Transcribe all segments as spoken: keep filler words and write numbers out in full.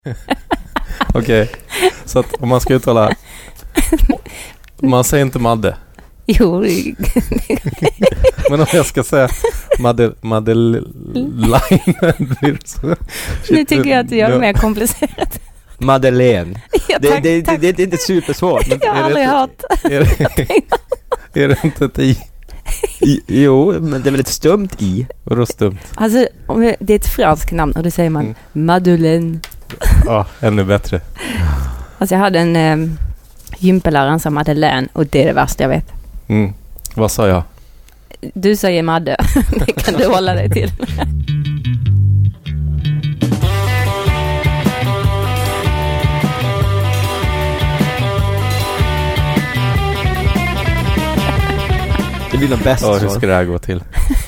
Okej, okay. Så att om man ska uttala... Man säger inte Madde. Jo. Men om jag ska säga Madde, Madeleine. Nu tycker jag att du gör det mer komplicerat. Madeleine. Ja, det, tack, det, tack. det, det är inte supersvårt. Men Jag har aldrig hört. Är det, är det inte ett i? I? Jo, men det är väl ett stumt i. Vadå stumt? Alltså, om det är ett franskt namn och det säger man mm. Madeleine. Ja, ännu bättre. Alltså jag hade en eh, gympelärare som Madeleine och det är det värsta jag vet. Mm. Vad sa jag? Du säger Madde. Det kan du hålla dig till. Det blir nog bäst. Ja, hur ska det här gå till?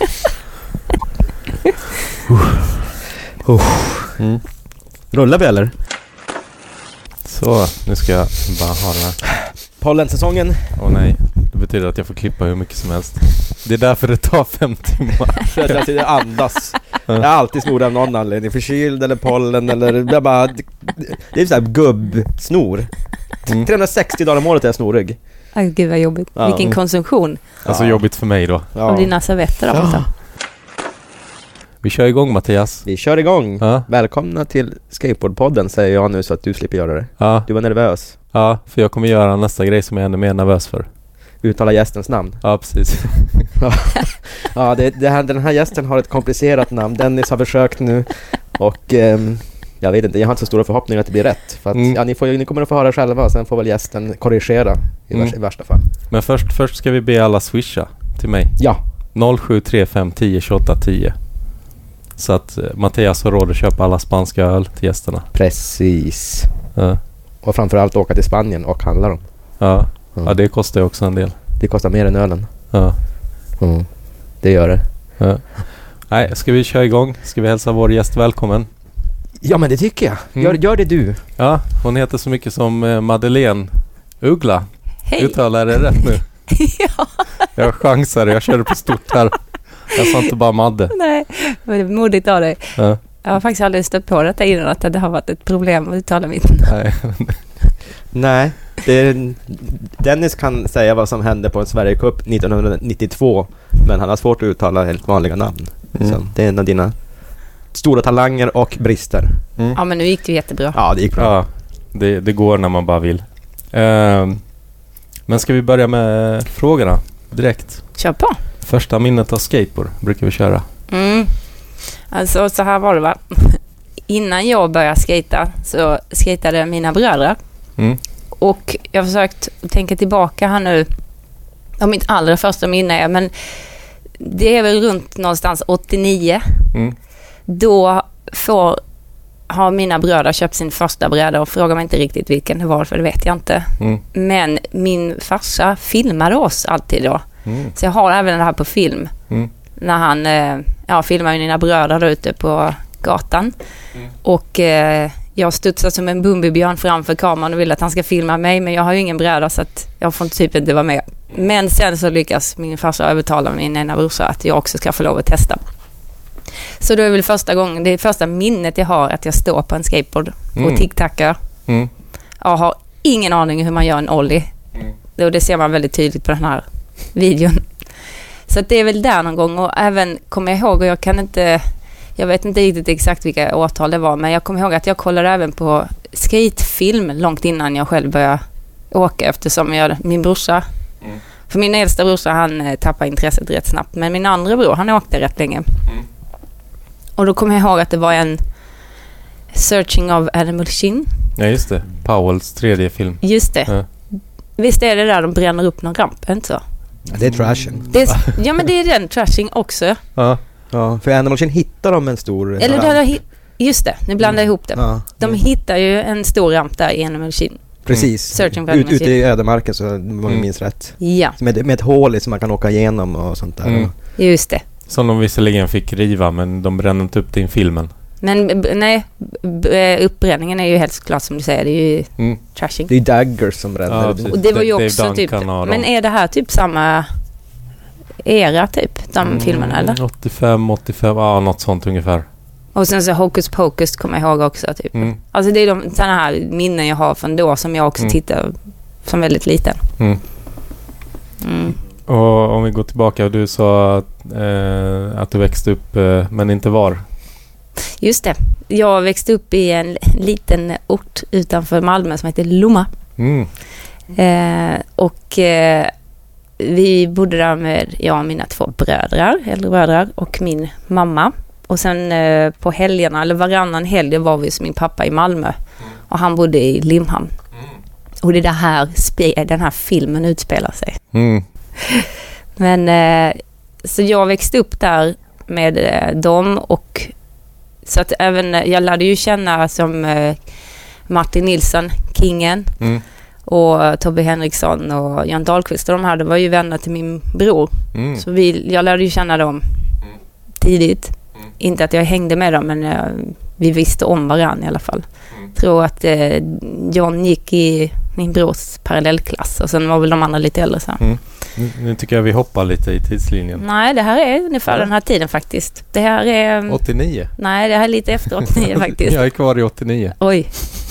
uh. Mm. Rullar vi eller? Så, nu ska jag bara ha den här. Pollensäsongen. Åh oh, nej, det betyder att jag får klippa hur mycket som helst. Det är därför det tar fem timmar. För att jag andas. Jag är alltid snor av någon anledning. Förkyld eller pollen eller... Jag bara, det är så här gubbsnor. Mm. trehundrasextio dagar om året är jag snorrygg. Aj, gud vad jobbigt. Ja. Vilken konsumtion. Alltså ja. Jobbigt för mig då. Ja. Av dina servetter då. Ja. Vi kör igång, Mattias. Vi kör igång. Ja. Välkomna till Skateboardpodden, säger jag nu så att du slipper göra det. Ja. Du var nervös. Ja, för jag kommer göra nästa grej som jag är ännu mer nervös för. Uttala gästens namn. Ja, precis. ja, det, det här, den här gästen har ett komplicerat namn. Dennis har försökt nu. Och um, jag vet inte, jag har inte så stora förhoppningar att det blir rätt. För att, mm. ja, ni, får, ni kommer att få höra själva. Sen får väl gästen korrigera i, mm. värsta, i värsta fall. Men först, först ska vi be alla swisha till mig. Ja. noll sju tre fem tio tjugoåtta tio. Så att uh, Mattias har råd att köpa alla spanska öl till gästerna. Precis. Ja. Och framförallt åka till Spanien och handla dem. Ja. Mm. Ja, det kostar ju också en del. Det kostar mer än ölen. Ja. Mm. Det gör det. Ja. Nej, ska vi köra igång? Ska vi hälsa vår gäst välkommen? Ja, men det tycker jag. Mm. Gör, gör det du. Ja, hon heter så mycket som eh, Madeleine Uggla. Hej. Uttalar det rätt nu? Ja. Jag chansar, jag körde på stort här. Jag sa inte bara Madde. Nej, det var modigt av dig. Ja. Jag har faktiskt aldrig stött på detta innan att det har varit ett problem att uttala mitt namn. Nej. Nej, det, Dennis kan säga vad som hände på en Sverige Cup nittonhundranittiotvå, men han har svårt att uttala helt vanliga namn. Mm. Så det är en av dina stora talanger och brister. Mm. Ja, men nu gick det jättebra. Ja, det gick bra. Ja, det, det går när man bara vill. Uh, men ska vi börja med frågorna direkt? Kör på. Första minnet av skateboard brukar vi köra. Mm. Alltså så här var det va. Innan jag började skata så skatade mina bröder. Mm. Och jag har försökt tänka tillbaka här nu om mitt allra första minne är, men det är väl runt någonstans åttionio. Mm. Då får, har mina bröder köpt sin första bräda och frågar mig inte riktigt vilken det var, för det vet jag inte. Mm. Men min farsa filmade oss alltid då. Mm. Så jag har även det här på film. Mm. När han ja, filmar mina bröder där ute på gatan. Mm. Och eh, jag studsar som en bumbibjörn framför kameran och vill att han ska filma mig, men jag har ju ingen bräda så att jag får typ inte vara med. Men sen så lyckas min farsa övertala min ena brorsa att jag också ska få lov att testa. Så då är väl första gången, det är första minnet jag har att jag står på en skateboard mm. och tic-tackar. Mm. Jag har ingen aning hur man gör en ollie. Mm. Och det ser man väldigt tydligt på den här videon. Så att det är väl där någon gång, och även kommer jag ihåg, och jag kan inte, jag vet inte riktigt exakt vilka årtal det var, men jag kommer ihåg att jag kollade även på skatefilm långt innan jag själv började åka, eftersom jag, min brorsa, mm. för min äldsta brorsa, han tappade intresset rätt snabbt, men min andra bror, han åkte rätt länge. Mm. Och då kommer jag ihåg att det var en Searching of Animal Shin. Ja, just det. Powells tredje film. Just det. Ja. Visst är det där de bränner upp någon ramp, inte så? Det är trashing. Det är, ja, men det är den trashing också. Ja. Ja, för Animal Shin hittar de en stor Eller där, just det, nu blandar jag ihop det. Ja. De Mm. hittar ju en stor ramp där i Animal Shin. Precis. Mm. Ut, ute i ödemarken, så man mm. minns rätt. Ja. Med, med ett hål i som man kan åka igenom och sånt där. Mm. Just det. Som de visserligen fick riva, men de brände inte upp det i filmen. Men b- nej, b- uppbränningen är ju helt klart som du säger, det är ju mm. trashing. Det är daggers som bränner. Ja, och det var ju Dave också Duncan typ, men är det här typ samma era typ, de mm, filmerna eller? åttiofem, åttiofem, ja något sånt ungefär. Och sen så Hocus Pocus kommer jag ihåg också. Typ. Mm. Alltså det är de sådana här minnen jag har från då som jag också Mm. tittar som väldigt liten. Mm. Mm. Och om vi går tillbaka, du sa att, eh, att du växte upp eh, men inte var. Just det. Jag växte upp i en liten ort utanför Malmö som heter Lomma. Mm. Eh, och eh, vi bodde där med jag och mina två bröder, äldre bröder och min mamma. Och sen eh, på helgerna, eller varannan helg var vi hos min pappa i Malmö. Och han bodde i Limhamn. Och det är det här spe- den här filmen utspelar sig. Mm. Men eh, så jag växte upp där med eh, dem och så att även jag lärde ju känna som eh, Martin Nilsson, Kingen Mm. och Tobbe Henriksson och Jan Dahlqvist och de här, det var ju vänner till min bror. Mm. Så vi, jag lärde ju känna dem tidigt. Inte att jag hängde med dem, men jag, vi visste om varann i alla fall. Jag tror att eh, John gick i min brors parallellklass och sen var väl de andra lite äldre så. Mm. Nu, nu tycker jag vi hoppar lite i tidslinjen. Nej, det här är ungefär Ja. den här tiden faktiskt. Det här är... åttionio. Nej, det här är lite efter åttionio faktiskt. Jag är kvar i åttionio. Oj.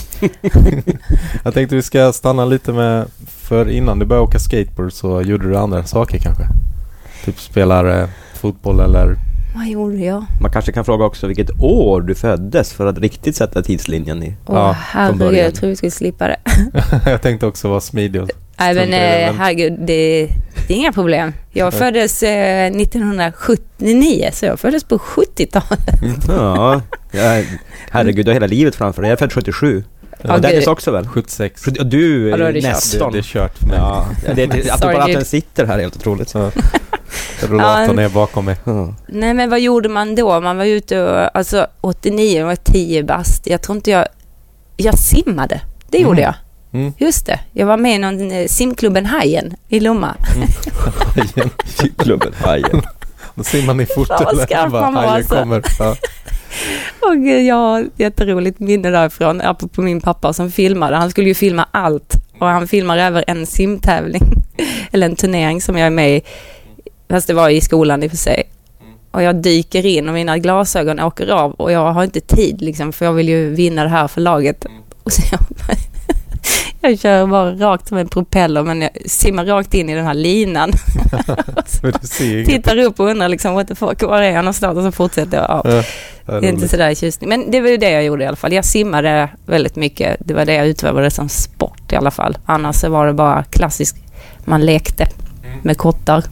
Jag tänkte vi ska stanna lite med, för innan du började åka skateboard så gjorde du andra saker kanske. Typ spelar eh, fotboll eller... Vad gjorde jag? Man kanske kan fråga också vilket år du föddes för att riktigt sätta tidslinjen i. Åh, Ja, herregud, början. jag tror vi skulle slippa det. Jag tänkte också vara smidig och Nej, men strunta i det, eh, men- herregud, det, det är inga problem. Jag Nej. föddes eh, nittonhundrasjuttionio, så jag föddes på sjuttiotalet. Ja, ja, herregud, du har hela livet framför dig. Jag är född sjuttiosju. Ja, Och Dennis gud. också väl? sjuttiosex. Och du Ja, då är är det kört. Det, nästan. det är kört för mig. Ja, det, det, att, du Sorry, bara att dude. den sitter här är helt otroligt. Ja. Rollatorn är bakom mig. Ja. Nej, men vad gjorde man då? Man var ute och, alltså åttionio, jag var tio bast. Jag tror inte jag, jag simmade. Det Mm. gjorde jag. Mm. Just det. Jag var med i någon eh, simklubben Hajen i Lomma. Hajen. Klubben Hajen. Då simmar ni fort Fan, vad eller? skarp Bara, man var, hajen alltså. kommer. Ja. Och eh, jag har ett jätteroligt minne därifrån. Apropå min pappa som filmade. Han skulle ju filma allt. Och han filmar även en simtävling. Eller en turnering som jag är med i. Fast det var i skolan i och för sig. Och jag dyker in och mina glasögon åker av. Och jag har inte tid liksom. För jag vill ju vinna det här för laget. Och så jag, jag kör bara rakt som en propeller. Men jag simmar rakt in i den här linan. Men du ser inget. Tittar upp och undrar liksom, what the fuck, var är jag någonstans? Och så fortsätter jag. Ja. Ja, Det är inte sådär i tjusning. Men det var ju det jag gjorde i alla fall. Jag simmade väldigt mycket. Det var det jag utövade som sport i alla fall. Annars så var det bara klassiskt. Man lekte med kottar.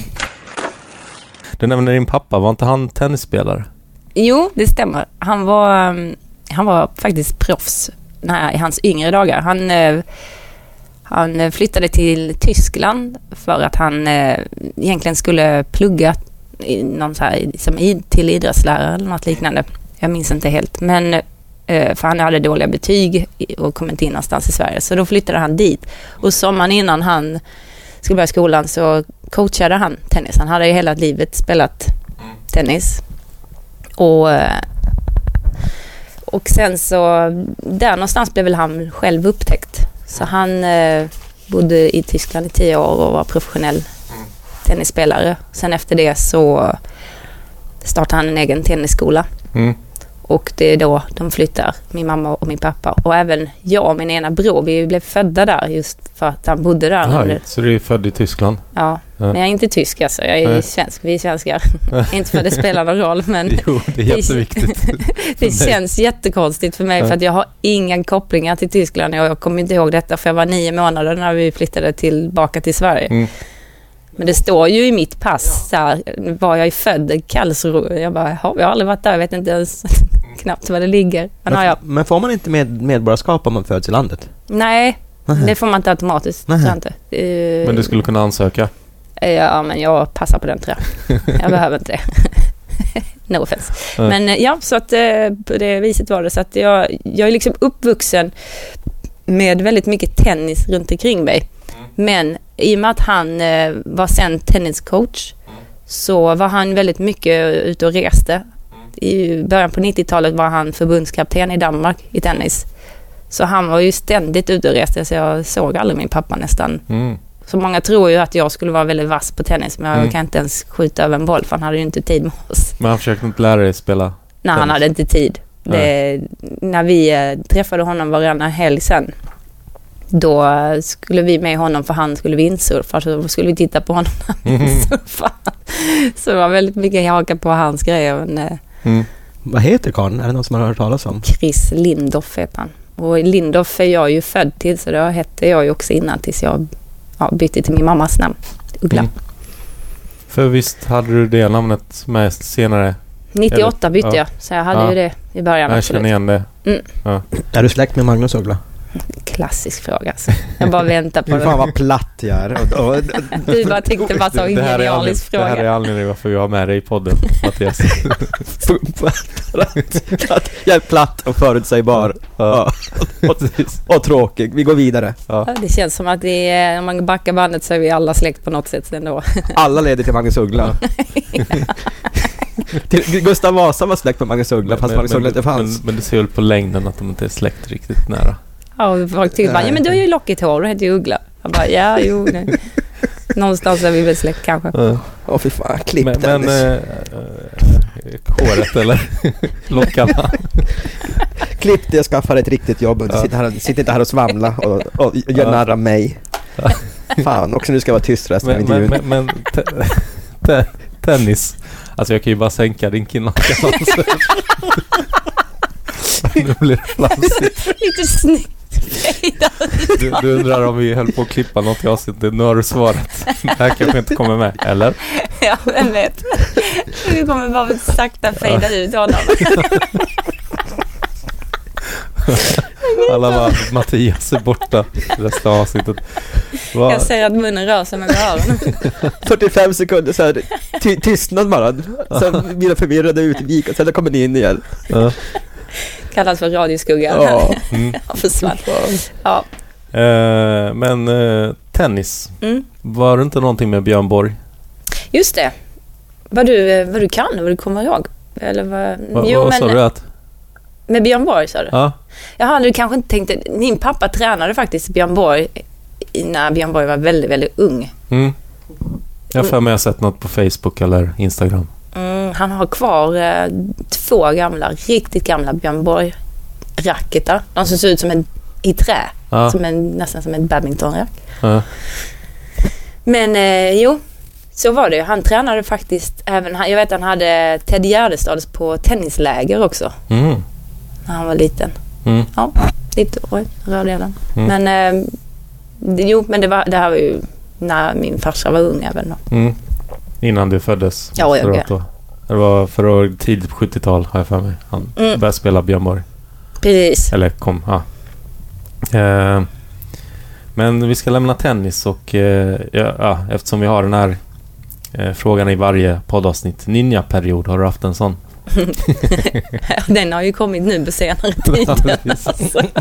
Du nämnde din pappa, var inte han tennisspelare? Jo, det stämmer. Han var, um, han var faktiskt proffs nej, i hans yngre dagar. Han, uh, han flyttade till Tyskland för att han uh, egentligen skulle plugga i någon så här, som id, till idrottslärare eller något liknande. Jag minns inte helt. Men uh, för han hade dåliga betyg och kom inte in någonstans i Sverige. Så då flyttade han dit. Och sommaren innan han skulle börja skolan så coachade han tennis. Han hade ju hela livet spelat tennis. Och, och sen så där någonstans blev väl han själv upptäckt. Så han eh, bodde i Tyskland i tio år och var professionell tennisspelare. Sen efter det så startade han en egen tennisskola. Mm. Och det är då de flyttar, min mamma och min pappa. Och även jag och min ena bror, vi blev födda där just för att han bodde där. Aha, under, så du är född i Tyskland? ja, Ja. men jag är inte tysk alltså, jag är Nej. svensk, vi är svenskar. Inte för att det spelar någon roll, men Jo, det är jätteviktigt. det känns jättekonstigt för mig Ja. för att jag har inga kopplingar till Tyskland och jag kommer inte ihåg detta för jag var nio månader när vi flyttade tillbaka till Sverige. Mm. Men det står ju i mitt pass så här, var jag är född Karlsruhe. Jag bara, jag har aldrig varit där, jag vet inte ens knappt var det ligger. Men, har jag, Men, men får man inte med, medborgarskap om man föds i landet? nej, det får man inte automatiskt. Nej. Tror jag inte. Eh, Men du skulle kunna ansöka? Ja, men jag passar på den tror jag. Jag behöver inte det. No offense. Nej. Men eh, ja, så att eh, på det viset var det. Så att jag, jag är liksom uppvuxen med väldigt mycket tennis runt omkring mig. Men i och med att han eh, var sen tenniscoach så var han väldigt mycket ute och reste. I början på nittiotalet var han förbundskapten i Danmark i tennis. Så han var ju ständigt ute och reste så jag såg aldrig min pappa nästan. Mm. Så många tror ju att jag skulle vara väldigt vass på tennis men jag Mm. kan inte ens skjuta över en boll för han hade ju inte tid med oss. Men han försökte inte lära dig spela Nej, han hade inte tid. Det, när vi eh, träffade honom varannan helg sen, då skulle vi med honom för han skulle windsurfa, så skulle vi titta på honom när han windsurfade. Så det var väldigt mycket haka på hans grejer. Men, eh, mm. Vad heter karln? Är det någon som har hört talas om? Chris Lindorff heter han. Och Lindorff är jag ju född till, så det hette jag ju också innan tills jag ja, bytte till min mammas namn, Uggla. Mm. För visst hade du det namnet med senare? nittioåtta bytte ja. jag, så jag hade ja. ju det i början. Jag känner igen det. Mm. Ja. Är du släkt med Magnus Uggla? Klassisk fråga. Alltså. Jag bara väntar på det. Fan vad platt jag är. Och, och, du bara tyckte bara så en genialisk fråga. Det här är anledningen varför vi har med dig i podden, Mattias. Jag är platt och förutsägbar. Ja. och, och, och tråkig. Vi går vidare. Ja. Ja, det känns som att det är, om man backar bandet så är vi alla släkt på något sätt ändå. Alla leder till Magnus Uggla. Till Gustav Vasa var släkt med Magnus Uggla, fast Magnus Uggla inte fanns. Men, men det ser väl på längden att de inte är släkt riktigt nära. Ja, och folk tycker bara, ja men du har ju lockigt hår, du heter ju Uggla. Jag bara, ja, jo, nej. Någonstans är vi väl släkt kanske. Åh ja. Fy fan, klipp men, den. Men, äh, äh, håret eller lockarna. Klipp det och skaffa ett riktigt jobb. Ja. Sitt, här, sitt inte här och svamla och, och, och gör ja. narra mig. Ja. Fan, också nu ska jag vara tyst resten men, av intervjun. Men, men, men te, te, tennis. Alltså jag kan ju bara sänka din kinnacka. Nu blir det flamsigt. Lite snyggt. Du, du undrar om vi höll på att klippa något i avsnittet. Nu har du svaret. Det här kanske inte kommer med, eller? Ja, vem vet. Vi kommer bara sakta fejda ut honom. Alla bara, Mattias är borta resten av avsnittet. Va? Jag säger att munnen rör sig med öronen. fyrtiofem sekunder så här, ty- tystnad bara. Sen blir det förvirrade ut i vik och sen kommer ni in igen. Ja. Kallas för radioskugga. Ja. Mm. Jag försvann. Ja. Uh, men uh, tennis. Mm. Var det inte någonting med Björn Borg? Just det. Vad du, vad du kan, vad du kommer ihåg. Eller vad... Va, jo, vad men... sa du att? Med Björn Borg, sa du? Ja. Jag hade kanske inte tänkt... Min pappa tränade faktiskt Björn Borg när Björn Borg var väldigt, väldigt ung. Mm. Jag får med sett något på Facebook eller Instagram. Mm, han har kvar eh, två gamla, riktigt gamla Björn Borg-racketar. De som ser ut som en i trä. Ja. Som en, nästan som en badmintonrack. Ja. Men eh, jo, så var det. Han tränade faktiskt även... Jag vet att han hade Ted Gärdestads på tennisläger också. Mm. När han var liten. Mm. Ja, lite oj, rörde jag den. Mm. Men eh, det, jo, men det, var, det här var ju när min farsa var ung även då. Mm. Innan du föddes. Ja, jag vet. Det var för år tidigt på sjuttiotal har jag för mig. Han mm. började spela Björn Borg. Precis. Eller kom, ja. Eh, men vi ska lämna tennis och eh, ja, ja, eftersom vi har den här eh, frågan i varje poddavsnitt. Ninja-period, har du haft en sån? Den har ju kommit nu på senare tid. Alltså.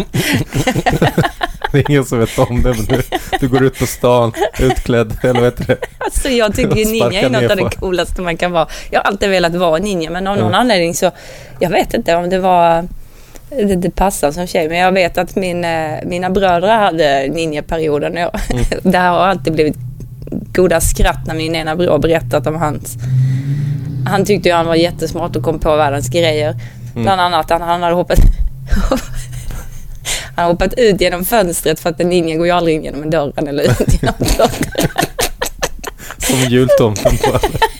Det är ingen som vet om det, men du, du går ut på stan utklädd, eller vet du? Alltså jag tycker ju ninja är något av det coolaste man kan vara. Jag har alltid velat vara ninja, men av någon mm. anledning så, jag vet inte om det var det, det passar som tjej, men jag vet att min, mina bröder hade ninja-perioden. Jag, mm. Det här har alltid blivit goda skratt när min ena bror berättat om hans. Han tyckte ju han var jättesmart och kom på världens grejer. Mm. Bland annat att han hade hoppat han har hoppat ut genom fönstret för att en ninja går ju aldrig in genom en dörren eller ut genom dörren. Som jultomten på.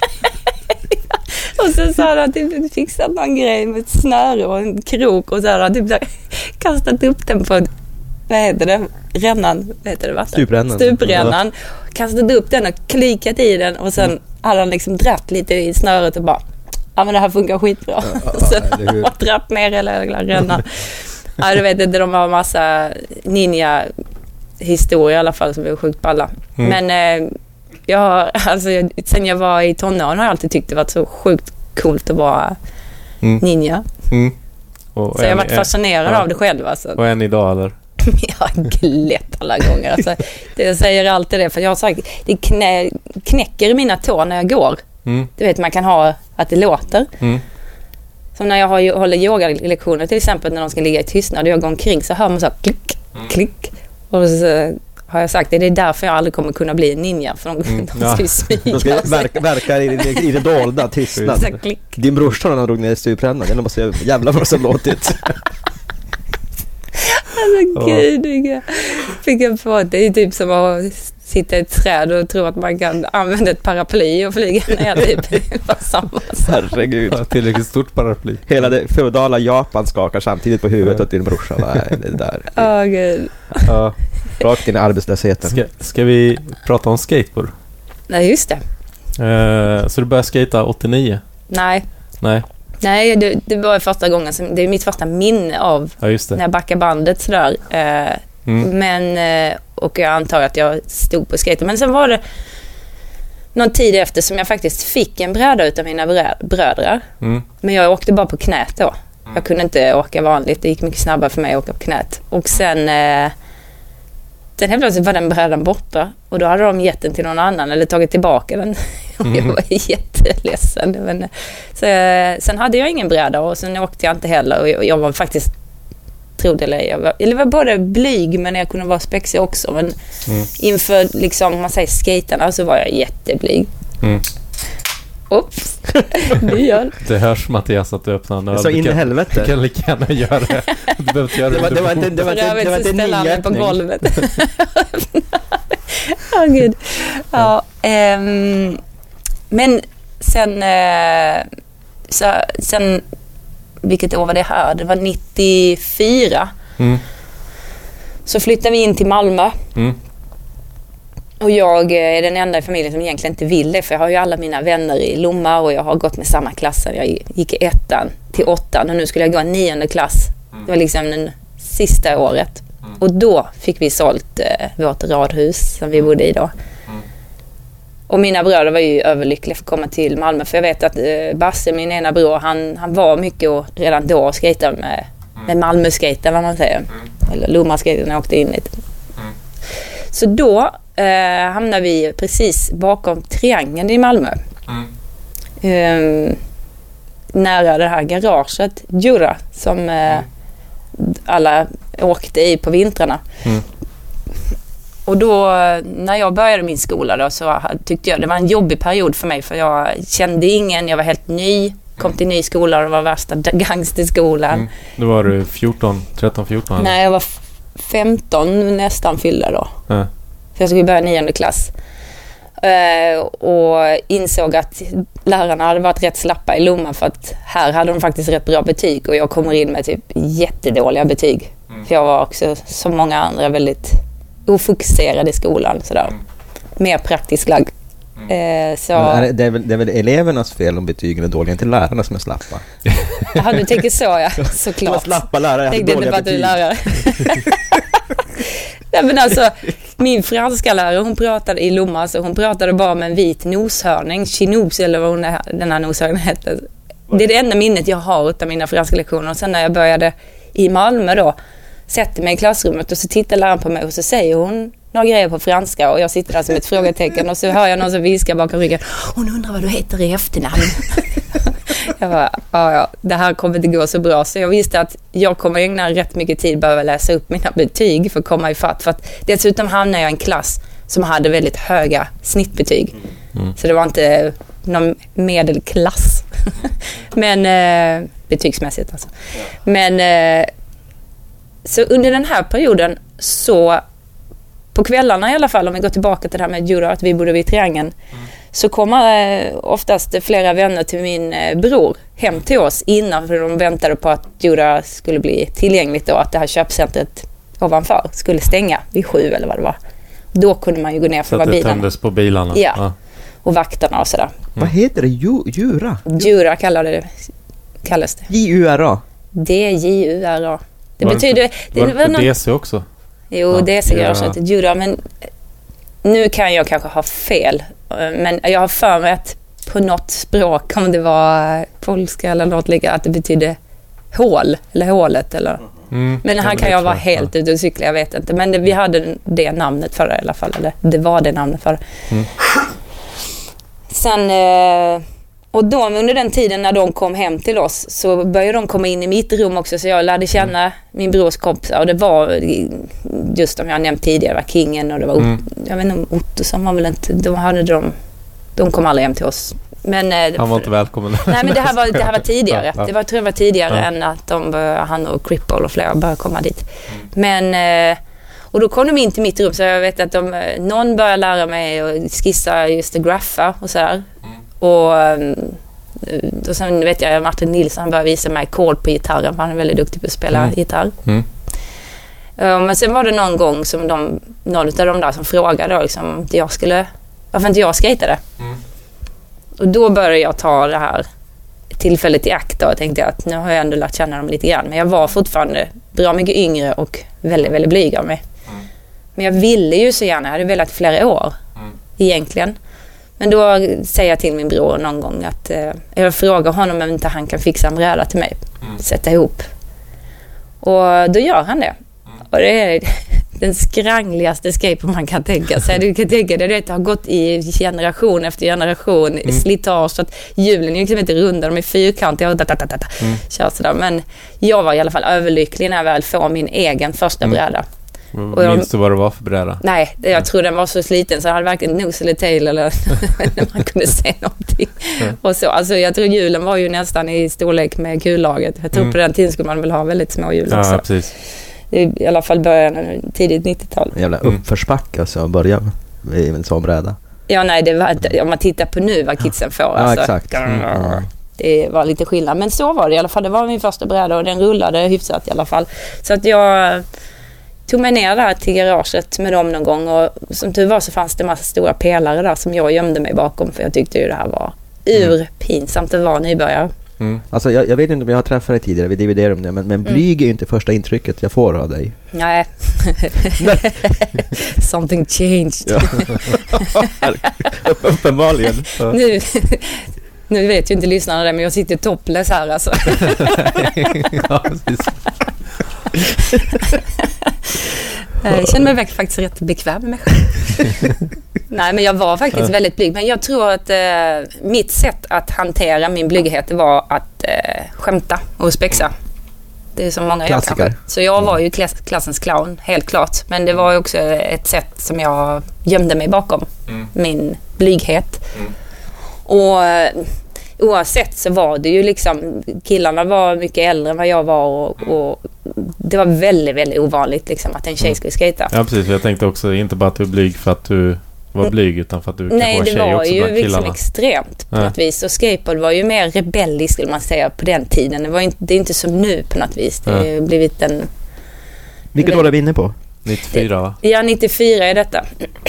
Och så sa han att han fixat någon grej med ett snöre och en krok och så hade han typ kastat upp den på, vad heter det? Rännan, vad heter det? Vatten? Stuprännan. Stuprännan. Ja. Kastat upp den och klikat i den och sen mm. hade han liksom dratt lite i snöret och bara, ja men det här funkar skitbra. Ja, och sen har han dratt ner hela rännan. Ja, du vet inte, de har massa ninja-historier i alla fall som är sjukt balla. Mm. Men eh, jag, alltså, sen jag var i tonåren har jag alltid tyckt det varit så sjukt coolt att vara mm. ninja. Mm. Och så jag har varit fascinerad ja. av det själv. Alltså. Och än idag, eller? Jag har glätt alla gånger. Alltså, det, jag säger alltid det, för jag har sagt det knä, knäcker i mina tår när jag går. Mm. Du vet, man kan ha att det låter. Mm. Som när jag har, håller yogalektioner till exempel, när de ska ligga i tystnad och jag går omkring så hör man så här klick, mm. klick. Och så har jag sagt. Det är därför jag aldrig kommer kunna bli en ninja. För de, Mm, de ska ju smyga. De ska verka, verka i, i, i det dolda, tystnad. Din brorsa när han drog ner stuprännan. Jag måste säga, jävla vad som låtit. Alltså gud, jag fick jag på det är typ som att sitta i ett träd och tro att man kan använda ett paraply och flyga ner typ. Samma Herregud. Ja, tillräckligt stort paraply. Hela det feodala Japan skakar samtidigt på huvudet åt din brorsa. Nej, det där. Åh oh, gud. Ja. Rakt in i arbetslösheten. Ska, ska vi prata om skateboard? Nej, just det. Uh, så du började skata åttionio? Nej. Nej. Nej, det, det var första gången som, det är mitt första minne av ja, just det. när jag backar bandet sådär. Uh, mm. Men, uh, och jag antar att jag stod på skater. Men sen var det någon tid efter som jag faktiskt fick en bräda utav mina brö- bröder. Mm. Men jag åkte bara på knät då. Mm. Jag kunde inte åka vanligt. Det gick mycket snabbare för mig att åka på knät. Och sen... Uh, Sen helt plötsligt var den brädan borta. Och då hade de gett den till någon annan. Eller tagit tillbaka den. Och jag var jätteledsen. Men, så, sen hade jag ingen bräda. Och sen åkte jag inte heller. Och jag, jag var faktiskt... Trodde eller jag var, eller var både blyg. Men jag kunde vara spexig också. Men mm. inför liksom, man säger skaterna så var jag jätteblyg. Mm. Oops. Det, det hörs, Mattias, att du öppnar en öl. Så in i helvete. Du kan lika gärna göra det. Du behöver inte göra det. Det var, det var inte, det var inte, det var inte en mig på golvet. Åh, oh, gud. Ja, um, men sen, uh, så, sen, vilket år var det här? Det var nittiofyra. Mm. Så flyttade vi in till Malmö. Mm. Och jag är den enda i familjen som egentligen inte vill det. För jag har ju alla mina vänner i Lomma och jag har gått med samma klassen. Jag gick i ettan till åttan och nu skulle jag gå en nionde klass. Det var liksom den sista året. Och då fick vi sålt eh, vårt radhus som vi bodde i då. Och mina bröder var ju överlyckliga för att komma till Malmö. För jag vet att eh, Basse, min ena bror, han, han var mycket och redan då skejtade med, med Malmö-skejten, vad man säger. Eller Lomma-skejten när jag åkte in lite. Så då eh, hamnade vi precis bakom Triangeln i Malmö. Mm. Eh, nära det här garaget, Djura, som eh, mm. alla åkte i på vintrarna. Mm. Och då, när jag började min skola då, så tyckte jag det var en jobbig period för mig. För jag kände ingen, jag var helt ny. Kom till ny skola och det var värsta gangsterskolan. Mm. Då var du fjorton, tretton, fjorton? Eller? Nej, jag var femton nästan fyllda då. Mm. För jag skulle börja nionde klass. Uh, och insåg att lärarna hade varit rätt slappa i Lomma för att här hade de faktiskt rätt bra betyg och jag kommer in med typ jättedåliga betyg. Mm. För jag var också som många andra väldigt ofokuserad i skolan sådär. Mm. Mer praktiskt lagd. Mm. Uh, så... är det, är väl, det är väl elevernas fel om betygen är dåliga, inte lärarna som är slappa. Jaha, du tänker så, ja. Såklart. Det var slappa lärare, jag tänkte dåliga betyg. Lärare. Nej, men alltså, min franska lärare, hon pratade i Lomma, så hon pratade bara med en vit noshörning, chinos eller vad hon är, den här noshörningen hette. Det är det enda minnet jag har av mina franska lektioner. Och sen när jag började i Malmö då, sätter mig i klassrummet och så tittar läraren på mig och så säger hon några grejer på franska och jag sitter där som ett frågetecken och så hör jag någon som viskar bakom ryggen. Hon undrar vad du heter i efternamn. Jag bara, ja, ja, det här kommer inte gå så bra. Så jag visste att jag kommer ägna rätt mycket tid bara att läsa upp mina betyg för att komma ifatt. För att dessutom hamnade jag i en klass som hade väldigt höga snittbetyg. Mm. Så det var inte någon medelklass. Men eh, betygsmässigt alltså. Men eh, så under den här perioden så på kvällarna i alla fall, om vi går tillbaka till det här med Djura, att vi bodde vid Triangeln, mm. så kommer eh, oftast flera vänner till min eh, bror hem till oss innan, för de väntade på att Djura skulle bli tillgängligt och att det här köpcentret ovanför skulle stänga vid sju eller vad det var. Då kunde man ju gå ner för bilarna. Så att det tändes på bilarna? Ja, ja. Och vakterna och sådär. Mm. Vad heter det? Djura? Djura kallar det, kallas det. J U R A? D J U R A. Det var betyder... Det, det, var det någon... D C också? Jo, ja, det ser jag så att Djura, men nu kan jag kanske ha fel. Men jag har för mig att på något språk, om det var polska eller något lika, att det betyder hål, eller hålet, eller... Mm, men här kan jag vara helt ute och cykla, jag vet inte. Men det, vi hade det namnet för det i alla fall, eller det var det namnet för det. Mm. Sen, eh, Och de under den tiden när de kom hem till oss så började de komma in i mitt rum också, så jag lärde känna mm. min brors kompisar, och det var just som jag nämnt tidigare, var Kingen och det var mm. jag vet inte, Otto som var väl inte, de hade de de kom aldrig hem till oss. Men han var inte välkommen. Nej, men det här var det här var tidigare. Ja, ja. Det var tror jag var tidigare ja. än att de han och Cripple och flera började komma dit. Mm. Men och då kom de in till mitt rum, så jag vet att de någon började lära mig att skissa just det, graffa och så där. Mm. Och och sen vet jag Martin Nilsson började visa mig ackord på gitarren, för han är väldigt duktig på att spela mm. gitarr. Mm. Men sen var det någon gång som de, någon av de där som frågade då, liksom, om jag skulle, varför inte jag skejtade. Mm. Och då började jag ta det här tillfället i akt och tänkte jag att nu har jag ändå lärt känna dem lite grann. Men jag var fortfarande bra mycket yngre och väldigt, väldigt blyg av mig. Mm. Men jag ville ju så gärna, jag hade velat flera år mm. egentligen. Men då säger jag till min bror någon gång att eh, jag frågar honom om inte han kan fixa en bräda till mig. Mm. Sätta ihop. Och då gör han det. Mm. Och det är den skrangligaste escape man kan tänka sig. Du kan tänka dig att det har gått i generation efter generation mm. slitage, så att hjulen är liksom inte runda, de är fyrkantiga och da, da, da, da, mm. kör sådär. Men jag var i alla fall överlycklig när jag väl får min egen första mm. bräda. Mm. Och jag, minns du vad det var för bräda? Nej, jag mm. tror den var så sliten så jag hade verkligen nose eller tail eller man kunde se någonting. Mm. Och så, alltså jag tror hjulen var ju nästan i storlek med kullaget. Jag tror mm. på den tiden skulle man väl ha väldigt små hjul också. Ja, precis. I alla fall början tidigt nittiotal. En jävla uppförsbacka så börja med en sån bräda. Ja, nej, det var, om man tittar på nu vad kidsen får. Ja, alltså, exakt. Mm. Det var lite skillnad. Men så var det i alla fall. Det var min första bräda och den rullade hyfsat i alla fall. Så att jag tog mig ner där till garaget med dem någon gång. Och som tur var så fanns det en massa stora pelare där som jag gömde mig bakom. För jag tyckte ju det här var urpinsamt att vara nybörjare. Mm. Alltså jag, jag vet inte om jag har träffat dig tidigare, vi dividerar om det, men, men blyg är ju inte första intrycket jag får av dig. Nej. Something changed. Uppenbarligen. nu, nu vet ju inte lyssnarna det, men jag sitter topless här alltså. Ja, precis. Jag känner mig faktiskt rätt bekväm med mig själv. Nej, men jag var faktiskt väldigt blyg. Men jag tror att eh, mitt sätt att hantera min blyghet var att eh, skämta och spexa. Det är som många gör kanske. Så jag var ju klass, klassens clown, helt klart. Men det var ju också ett sätt som jag gömde mig bakom. Mm. Min blyghet. Mm. Och oavsett så var det ju liksom, killarna var mycket äldre än vad jag var och, och det var väldigt, väldigt ovanligt liksom att en tjej skulle skata. Ja, precis. Jag tänkte också inte bara att du är blyg för att du var blyg utan för att du kan Nej, vara tjej också. Nej, det var ju liksom extremt på ja. något vis. Och skateboard var ju mer rebellisk skulle man säga på den tiden. Det, var inte, det är inte som nu på något vis. Det har ja. blivit en... Vilket år är vi inne på? nittiofyra va? Ja, nittiofyra är detta.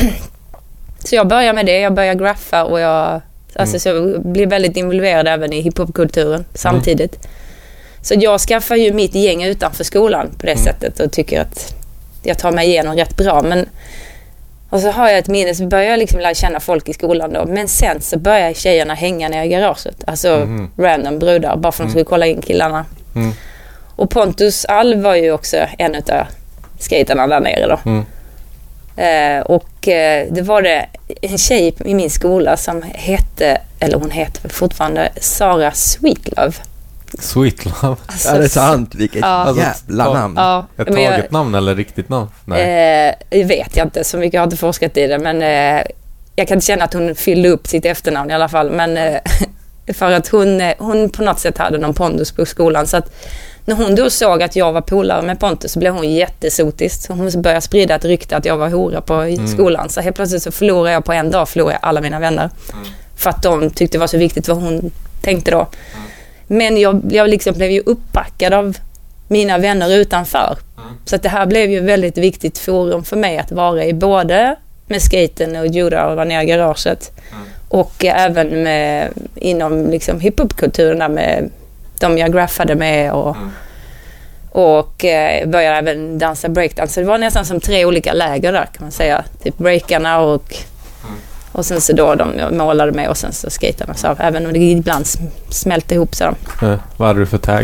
Så jag börjar med det. Jag börjar graffa och jag... Alltså, så jag blir väldigt involverad även i hiphopkulturen samtidigt. Mm. Så jag skaffar ju mitt gäng utanför skolan på det mm. sättet och tycker att jag tar mig igenom rätt bra. Men, och så har jag ett minne, så börjar jag liksom lära känna folk i skolan då. Men sen så börjar tjejerna hänga ner i garaget. Alltså mm. random brudar, bara för att de skulle kolla in killarna. Mm. Och Pontus Alv var ju också en av skaterna där nere då. Mm. Eh, och eh, det var det en tjej i min skola som hette, eller hon heter fortfarande Sara Sweetlove. Sweetlove? Alltså, är det sant? Vilket ja. jävla namn. Ja. Ett taget jag, namn eller riktigt namn? Nej. Eh, jag vet jag inte, så mycket jag har inte forskat i det, men eh, jag kan känna att hon fyllde upp sitt efternamn i alla fall, men eh, för att hon, hon på något sätt hade någon pondus på skolan, så att när hon då såg att jag var polare med Pontus så blev hon jättesotisk. Hon började sprida ett rykte att jag var hora på mm. skolan. Så helt plötsligt så förlorade jag på en dag förlorade jag alla mina vänner. Mm. För att de tyckte det var så viktigt vad hon tänkte då. Mm. Men jag, jag liksom blev ju uppbackad av mina vänner utanför. Mm. Så att det här blev ju ett väldigt viktigt forum för mig att vara i, både med skaten och juda och vara nere i garaget. Mm. Och även med, inom liksom hiphopkulturen med de jag graffade med och, mm. och eh, började även dansa breakdance. Så det var nästan som tre olika läger där kan man säga. Typ breakarna och, mm. och sen så då de målade med och sen så skaterna. Så även om det ibland smälte ihop så. Eh, vad hade du för tag?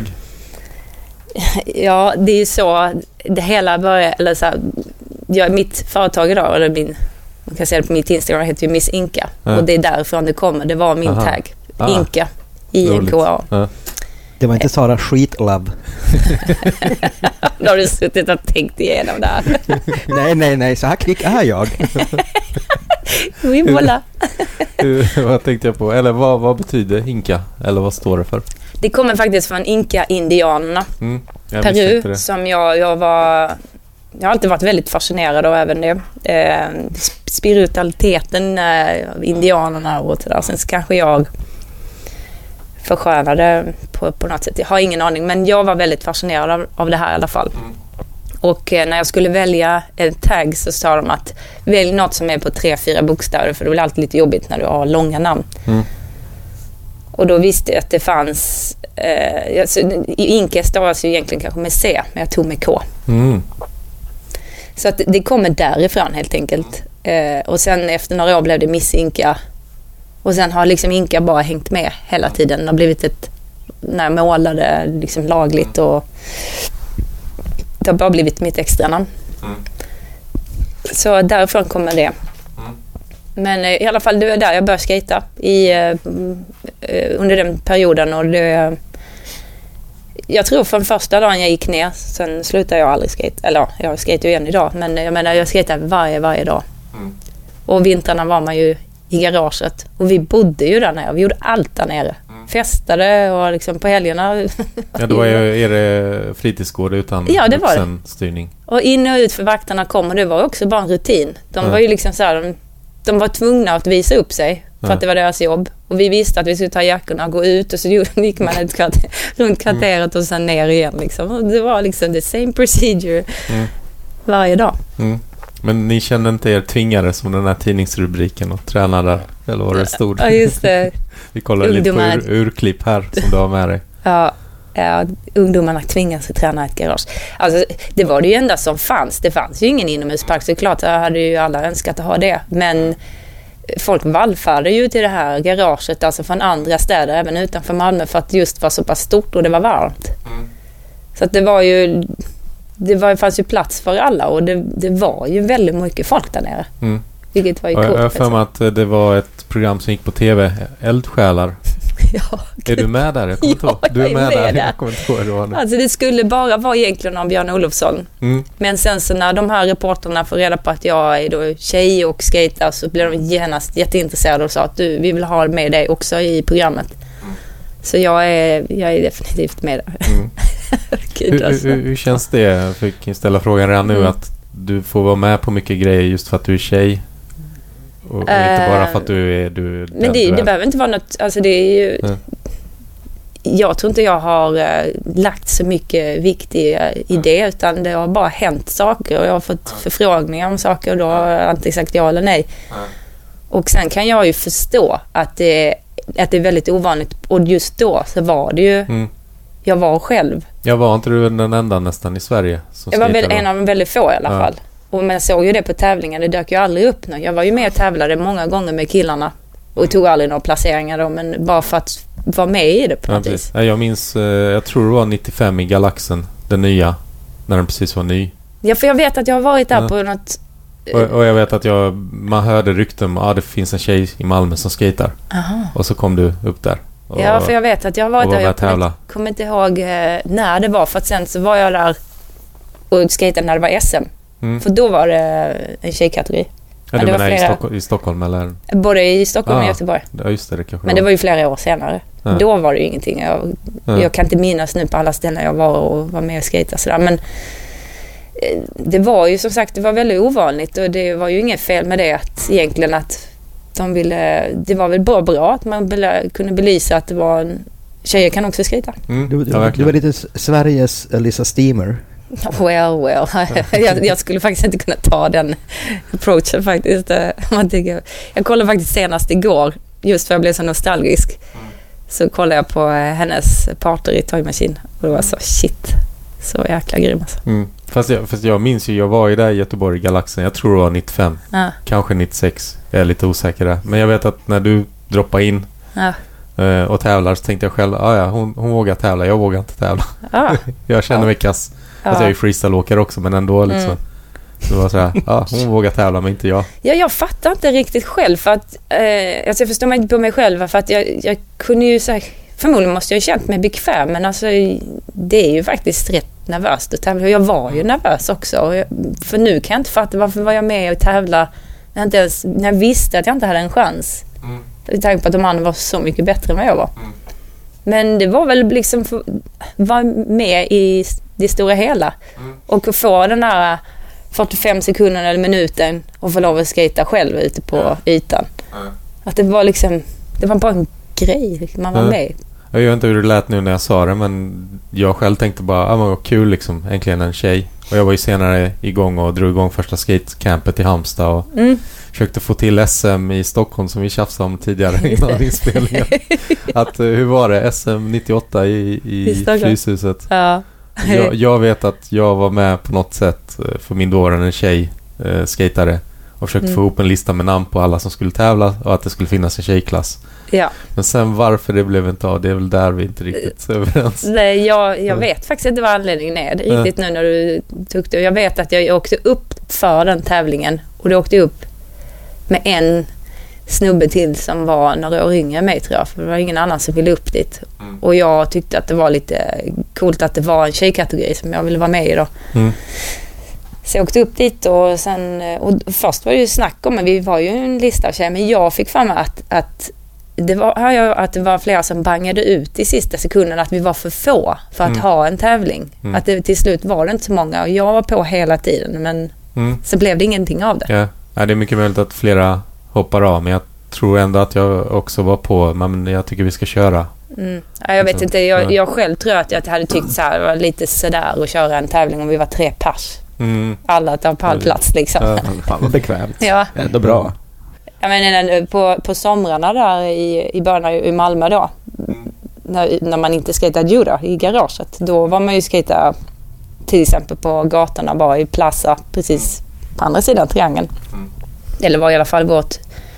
Ja, det är ju så det hela började, eller så här, jag, mitt företag idag, eller min, man kan säga det på mitt Instagram, heter ju Miss Inka. Mm. Och det är därifrån det kommer. Det var min Aha. tag. Ah, Inka. I N K A. Ja. Det var inte Sara Skitlab. Då har du suttit och tänkt igenom det här. nej, nej, nej. Så här kvick är jag. Wimbola. Vad tänkte jag på? Eller vad, vad betyder Inka? Eller vad står det för? Det kommer faktiskt från Inka-indianerna. Mm, jag Peru, som jag, jag var... Jag har alltid varit väldigt fascinerad av även det. Eh, spiritualiteten, eh, indianerna och sådär. Sen så kanske jag förskönade på, på något sätt. Jag har ingen aning, men jag var väldigt fascinerad av, av det här i alla fall. Mm. Och eh, när jag skulle välja en tag så sa de att välj något som är på tre, fyra bokstäver, för det blir alltid lite jobbigt när du har långa namn. Mm. Och då visste jag att det fanns... Eh, alltså, Inka stavas ju egentligen kanske med C, men jag tog med K. Mm. Så att det kommer därifrån helt enkelt. Eh, och sen efter några år blev det Miss Inka. Och sen har liksom Inka bara hängt med hela tiden. Det har blivit ett... När jag målade liksom lagligt och... Det har bara blivit mitt extra namn. Mm. Så därifrån kommer det. Mm. Men eh, i alla fall, det var där jag började skata i, eh, under den perioden. Och det... Jag tror från första dagen jag gick ner, sen slutade jag aldrig skate. Eller ja, jag skater ju igen idag, men jag menar jag skater varje, varje dag. Mm. Och vintrarna var man ju i garaget. Och vi bodde ju där nere, vi gjorde allt där nere. Mm. Festade och liksom på helgerna. Ja, det var ju er fritidsgård utan ja, det var det. Styrning. Och in och ut för vakterna kom, och det var också bara en rutin. De mm. var ju liksom så här, de, de var tvungna att visa upp sig. För att det var deras jobb. Och vi visste att vi skulle ta jackorna och gå ut. Och så gick man ett kvarter, runt kvarteret och sen ner igen. Liksom. Och det var liksom the same procedure mm. varje dag. Mm. Men ni kände inte er tvingare som den här tidningsrubriken och träna där? Eller vad det stod? Ja, just det. Vi kollar lite på ur, urklipp här som du har med dig. Ja, ja, ungdomarna tvingas att träna i ett garage. Alltså, det var det ju enda som fanns. Det fanns ju ingen inomhuspark. Så klart så hade ju alla önskat att ha det. Men... folk vallfärdade ju till det här garaget, alltså från andra städer, även utanför Malmö, för att just var så pass stort och det var varmt. Mm. Så att det var ju, det var, fanns ju plats för alla, och det, det var ju väldigt mycket folk där nere. Mm. Vilket var ju coolt. Jag har för mig att det var ett program som gick på tv, Eldsjälar. Ja, är du med där? Jag kommer ja, du är med, med där. där. Jag kommer inte ihåg det var nu. Alltså det skulle bara vara egentligen om Björn Olofsson. Mm. Men sen så när de här reporterna får reda på att jag är då tjej och skater, så blir de genast jätteintresserade och sa att du, vi vill ha med dig också i programmet. Mm. Så jag är, jag är definitivt med där. Mm. Gud, hur, alltså. hur, hur känns det? Jag fick ställa frågan redan nu, mm. att du får vara med på mycket grejer just för att du är tjej. Och, och uh, inte bara för att du är... Du, men det, det behöver inte vara något... Alltså det är ju... Mm. Jag tror inte jag har uh, lagt så mycket vikt i, uh, i det, utan det har bara hänt saker. Och jag har fått mm. förfrågningar om saker, och då har jag inte sagt ja eller nej. Mm. Och sen kan jag ju förstå att det, att det är väldigt ovanligt. Och just då så var det ju... Mm. Jag var själv. Jag var inte du den enda nästan i Sverige som jag var väl en av de väldigt få i alla ja. fall. Och man såg ju det på tävlingar, det dök ju aldrig upp nu. Jag var ju med och tävlade många gånger med killarna. Och tog aldrig några placeringar då, men bara för att vara med i det på något ja, vis. Jag minns, jag tror det var nittiofem i Galaxen, den nya, när den precis var ny. Ja, för jag vet att jag har varit där ja. på något... Och, och jag vet att jag, man hörde rykten om att ah, det finns en tjej i Malmö som skater. Aha. Och så kom du upp där. Och, ja, för jag vet att jag har varit där. Jag kommer, kommer inte ihåg eh, när det var, för att sen så var jag där och skatade när det var S M. Mm. För då var det en tjejkategori. Ja, du menar flera... i, Stock- i Stockholm eller? Både i Stockholm ah, och Göteborg. Ja, just det, det kanske men det var ju flera år senare. Ja. Då var det ju ingenting. Jag, ja. jag kan inte minnas nu på alla ställen jag var och var med och skejtade sådär. Men det var ju som sagt, det var väldigt ovanligt, och det var ju inget fel med det, att egentligen att de ville, det var väl bara bra att man bel- kunde belysa att det var en, tjejer kan också skejta. Mm. Du, du, ja, du var lite Sveriges Lisa Steamer. Well, well. jag, jag skulle faktiskt inte kunna ta den approachen faktiskt. Jag kollade faktiskt senast igår, just för jag blev så nostalgisk. Så kollade jag på hennes parter i Toy Machine, och det var så shit. Så jäkla grym alltså. Mm. Fast, jag, fast jag minns ju, jag var ju där i Göteborg i Galaxen. Jag tror det var nittiofem. Ja. Kanske nittiosex. Jag är lite osäker där. Men jag vet att när du droppade in ja. uh, och tävlar, så tänkte jag själv, ah, ja, hon, hon vågar tävla. Jag vågar inte tävla. Ja. jag känner mig kass. Ja. Alltså jag är ju freestyle-åkare också, men ändå liksom. Mm. Det var så här, ja, hon vågar tävla men inte jag. Ja, jag fattar inte riktigt själv för att, eh, alltså jag förstår mig inte på mig själv för att jag, jag kunde ju säga, förmodligen måste jag ha känt mig bekväm men alltså det är ju faktiskt rätt nervöst att tävla. Jag var ju nervös också och jag, för nu kan jag inte fatta varför var jag med och tävla när jag, inte ens, när jag visste att jag inte hade en chans. Mm. I tanke på att de andra var så mycket bättre än vad jag var. Mm. Men det var väl liksom för, var med i det stora hela mm. och få den där fyrtiofem sekunder eller minuten och få lov att skata själv ute på mm. ytan. Mm. Att det var liksom, det var bara en grej, man var mm. med. Jag vet inte hur det lät nu när jag sa det, men jag själv tänkte bara, ah, vad kul liksom, äntligen en tjej. Och jag var ju senare igång och drog igång första skatecampet i Halmstad och mm. försökte få till S M i Stockholm som vi tjafsade om tidigare innan inspelningen. Att, hur var det? S M nittioåtta i, i, I Fryshuset. Ja. jag, jag vet att jag var med på något sätt för min dåvarande tjej, äh, skatare, och försökte mm. få ihop en lista med namn på alla som skulle tävla och att det skulle finnas en tjejklass. Ja. Men sen varför det blev inte av, det är väl där vi inte riktigt är överens. Nej, jag, jag vet faktiskt inte vad anledningen är. Det är riktigt nu när du tog det. Jag vet att jag åkte upp för den tävlingen och det åkte upp med en snubbe till som var några år yngre än mig tror jag. För det var ingen annan som ville upp dit. Mm. Och jag tyckte att det var lite coolt att det var en tjejkategori som jag ville vara med i då. Mm. Så jag åkte upp dit och sen, och först var det ju snack om, men vi var ju en lista av tjejer, men jag fick fram att, att det var, att det var flera som bangade ut i sista sekunden att vi var för få för att mm. ha en tävling. Mm. Att det, till slut var det inte så många och jag var på hela tiden, men mm. så blev det ingenting av det. Ja. Ja, det är mycket möjligt att flera hoppar av, men jag tror ändå att jag också var på, men jag tycker vi ska köra. Mm. Ja, jag vet inte, jag, jag själv tror att jag hade tyckt så här, det var lite sådär att köra en tävling om vi var tre pers. Mm. Alla tar pallplats liksom. Ja, fan vad bekvämt. Ja. Ändå bra. Jag menar, på, på somrarna där i, i början i Malmö då, mm. när, när man inte skejtade judo i garaget, då var man ju skejta till exempel på gatorna bara i Plaza, precis på andra sidan triangeln. Mm. Eller var i alla fall vårt,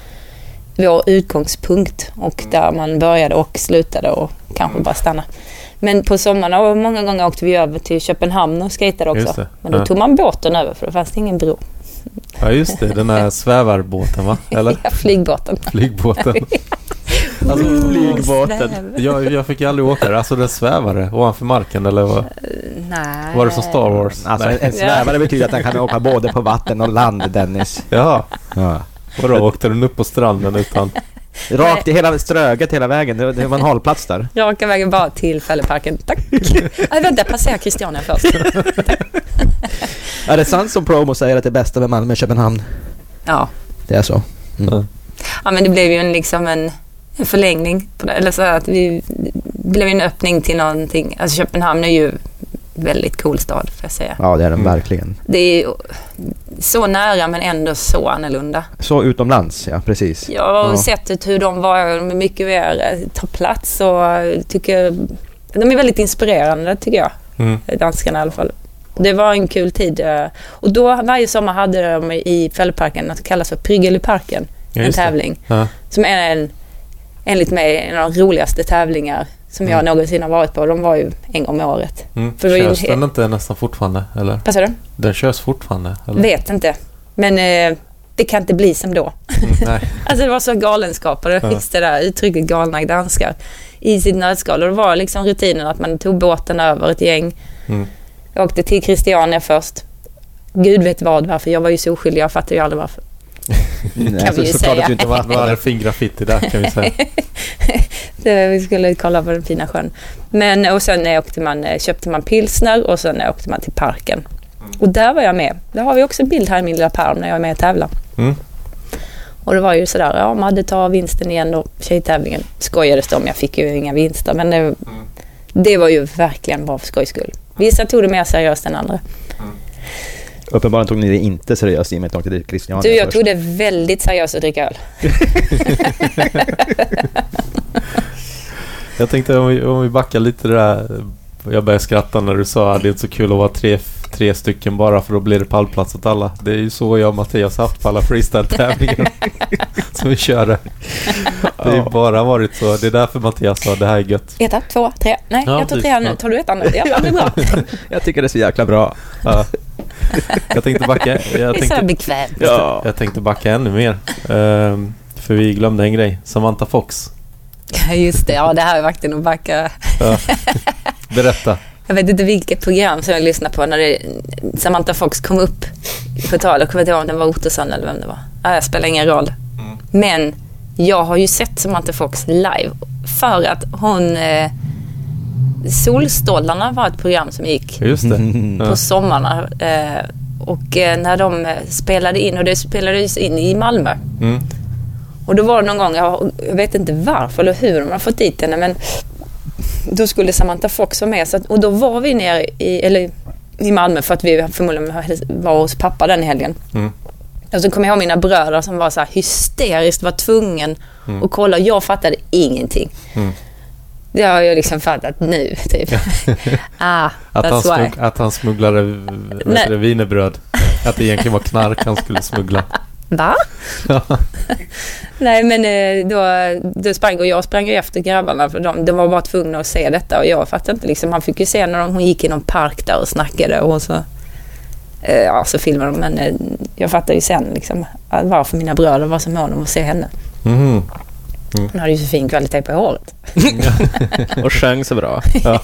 vår utgångspunkt och där man började och slutade och kanske mm. bara stanna. Men på sommarna och många gånger åkte vi över till Köpenhamn och skejtade också. Men då ja. tog man båten över för det fanns ingen bro. Ja just det, den här svävarbåten va? Eller? Ja, flygbåten. Flygbåten. Alltså flygbåten. Jag, jag fick ju aldrig åka där. Alltså den svävare ovanför marken eller vad? Uh, nej. Var det som Star Wars? Alltså nej. En svävare betyder att den kan åka både på vatten och land, Dennis. Jaha. Ja. Och då åkte den upp på stranden utan... Rakt i hela ströget hela vägen. Det, det var en hållplats där. Raka vägen bara till Fälleparken. Tack. Nej, vänta, passera Christiania först. Är det sant som promo säger att det bästa med Malmö är Köpenhamn? Ja. Det är så. Mm. Ja, men det blev ju en, liksom en, en förlängning på det. Eller så att vi det blev en öppning till någonting. Alltså Köpenhamn är ju väldigt cool stad, får jag säga. Ja, det är den mm. verkligen. Det är så nära men ändå så annorlunda. Så utomlands, ja, precis. Jag har ja. sett hur de var mycket mer tar plats och tycker de är väldigt inspirerande tycker jag. Mm. Danskarna i alla fall. Det var en kul tid. Och då varje sommar hade de i Fälleparken något som kallas för Pryggelyparken. Ja, en tävling. Ja. Som är en, enligt mig en av de roligaste tävlingar som mm. jag någonsin har varit på. De var ju en gång om året. Mm. För körs den inte nästan fortfarande? Eller? Vad sa du? Den körs fortfarande? Eller? Vet inte. Men eh, det kan inte bli som då. Mm, nej. Alltså det var så galenskapare. Ja. Just det där uttrycket galna danskar. I sitt nötskal. Och det var liksom rutinen att man tog båten över ett gäng. Mm. Jag åkte till Christiania först. Gud vet vad varför. Jag var ju så oskyldig. Jag fattade ju aldrig varför. Nej, kan så, vi ju så säga. Det inte var, var det fin graffiti där kan vi säga. Det, vi skulle kolla på den fina sjön. Men, och sen åkte man, köpte man pilsner och sen åkte man till parken. Mm. Och där var jag med. Där har vi också en bild här i min lilla pärm när jag är med och tävlar. Mm. Och det var ju sådär, ja man hade tagit vinsten igen då, tjejtävlingen. Skojades det om, jag fick ju inga vinster. Men det, mm. det var ju verkligen bara för skojs skull. Vissa tog det mer seriöst än andra. Mm. Uppenbarligen tog ni det inte seriöst i och med att ni åkte till Christiania. Du, jag först. tog det väldigt seriöst att dricka öl. Jag tänkte om vi, om vi backar lite där. Jag började skratta när du sa att det är inte så kul att vara tre, tre stycken bara för då blir det pallplats åt alla. Det är ju så jag och Mattias haft på alla freestyle-tävlingar som vi körde. Det har bara varit så. Det är därför Mattias sa det här är gött. Ett, två, tre. Nej, ja, jag tar tre nu. Tar du ett annat? Ja, det är bra. Jag tycker det är så jäkla bra. Ja. Jag tänkte backa. Jag Det är så tänkte, bekvämt. Ja. jag tänkte backa ännu mer. Ehm, för vi glömde en grej. Samantha Fox. Just det, ja det här är verkligen att backa. Ja. Berätta. Jag vet inte vilket program som jag lyssnade på när det, Samantha Fox kom upp på tal. Och jag vet inte om det var Ottosson eller vem det var. Ja, jag spelar ingen roll. Mm. Men jag har ju sett Samantha Fox live. För att hon... Eh, Solstollarna var ett program som gick Just det. Mm. Ja. på sommarna. Eh, och eh, när de eh, spelade in, och det spelades in i Malmö. Mm. Och då var det någon gång, jag, jag vet inte varför eller hur de har fått dit henne, men då skulle Samantha Fox vara med. Så att, och då var vi nere i, eller, i Malmö för att vi förmodligen var hos pappa den helgen. Mm. Och så kom jag ihåg mina bröder som var så här hysteriskt, var tvungen Mm. att kolla. Jag fattade ingenting. Mm. Det har jag liksom fattat nu, typ. ah, Att, han that's why. smugg, att han smugglade vet du, wienerbröd. Att det egentligen var knark han skulle smuggla. Va? Nej, men eh, då, då sprang och jag sprang ju efter grabbarna, för de, de var bara tvungna att se detta, och jag fattade inte liksom. Han fick ju se när de, hon gick i någon park där och snackade, och så eh, ja, så filmade de, men eh, jag fattade ju sen liksom varför mina bröder var så måna om att se henne. Mm. Hon hade ju så fin kvalitet på håret. Och sjöng så bra. Ja.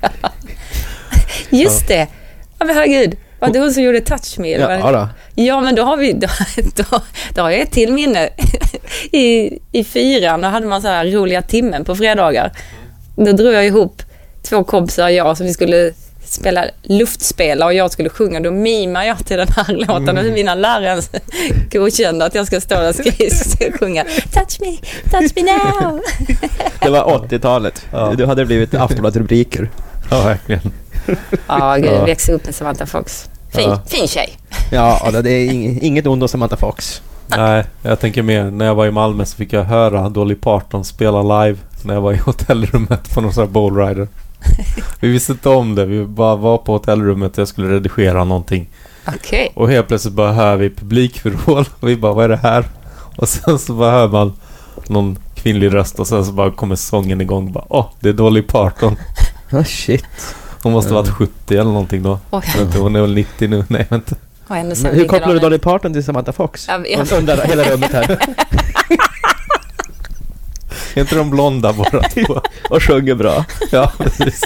Just det. Ja, men herregud. Var det hon som gjorde Touch Me? Eller? Ja, då. Ja, men då har vi då, då, då har jag ett till minne. I, i fyran, då hade man så här roliga timmen på fredagar. Då drog jag ihop två kompisar och jag, så vi skulle spela luftspela och jag skulle sjunga. Då mimar jag till den här låten, mm. och mina lärare godkände att jag ska stå och skriva, sjunga Touch me, touch me now. Det var åttiotalet. Ja. Du hade blivit Aftonbladet-rubriker. Ja, verkligen. Ja, gud, Ja. växte upp med Samantha Fox. Fin, Ja. fin tjej. Ja, det är ing- inget ont om Samantha Fox. Nej, jag tänker mer, när jag var i Malmö så fick jag höra Dolly Parton spela live när jag var i hotellrummet på någon sån här bowlrider. Vi visste inte om det, vi bara var på hotellrummet och jag skulle redigera någonting. Okej. Okay. Och helt plötsligt bara hör vi publikvrål och vi bara, vad är det här? Och sen så bara hör man någon kvinnlig röst och sen så bara kommer sången igång. Bara, åh, det är Dolly Parton. Oh, shit. Hon måste ha varit sjuttio eller någonting då. Oj. Inte, hon är väl nittio nu, nej jag vet inte. Och ännu Men sen hur ligger kopplar du någon- Dolly Parton till Samantha Fox? Ja, jag- Jag undrar hela rummet här. Är inte de blonda båda två? Och sjunger bra. Ja, precis.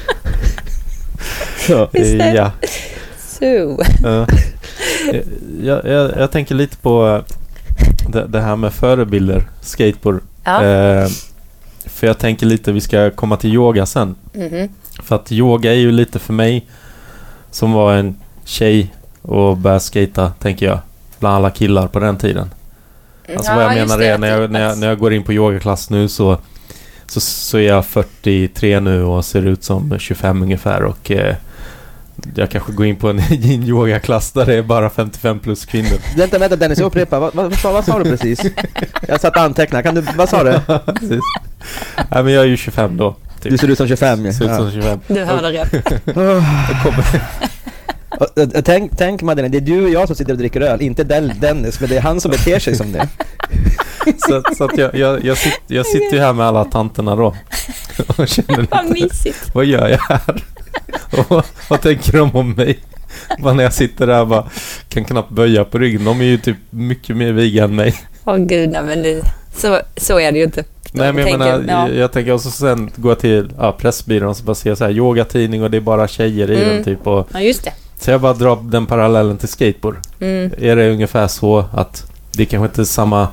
Ja. Visst är- Ja. Så. Ja. jag, jag, jag tänker lite på det, det här med förebilder, skateboard. Ja. Eh, för jag tänker lite, vi ska komma till yoga sen. Mhm. För att yoga är ju lite för mig som var en tjej och började skata, tänker jag. Bland alla killar på den tiden. Alltså Ja, vad jag just menar det, är, när jag, när, jag, när jag går in på yogaklass nu så, så, så är jag fyrtiotre nu och ser ut som tjugofem ungefär. Och eh, jag kanske går in på en, en yogaklass där det är bara femtiofem plus kvinnor. Vänta, vänta Dennis, jag upprepar. Vad, vad, vad, vad sa du precis? Jag satt och antecknade. Kan du, vad sa du? Precis. Nej, men jag är ju tjugofem då. Typ. Du ser ut som tjugofem. Ser ut Ja. som tjugofem. Du hörde rätt. Jag kommer, Och, och, och, tänk, tänk Madeleine, det är du och jag som sitter och dricker öl, inte Den- Dennis, men det är han som beter sig som det. så att, så att jag, jag, jag, sitter, jag sitter ju här med alla tanterna då. Och känner Vad lite, mysigt. vad gör jag här? Och vad tänker de om mig? Bara när jag sitter där och bara kan knappt böja på ryggen. De är ju typ mycket mer viga än mig. Åh gud, nej, men det, så, så är det ju inte. Nej, men jag tänker, menar, ja. jag, jag tänker också sen gå jag till ja, Pressbyrån och så bara se så här yogatidning och det är bara tjejer i Mm. den typ. Och, Ja, just det. så jag bara drar den parallellen till skateboard. Mm. Är det ungefär så att det kanske inte är samma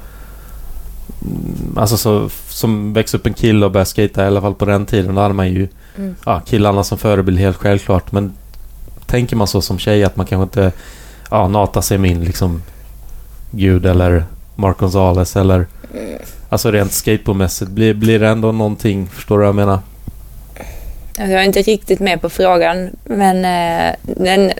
mm, alltså så, som växer upp en kille och börjar skata i alla fall på den tiden. Då hade man ju Mm. ja, killarna som förebild helt självklart. Men tänker man så som tjej att man kanske inte ja, Nata sig min liksom Gud eller Mark Gonzales eller Mm. alltså rent skateboardmässigt blir, blir det ändå någonting, förstår du vad jag menar? Alltså, jag är inte riktigt med på frågan, men, eh, men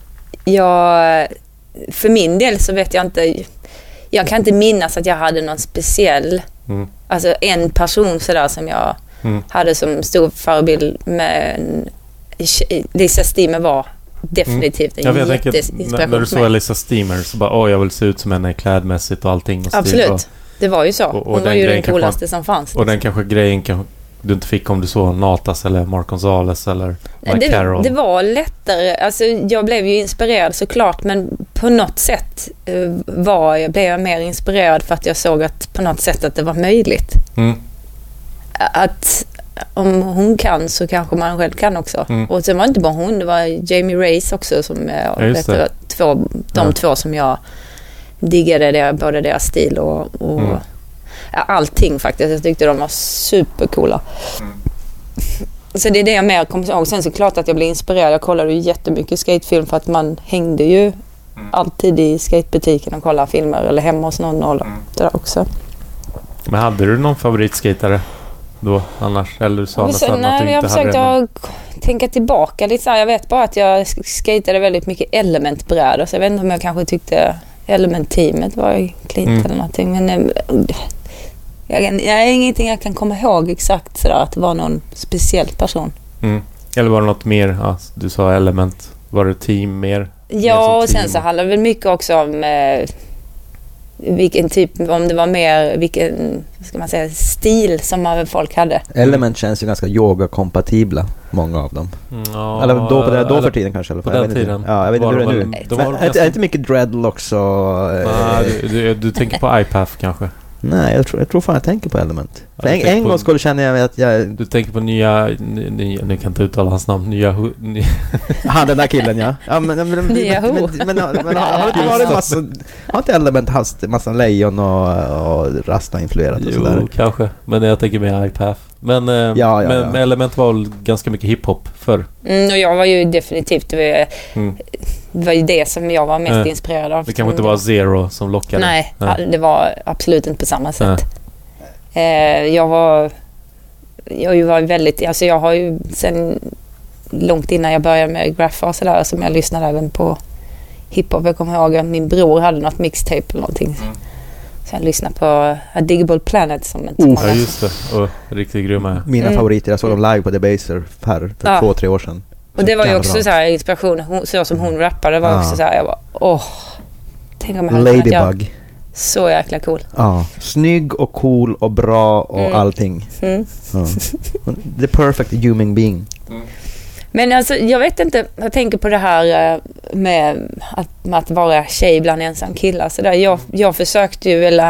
jag, för min del så vet jag inte, jag kan inte minnas att jag hade någon speciell, Mm. alltså en person sådär som jag Mm. hade som stor förebild, men Lisa Steamer var definitivt en Jag, vet, jag tänker, när, jätteinspiration när du för såg mig. Lisa Steamer så bara, åh jag vill se ut som henne klädmässigt och allting. Och stil Absolut, och, det var ju så. och- och Hon var den ju grejen den kanske- coolaste som fanns. och den kanske grejen kan, du inte fick om du såg Natas eller Mark Gonzales eller Mike det, Carroll? Det var lättare. Alltså, jag blev ju inspirerad såklart, men på något sätt uh, var jag, blev jag mer inspirerad för att jag såg att på något sätt att det var möjligt. Mm. Att om hon kan så kanske man själv kan också. Mm. Och sen var det inte bara hon, det var Jamie Race också som jag ja, vet, det var två, de ja. två som jag diggade, det, både deras stil och, och mm. allting faktiskt. Jag tyckte de var supercoola. Mm. Så det är det jag mer kommer ihåg. Sen så klart att jag blev inspirerad. Jag kollade ju jättemycket skatefilm för att man hängde ju mm. alltid i skatebutiken och kollade filmer eller hemma hos någon och mm. det där också. Men hade du någon favoritskatare då annars? Eller du sa så, nästan nej, att du jag inte hade försökt att tänka tillbaka lite så här. Jag vet bara att jag skatade väldigt mycket elementbrädor. Så jag vet inte om jag kanske tyckte Element-teamet var klint mm. eller någonting. Men jag, jag är ingenting jag kan komma ihåg exakt sådär att det var någon speciell person. Mm. Eller var det något mer? Ja, du sa Element. Var det team mer? Ja, och sen så handlar det väl mycket också om eh, vilken typ, om det var mer vilken, vad ska man säga, stil som folk hade. Element känns ju ganska yoga-kompatibla, många av dem. Ja, eller då, på, det, då för tiden kanske. Eller på jag den tiden. Inte. Ja, jag vet inte hur det är nu. De var, är, är inte mycket dreadlocks och... Nej, du, du, du tänker på iPath kanske? Nej, jag tror, jag tror fan jag tänker på Element. Ja, en en gång skulle känna jag att jag... Du tänker på nya... nya nu kan inte uttala hans namn. Nya... Hu, nya. Han, den där killen, ja. ja men, men, men, nya men, men, men, men, men har inte varit massa... Har inte Element haft massa lejon och, och rasta influerat och jo, sådär? Jo, kanske. Men jag tänker med iPath. Men, eh, ja, ja, men, ja. men Element var väl ganska mycket hiphop för. Mm, och jag var ju definitivt... Det var, mm. det var ju det som jag var mest äh, inspirerad av. Det kanske inte var Zero som lockade. Nej, Nej, det var absolut inte på samma sätt. Äh. Eh, jag var... Jag var väldigt... Alltså jag har ju sen långt innan jag började med Graffa och sådär som jag lyssnade även på hiphop. Jag kommer ihåg att min bror hade något mixtape eller någonting. Mm. Så jag lyssnade på A Diggable Planet som inte oh, ja, just det. Och riktigt grymma. Mina mm. favoriter. Jag såg dem live på The Baser här för ja. två, tre år sedan. Så och det var ju också så här inspiration. Hon, så som hon rappade var ja. också så här. Jag bara, åh. Tänk om jag hade Ladybug. Jag, så jäkla cool. Ja. Snygg och cool och bra och mm. allting. Mm. Ja. The perfect human being. Mm. Men alltså, jag vet inte, jag tänker på det här med att, med att vara tjej bland ensam killar. Så där. Jag, jag försökte ju väl...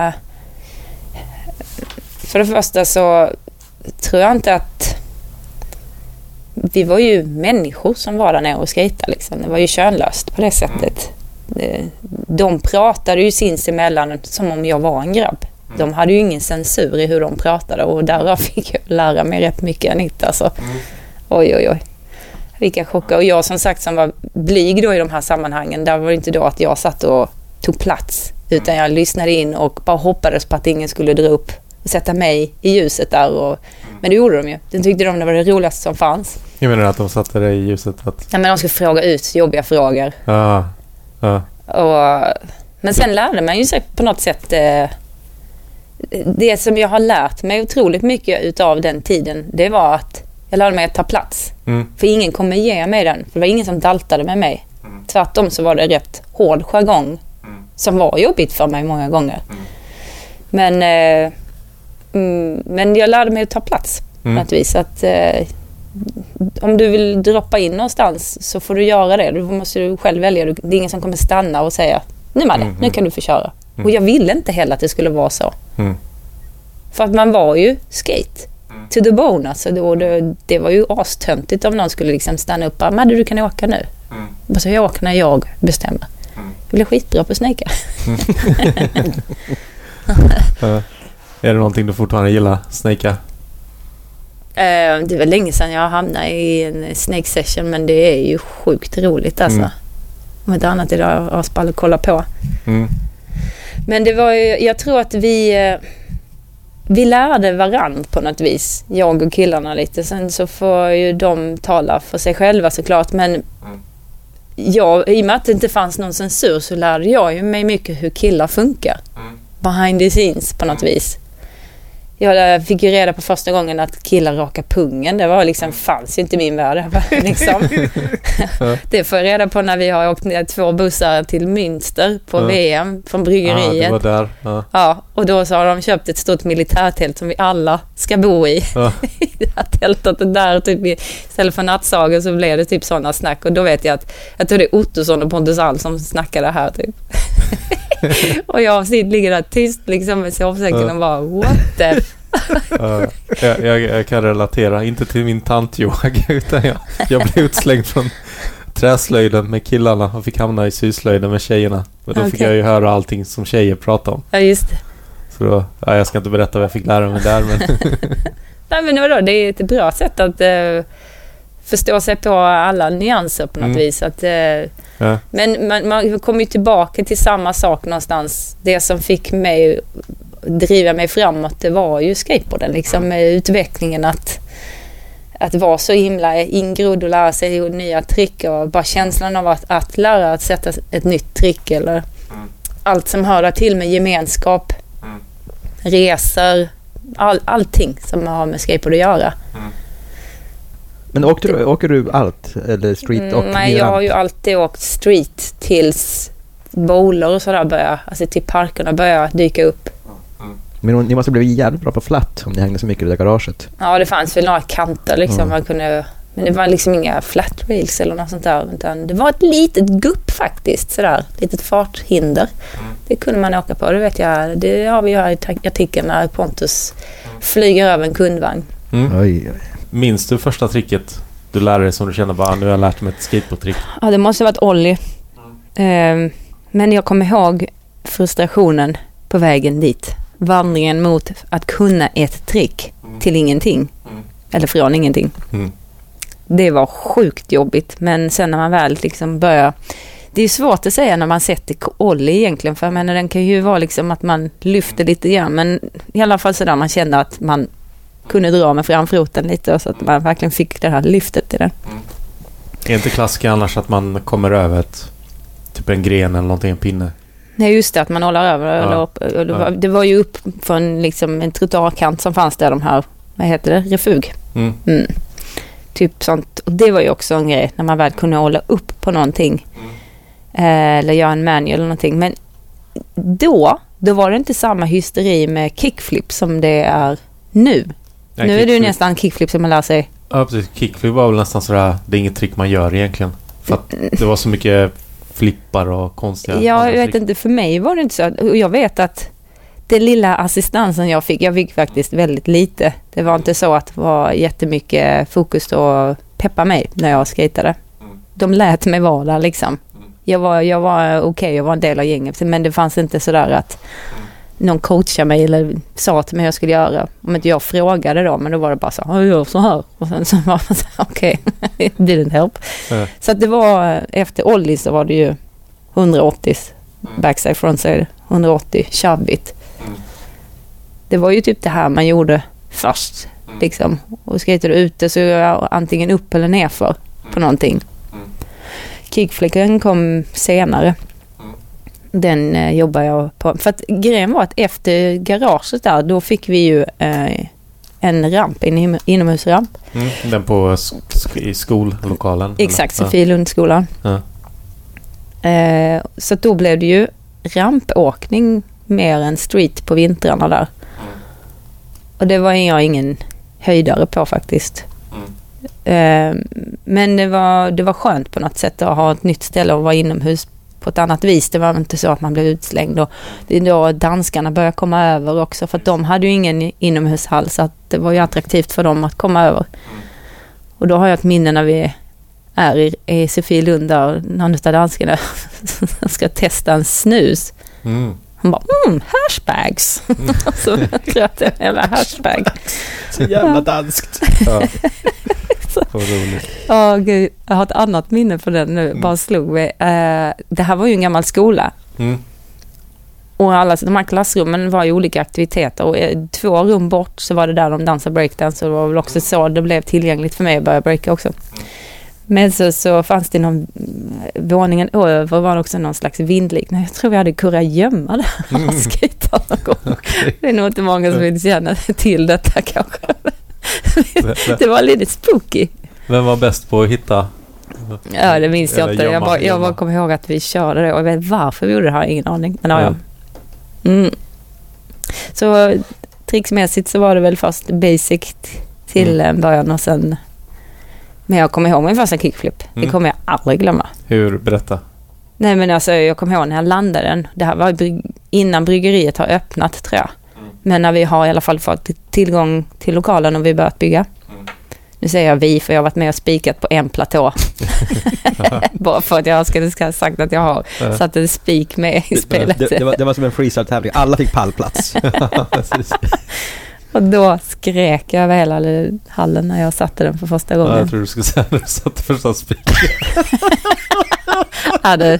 För det första så tror jag inte att... Vi var ju människor som var där nere och skejtade. Liksom. Det var ju könlöst på det sättet. De pratade ju sinsemellan som om jag var en grabb. De hade ju ingen censur i hur de pratade. Och därav fick jag lära mig rätt mycket Anita. Alltså. Oj, oj, oj. Vilka chockar. Och jag som sagt som var blyg då i de här sammanhangen, där var det inte då att jag satt och tog plats, utan jag lyssnade in och bara hoppades på att ingen skulle dra upp och sätta mig i ljuset där. Och, men det gjorde de ju. Den tyckte de det var det roligaste som fanns. Jag menar att de satte dig i ljuset? Att... Ja, men de skulle fråga ut jobbiga frågor. Ja, ja. Och, men sen lärde man ju sig på något sätt eh, det som jag har lärt mig otroligt mycket utav den tiden, det var att jag lärde mig att ta plats. Mm. För ingen kommer ge mig den. För det var ingen som daltade med mig. Mm. Tvärtom så var det rätt hård jargong. Mm. Som var jobbigt för mig många gånger. Mm. Men, eh, mm, men jag lärde mig att ta plats. Mm. Naturligtvis. Att, eh, om du vill droppa in någonstans så får du göra det. Du måste du själv välja. Det är ingen som kommer stanna och säga nu Madde, mm. nu kan du få köra. Mm. Och jag ville inte heller att det skulle vara så. Mm. För att man var ju skate. To the bone, alltså. Det, det, det var ju astöntigt om någon skulle liksom stanna upp och Madde, du kan åka nu. Mm. Och så jag åker när jag bestämmer. Mm. Jag blir skitbra på att snäcka. Mm. uh, är det någonting du fortfarande gillar, snäcka? Uh, det är väl länge sedan jag hamnade i en snake session, men det är ju sjukt roligt alltså. Mm. Om ett annat idag att spalla och kolla på. Mm. Men det var ju, jag tror att vi... Uh, Vi lärde varann på något vis, jag och killarna lite. Sen så får ju de tala för sig själva såklart. Men jag, i och med att det inte fanns någon censur så lärde jag ju mig mycket hur killar funkar. Behind the scenes på något vis. Jag fick ju reda på första gången att killar rakar pungen. Det var liksom, fanns ju inte i min värld. Liksom. Det får jag reda på när vi har åkt ner två bussar till Münster på ja. V M från bryggeriet. Ah, det var där. Ja. Ja, och då så har de köpt ett stort militärtält som vi alla ska bo i. Ja. I det här tältet och där typ istället för nattsagen så blev det typ sådana snack. Och då vet jag att jag tror det är Ottosson och Pontus All som snackade här typ. Och jag ligger där tyst liksom med sovsäcken ja. Och bara, what the uh, jag, jag, jag kan relatera, inte till min tantyoga utan jag, jag blev utslängd från träslöjden med killarna och fick hamna i syslöjden med tjejerna. Men då okay. fick jag ju höra allting som tjejer pratar om. Ja, just det. Så då, ja, jag ska inte berätta vad jag fick lära mig där. Men Nej, men vadå, det är ett bra sätt att uh, förstå sig på alla nyanser på något mm. vis. Att, uh, ja. Men man, man kommer ju tillbaka till samma sak någonstans. Det som fick mig driva mig framåt, det var ju skateboarden liksom, med utvecklingen att att vara så himla ingrodd och lära sig nya trick och bara känslan av att, att lära att sätta ett nytt trick eller mm. allt som hör till med gemenskap mm. resor all, allting som har med skateboard att göra. Mm. Men åker du, åker du allt eller street och nej, jag har ju alltid åkt street tills bowler och sådär börjar, alltså till parkerna börjar dyka upp. Men ni måste bli jävligt bra på flat om ni hängde så mycket i det garaget. Ja, det fanns väl några kanter liksom. Mm. Man kunde, men det var liksom inga flat rails eller något sånt där. Utan det var ett litet gupp faktiskt, sådär. Litet farthinder. Mm. Det kunde man åka på, det vet jag. Det har vi ju här i artikeln när Pontus flyger över en kundvagn. Mm. Oj, oj. Minns du första tricket du lärde dig som du kände bara, nu har jag lärt mig ett skateboardtrick? Ja, det måste ha varit ollie. Mm. Um, men jag kommer ihåg frustrationen på vägen dit. Vandringen mot att kunna ett trick mm. till ingenting. Mm. Eller från ingenting. Mm. Det var sjukt jobbigt. Men sen när man väl liksom börjar... Det är svårt att säga när man sätter ollie egentligen. För jag menar, den kan ju vara liksom att man lyfter lite grann. Men i alla fall så där man kände att man kunde dra med framfoten lite. Så att man verkligen fick det här lyftet i den. Mm. Är inte klassiker annars att man kommer över ett, typ en gren eller någonting, en pinne? Nej, just det, att man håller över. Ja. Eller, det, var, det var ju upp från liksom en trottoarkant som fanns där, de här, vad heter det, refug. Mm. Mm. Typ sånt. Och det var ju också en grej, när man väl kunde hålla upp på någonting. Mm. Eh, eller göra en manual eller någonting. Men då, då var det inte samma hysteri med kickflip som det är nu. Ja, nu är det ju nästan kickflip som man lär sig. Ja, precis. Kickflip var väl nästan sådär, det är inget trick man gör egentligen. För att det var så mycket flippar och konstiga... Ja, jag vet inte, för mig var det inte så. Och jag vet att det lilla assistansen jag fick, jag fick faktiskt väldigt lite. Det var inte så att det var jättemycket fokus och peppa mig när jag skatade. Mm. De lät mig vara där liksom. Mm. Jag var, jag var okej, okay, jag var en del av gänget. Men det fanns inte så där att mm. någon coachade mig eller sa till mig hur jag skulle göra. Om inte jag frågade då, men då var det bara så, jag gör så här. Och sen så var man så, okej, okay, it didn't help. Mm. Så att det var, efter ollie så var det ju hundraåttio mm. backside, frontside, hundraåttio shovbit. Mm. Det var ju typ det här man gjorde först. Mm. Liksom. Och skejtade ute så jag antingen upp eller nerför mm. på någonting. Mm. Kickflicken kom senare. Den eh, jobbar jag på. För att grejen var att efter garaget där, då fick vi ju eh, en ramp, en inomhusramp. Mm, den på sk- i skollokalen? Exakt, Sofielundsskolan. Ja. Eh, så då blev det ju rampåkning mer än street på vintrarna där. Mm. Och det var jag ingen höjdare på faktiskt. Mm. Eh, men det var, det var skönt på något sätt att ha ett nytt ställe och vara inomhus på ett annat vis. Det var inte så att man blev utslängd. Och det är då danskarna började komma över också. För att de hade ju ingen inomhushall. Så att det var ju attraktivt för dem att komma över. Mm. Och då har jag ett minne när vi är i, i Sofielund där någon av danskarna ska testa en snus. Mm. Han bara, mm, hashbags. Mm. Så jag tror att det är en jävla hashbag. Så jävla danskt. Ja. Ja, gud, jag har ett annat minne på den nu. Mm. Bara slog vi. Uh, det här var ju en gammal skola. Mm. Och alla de här klassrummen var ju olika aktiviteter. Och två rum bort så var det där de dansade breakdance. Och det var väl också så det blev tillgängligt för mig att börja breaka också. Mm. Men så, så fanns det någon våningen över var det också någon slags vindliknande. Jag tror vi hade kurragömma där. Mm. kvar någon gång. Okay. Det är nog inte många som vill känna till detta kanske. Det var lite spooky. Vem var bäst på att hitta? Ja, det minns jag inte. Jomma, Jag bara, jag bara kommer ihåg att vi körde det. Och jag vet varför vi gjorde det här, ingen aning. Men ja, ja. Mm. Så tricksmässigt så var det väl först basic till mm. början och sen... Men jag kommer ihåg min första kickflip. Mm. Det kommer jag aldrig glömma. Hur? Berätta. Nej, men alltså jag kommer ihåg när jag landade den. Det här var innan bryggeriet har öppnat, tror jag. Mm. Men när vi har i alla fall fått tillgång till lokalen och vi börjat bygga. Mm. Nu säger jag vi, för jag har varit med och spikat på en platå. Bara för att jag skulle ha sagt att jag har mm. satt en spik med i spelet. Det, det, det, var, det var som en freestyle-tävling. Alla fick pallplats. Och då skrek jag över hela hallen när jag satte den för första gången. Ja, jag tror du skulle säga när du satte första spiken. Ja, det...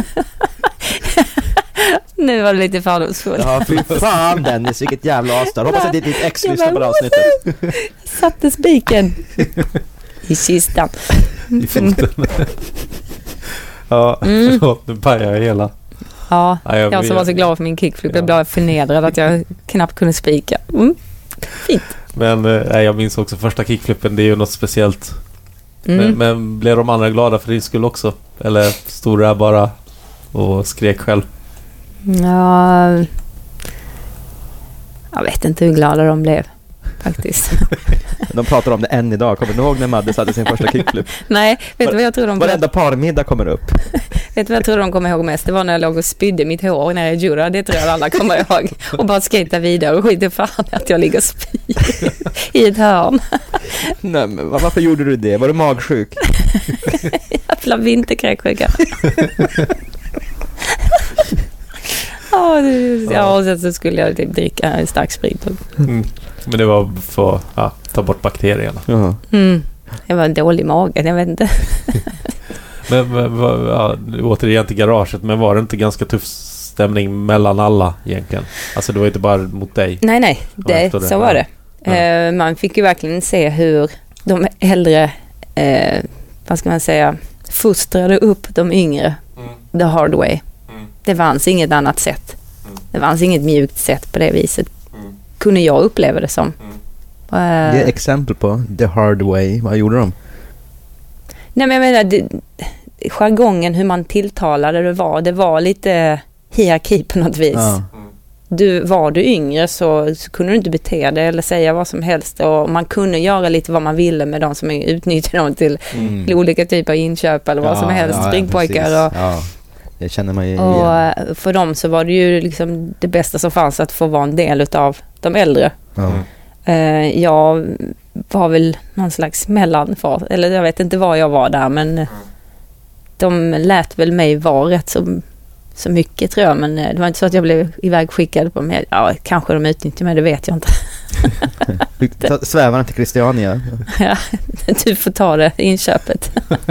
Nu var det lite fördomsfull. Ja, fy fan Dennis, vilket jävla astar. Hoppas att ditt ex lyssnar på det avsnittet. Jag satte spiken i kistan. I foten. Ja, mm. Nu pajar jag hela. Ja, ja jag, jag som var så glad för min kickflip. Ja. Jag blev förnedrad att jag knappt kunde spika. Mm. Fint. Men äh, jag minns också första kickflippen, det är ju något speciellt. Mm. Men, men blev de andra glada för din skull också? Eller stod där bara och skrek själv? Ja, jag vet inte hur glada de blev faktiskt. De pratar om det än idag. Kommer du ihåg när Madde satte sin första kickflip? Nej, vet du vad jag tror de... Varenda parmiddag kommer upp. Vet du vad jag tror de kommer ihåg mest? Det var när jag låg och spydde mitt hår när jag gjorde. Det tror jag alla kommer ihåg. Och bara skejta vidare och skiter fan att jag ligger och spyr i ett hörn. Nej, men varför gjorde du det? Var du magsjuk? Jävla vinterkräksjuka. Ja, det, ja, och sen så skulle jag typ dricka en stark sprit. Mm. Men det var för att ja, ta bort bakterierna. Uh-huh. Mm. Jag var en dålig mage, jag vet inte. Men ja, återigen till garaget, men var det inte ganska tuff stämning mellan alla egentligen? Alltså det var inte bara mot dig. Nej, nej, det, det. så var det. Ja. Uh, man fick ju verkligen se hur de äldre, uh, vad ska man säga, fostrade upp de yngre mm. the hard way. Mm. Det fanns inget annat sätt. Mm. Det fanns inget mjukt sätt på det viset. Mm. Kunde jag uppleva det som. Mm. Uh, Ge exempel på the hard way. Vad gjorde de? Nej, men jag menar, det, jargongen, hur man tilltalade det var, det var lite hierarki på något vis. Ja. Du, var du yngre så, så kunde du inte bete dig eller säga vad som helst, och man kunde göra lite vad man ville med de som utnyttjade dem till, mm. till olika typer av inköp eller ja, vad som helst, ja, springpojkar och, ja, det känner man ju och igen. För dem så var det ju liksom det bästa som fanns att få vara en del utav de äldre. Ja. Uh, jag var väl någon slags mellanfas, eller jag vet inte var jag var där, men de lät väl mig vara rätt så, så mycket, tror jag, men det var inte så att jag blev ivägskickad på mig. Ja, kanske de utnyttjade mig, det vet jag inte. Svävar till Christiania. Ja, du får ta det inköpet.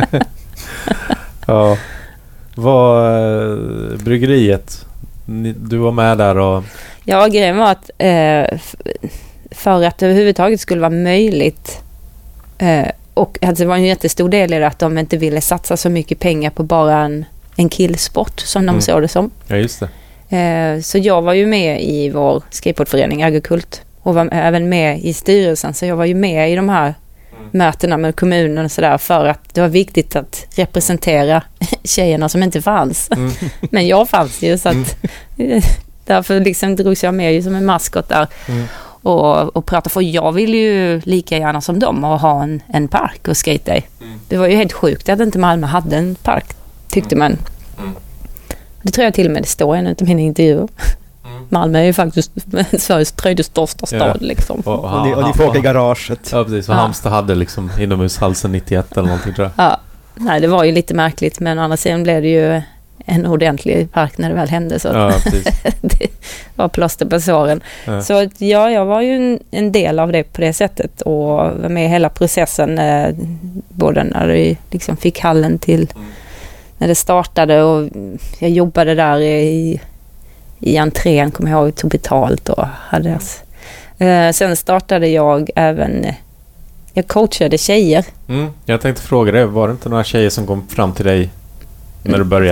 Ja. Vad bryggeriet, du var med där och... Ja, grejen var att eh, för att det överhuvudtaget skulle vara möjligt eh, och alltså, det var en jättestor del i det att de inte ville satsa så mycket pengar på bara en, en killsport som de mm. såg det som. Ja, just det. Eh, så jag var ju med i vår skateboardförening Agrokult och var även med i styrelsen, så jag var ju med i de här mm. mötena med kommunen och sådär, för att det var viktigt att representera tjejerna som inte fanns. Mm. Men jag fanns ju, så att mm. därför liksom drogs jag med ju som en maskot där. Mm. Och, och prata, för jag ville ju lika gärna som dem och ha en, en park och skate i. Mm. Det var ju helt sjukt att inte Malmö hade en park, tyckte man. Mm. Det tror jag till och med det står i en av mina intervjuer. Mm. Malmö är ju faktiskt Sveriges tredje största stad. Ja. Liksom. Och, och, ni, och ni får åka i garaget. Ja, precis. Och ja. Halmstad hade liksom inomhushalsen nittioett eller någonting, tror jag. Ja. Nej, det var ju lite märkligt, men å andra sidan blev det ju en ordentlig park när det väl hände, så ja, det var plåster på såren. Ja. Så att, ja, jag var ju en, en del av det på det sättet och var med i hela processen, eh, både när vi liksom fick hallen till mm. när det startade, och jag jobbade där i, i entrén, kommer jag ihåg, tog betalt och hade mm. eh, sen startade jag även, jag coachade tjejer. Mm. Jag tänkte fråga dig, var det inte några tjejer som kom fram till dig när du började?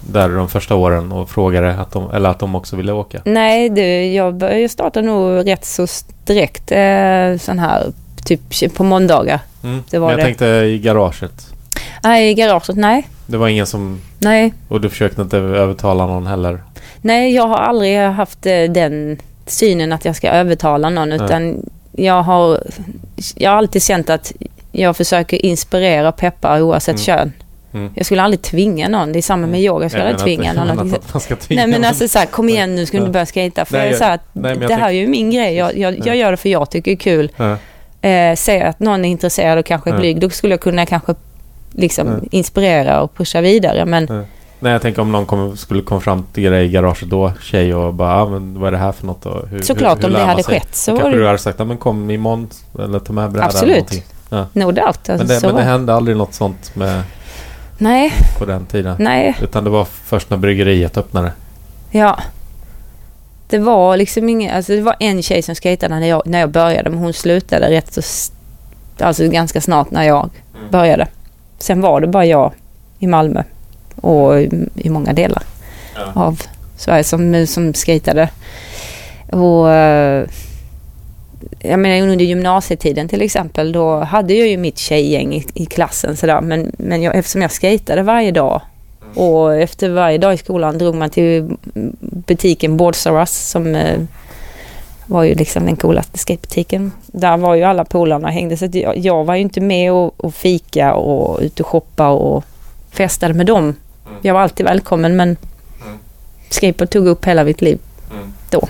där de första åren och frågade att de, eller att de också ville åka? Nej, det, jag, bör, jag startade nog rätt så direkt eh, sån här typ på måndagar. Mm. Det var Men jag det. tänkte i garaget. Nej, i garaget, nej. Det var ingen som... Nej. Och du försökte inte övertala någon heller? Nej, jag har aldrig haft eh, den synen att jag ska övertala någon, Nej. utan jag har, jag har alltid känt att jag försöker inspirera och peppa oavsett Mm. kön. Mm. Jag skulle aldrig tvinga någon. Det är samma med yoga. Jag skulle aldrig tvinga någon. Att, att man ska tvinga Nej, men någon. alltså så här, kom igen nu, ska du börja skata. För Nej, jag är så här, att nej, men jag det här är tyck- ju min grej. Jag, jag, jag gör det för jag tycker det är kul. Ja. Eh, säga att någon är intresserad och kanske är Ja. blyg. Då skulle jag kunna kanske liksom Ja. inspirera och pusha vidare. Men Ja. Nej, jag tänker om någon kom, skulle komma fram till dig i garaget då, tjej, och bara, ah, men vad är det här för något? Och hur, såklart, hur, hur om lär det man hade sig? skett så Kanske var du det hade sagt, ah, men kom imorgon eller ta med brädan. Absolut. Eller någonting. Ja. no doubt. Alltså, Men, det, så. men det hände aldrig något sånt med, Nej, på den tiden? nej. Utan det var först när bryggeriet öppnade? Ja. Det var liksom ingen, alltså det var en tjej som skatade när jag, när jag började, men hon slutade rätt så s- alltså ganska snart när jag Mm. började. Sen var det bara jag i Malmö och i, i många delar Ja. av Sverige som, som skatade. Och eh, jag menar under gymnasietiden till exempel, då hade jag ju mitt tjejgäng i, i klassen sådär, men, men jag, eftersom jag skatade varje dag och efter varje dag i skolan drog man till butiken Boards R Us som eh, var ju liksom den coolaste skatebutiken. Där var ju alla polarna hängde, så att jag, jag var ju inte med och, och fika och ut och shoppa och festade med dem. Jag var alltid välkommen, men Mm. skateboard tog upp hela mitt liv Mm. då.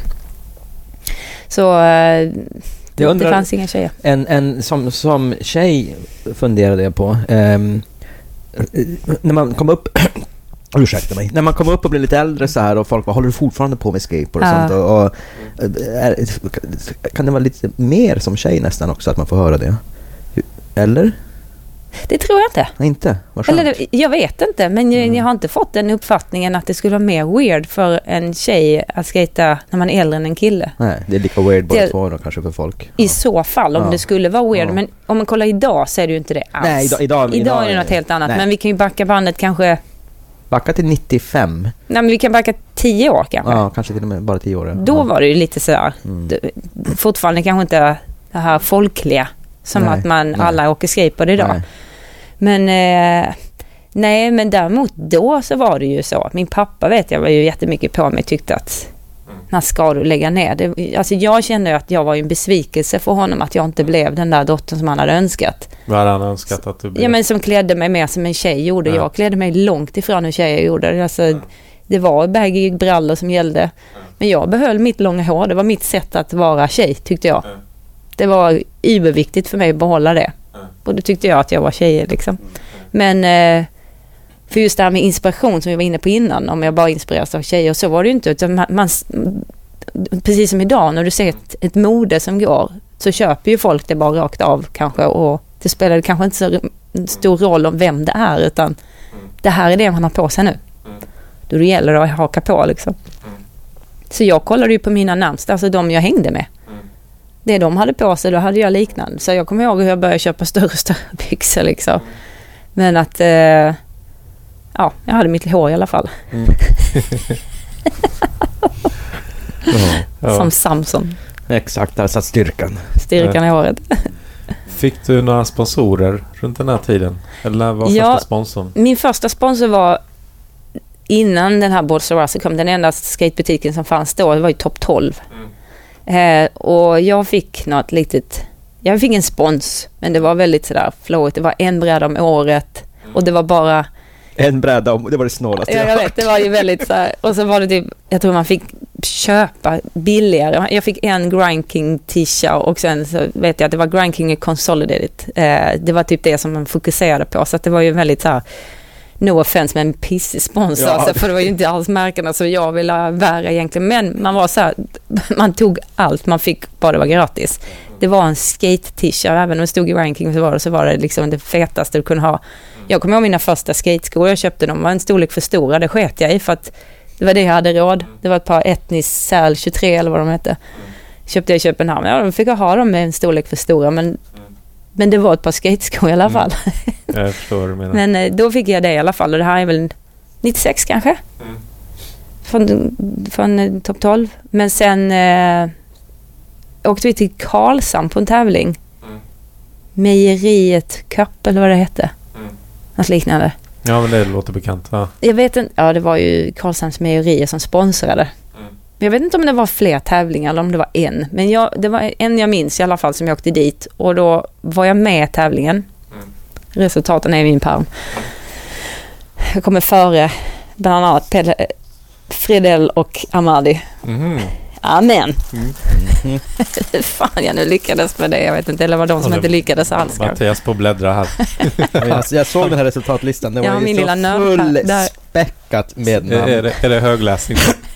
Så eh, det, undrar- det fanns inga tjejer. En, en, som, som tjej funderade jag på. ehm, när man kom upp... Ursäkta mig. När man kom upp och blev lite äldre så här och folk var, håller du fortfarande på med skateboard och Ja. sånt? Och, och, är, kan det vara lite mer som tjej nästan också att man får höra det? Eller? Det tror jag inte. Nej, inte? Vad skönt. Eller det, jag vet inte, men jag, Mm. jag har inte fått den uppfattningen att det skulle vara mer weird för en tjej att skata när man är äldre än en kille. Nej, det är lika weird båda Det- två då kanske för folk. I så fall, om Ja. det skulle vara weird. Ja. Men om man kollar idag så är det ju inte det alls. Nej, idag, idag, Idag är det något helt annat. Nej. Men vi kan ju backa bandet kanske... Backa till nittiofem. Nej, men vi kan backa tio år kanske. Ja, kanske till och med bara tio år. Ja. Då Ja. var det ju lite sådär. Mm. d- Fortfarande kanske inte det här folkliga. Som Nej, att man nej. alla åker skateboard idag. Nej. Men... Eh, nej, men däremot då så var det ju så. Min pappa vet jag var ju jättemycket på mig, tyckte att när ska du lägga ner det? Alltså jag kände att jag var ju en besvikelse för honom att jag inte blev den där dottern som han hade önskat. Vad hade han önskat att du blev? Ja, men som klädde mig mer som en tjej gjorde. Ja. Jag klädde mig långt ifrån hur tjejer gjorde. Alltså, det var baggy brallor som gällde. Men jag behöll mitt långa hår. Det var mitt sätt att vara tjej, tyckte jag. Ja. Det var överviktigt för mig att behålla det. Ja. Och då tyckte jag att jag var tjej liksom. Men eh, för just det här med inspiration som vi var inne på innan, om jag bara inspireras av tjejer, så var det ju inte. Utan man, man, precis som idag, när du ser ett, ett mode som går, så köper ju folk det bara rakt av kanske, och det spelar kanske inte så stor roll om vem det är, utan det här är det man har på sig nu. Då det gäller det att haka på liksom. Så jag kollade ju på mina närmsta, alltså de jag hängde med. Det de hade på sig, då hade jag liknande. Så jag kommer ihåg hur jag började köpa större och större byxor liksom. Men att eh, ja, jag hade mitt hår i alla fall. Mm. Ja. Ja. Som Samson. Exakt, där satt styrkan. Styrkan i håret. Fick du några sponsorer runt den här tiden? Eller när var Ja. första sponsorn? Min första sponsor var innan den här Boards R Us kom. Den enda skatebutiken som fanns då, det var ju Top tolv. Eh, och jag fick något litet... Jag fick en spons, men det var väldigt sådär flowigt. Det var en bräda om året och det var bara... En bräda om, det var det snålaste. Ja, jag vet, det var ju väldigt så här, och så var det typ, jag tror man fick köpa billigare. Jag fick en Grind King t-shirt och sen så vet jag att det var Grind King Consolidated. Eh, det var typ det som man fokuserade på, så att det var ju väldigt så här, no offense, men piss-sponsor, Ja. alltså, för det var ju inte alls märkena som jag ville bära egentligen, men man var så här, man tog allt man fick, bara det var gratis. Det var en skate-t-shirt, även om det stod i ranking så var det, så var det liksom det fetaste du kunde ha. Jag kommer ihåg mina första skateskor, jag köpte dem, var en storlek för stora, det sket jag i för att det var det jag hade råd. Det var ett par Etnis Säl tjugotre eller vad de hette. Köpte jag i Köpenhamn. Ja, då fick jag ha dem med en storlek för stora, men, men det var ett par skateskor i alla fall. Jag förstår vad du menar. Men eh, då fick jag det i alla fall, och det här är väl nittiosex kanske. Mm. Från, från eh, topp tolv. Men sen eh, åkte vi till Karlshamn på en tävling. Mm. Mejeriet Cup eller vad det hette. Mm. Något liknande. Ja, men det låter bekant. Ja. Jag vet inte, ja det var ju Karlshamns mejerier som sponsrade. Mm. Jag vet inte om det var fler tävlingar eller om det var en. Men jag, det var en jag minns i alla fall som jag åkte dit. Och då var jag med i tävlingen. Mm. Resultaten är i min pärm. Jag kommer före bland annat Pelle, Fredell och Amadi. Mm. Amen. Mm. Fan, jag nu lyckades med det. Jag vet inte, eller var de som inte lyckades alls. Mattias på bläddra här. jag, jag såg den här resultatlistan. Det var ja, ju min så lilla nörd där. fullspäckat med namn. Är det, är det högläsning?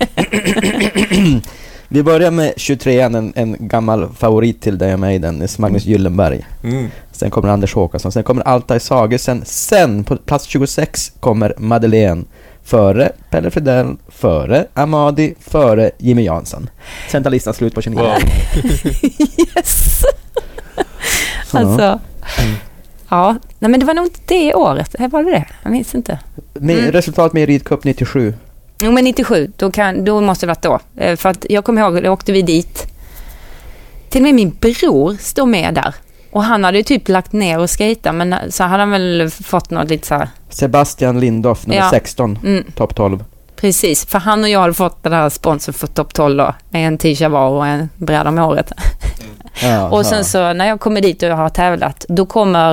Vi börjar med tjugotre, en, en gammal favorit till dig och mig, den Magnus Gyllenberg. Mm. Sen kommer Anders Håkansson, sen kommer Altaj Sagesen. Sen på plats tjugosex kommer Madeleine. Före Pelle Fredell, före Amadi, före Jimmy Jansson. Sen tar listan slut på tjugonio. Wow. Yes! Alltså, Mm. ja. Nej, men det var nog inte det året. Var det det? Jag minns inte. Med, Mm. Resultat med Rid Cup nittiosju. Jo, men nittiosju, då, kan, då måste det varit då. Eh, För att jag kommer ihåg, då åkte vi dit. Till och med min bror stod med där. Och han hade ju typ lagt ner och skejta, men så hade han väl fått något lite så här. Sebastian Lindorff, nummer Ja. sexton, Mm, topp tolv. precis, för han och jag hade fått den här sponsorn för topp tolv då. En t-shirt var och en bräda om året. Ja, Och sen ja. så när jag kommer dit och jag har tävlat, då kommer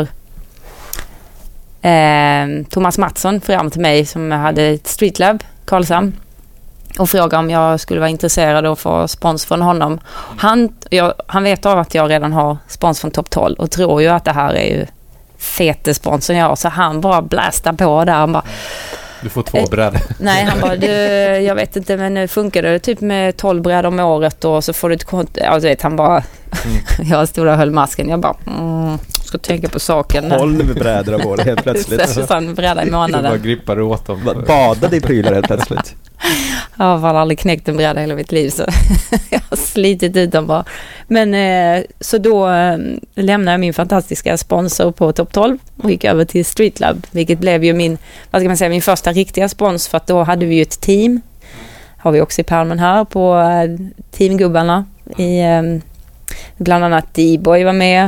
eh, Thomas Mattsson fram till mig som hade ett streetlab, Karlshamn, och frågar om jag skulle vara intresserad av att få spons från honom. Han, jag, han vet av att jag redan har spons från topp tolv och tror ju att det här är ju fete sponsorn jag har, så han bara blästar på där. Han bara, Du får två brädor. nej, han bara, du, jag vet inte, men nu funkar det typ med tolv brädor om året och så får du ett konto. Ja, du vet, han bara, Mm. jag stod där och höll masken. Jag bara, mm, ska tänka på saken. tolv brädor av året helt plötsligt. Så en bräda i Du bara månaden. grippar åt dem. Ba- Badade i prylar helt plötsligt. Jag har aldrig knäckt en bräda i hela mitt liv, så jag har slitit ut dem bara. Men eh, så då eh, lämnade jag min fantastiska sponsor på topp tolv och gick över till Streetlab, vilket blev ju min, vad ska man säga, min första riktiga spons, för att då hade vi ju ett team. Har vi också i pärmen här på eh, teamgubbarna i eh, bland annat D-Boy var med.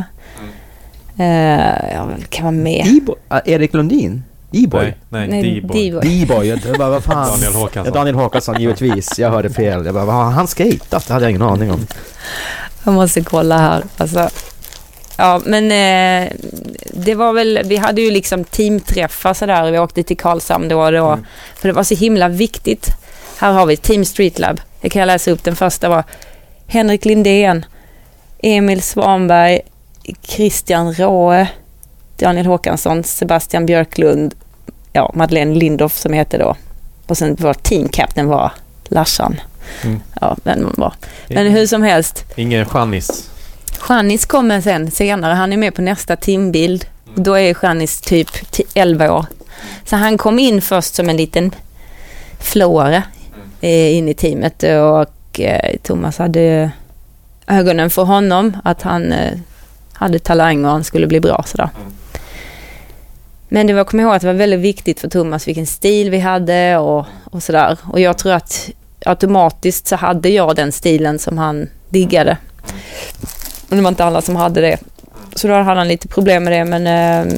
Eh, ja, kan vara med. D-boy? Ah, Erik Lundin? D-boy? Nej, nej, Nej, D-boy. D-Boy. D-boy, jag bara, vad fan? Daniel Håkansson. Ja, Daniel Håkansson, givetvis. Jag hörde fel. Jag bara, vad har han skatat? Det hade jag ingen aning om. Jag måste kolla här. Alltså, ja, men eh, det var väl, vi hade ju liksom teamträffar så där. Vi åkte till Karlshamn då och då. Mm. För det var så himla viktigt. Här har vi Team Streetlab. Jag kan läsa upp. Den första var Henrik Lindén, Emil Svanberg, Christian Råe, Daniel Håkansson, Sebastian Björklund, ja, Madeleine Lindorff som heter då. Och sen var teamkapten var Larsan. Mm. Ja, den var. Men hur som helst. Ingen chanis. Janis kommer sen senare. Han är med på nästa teambild. Då är Janis typ elva år. Så han kom in först som en liten flåre eh, in i teamet. Och eh, Thomas hade ögonen för honom. Att han eh, hade talang och han skulle bli bra. Sådär. Men det var, jag kommer ihåg att det var väldigt viktigt för Thomas vilken stil vi hade och, och sådär. Och jag tror att automatiskt så hade jag den stilen som han diggade. Och det var inte alla som hade det. Så då hade han lite problem med det. Men äh,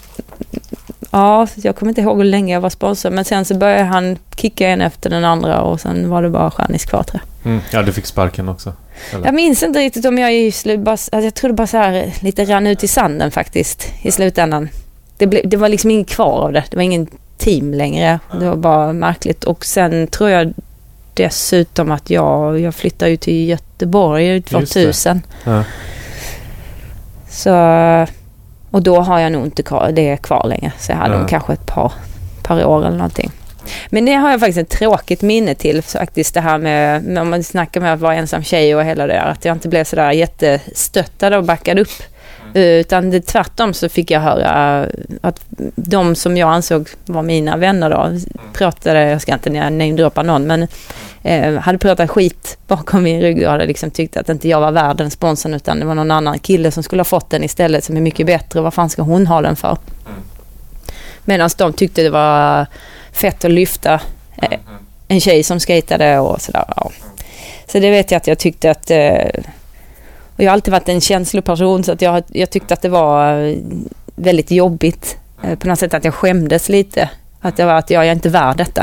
ja, jag kommer inte ihåg hur länge jag var sponsor. Men sen så började han kicka en efter den andra. Och sen var det bara Janis kvar, tror jag. Mm. Ja, du fick sparken också. Eller? Jag minns inte riktigt om jag i slut, bara, alltså jag tror det bara så här lite rann ut i sanden faktiskt. I slutändan. Det, ble, det var liksom ingen kvar av det. Det var ingen team längre. Det var bara märkligt. Och sen tror jag dessutom att jag, jag flyttade ju till Göteborg tvåtusen. Ja. Så, och då har jag nog inte kvar, det kvar längre. Så jag hade Ja. nog kanske ett par, par år eller någonting. Men det har jag faktiskt ett tråkigt minne till faktiskt, det här med, med om man snackar med att vara ensam tjej och hela det där. Att jag inte blev sådär jättestöttad och backad upp. Utan det, tvärtom så fick jag höra att de som jag ansåg var mina vänner då pratade, jag ska inte namedroppa någon, men eh, hade pratat skit bakom min rygg och hade liksom tyckt att inte jag var värd den sponsorn, utan det var någon annan kille som skulle ha fått den istället som är mycket bättre. Vad fan ska hon ha den för? Medan de tyckte det var fett att lyfta eh, en tjej som skatade och sådär. Ja. Så det vet jag att jag tyckte att... Eh, och jag har alltid varit en känsloperson så att jag, jag tyckte att det var väldigt jobbigt. Eh, på något sätt att jag skämdes lite. Att jag var att jag är inte värd detta.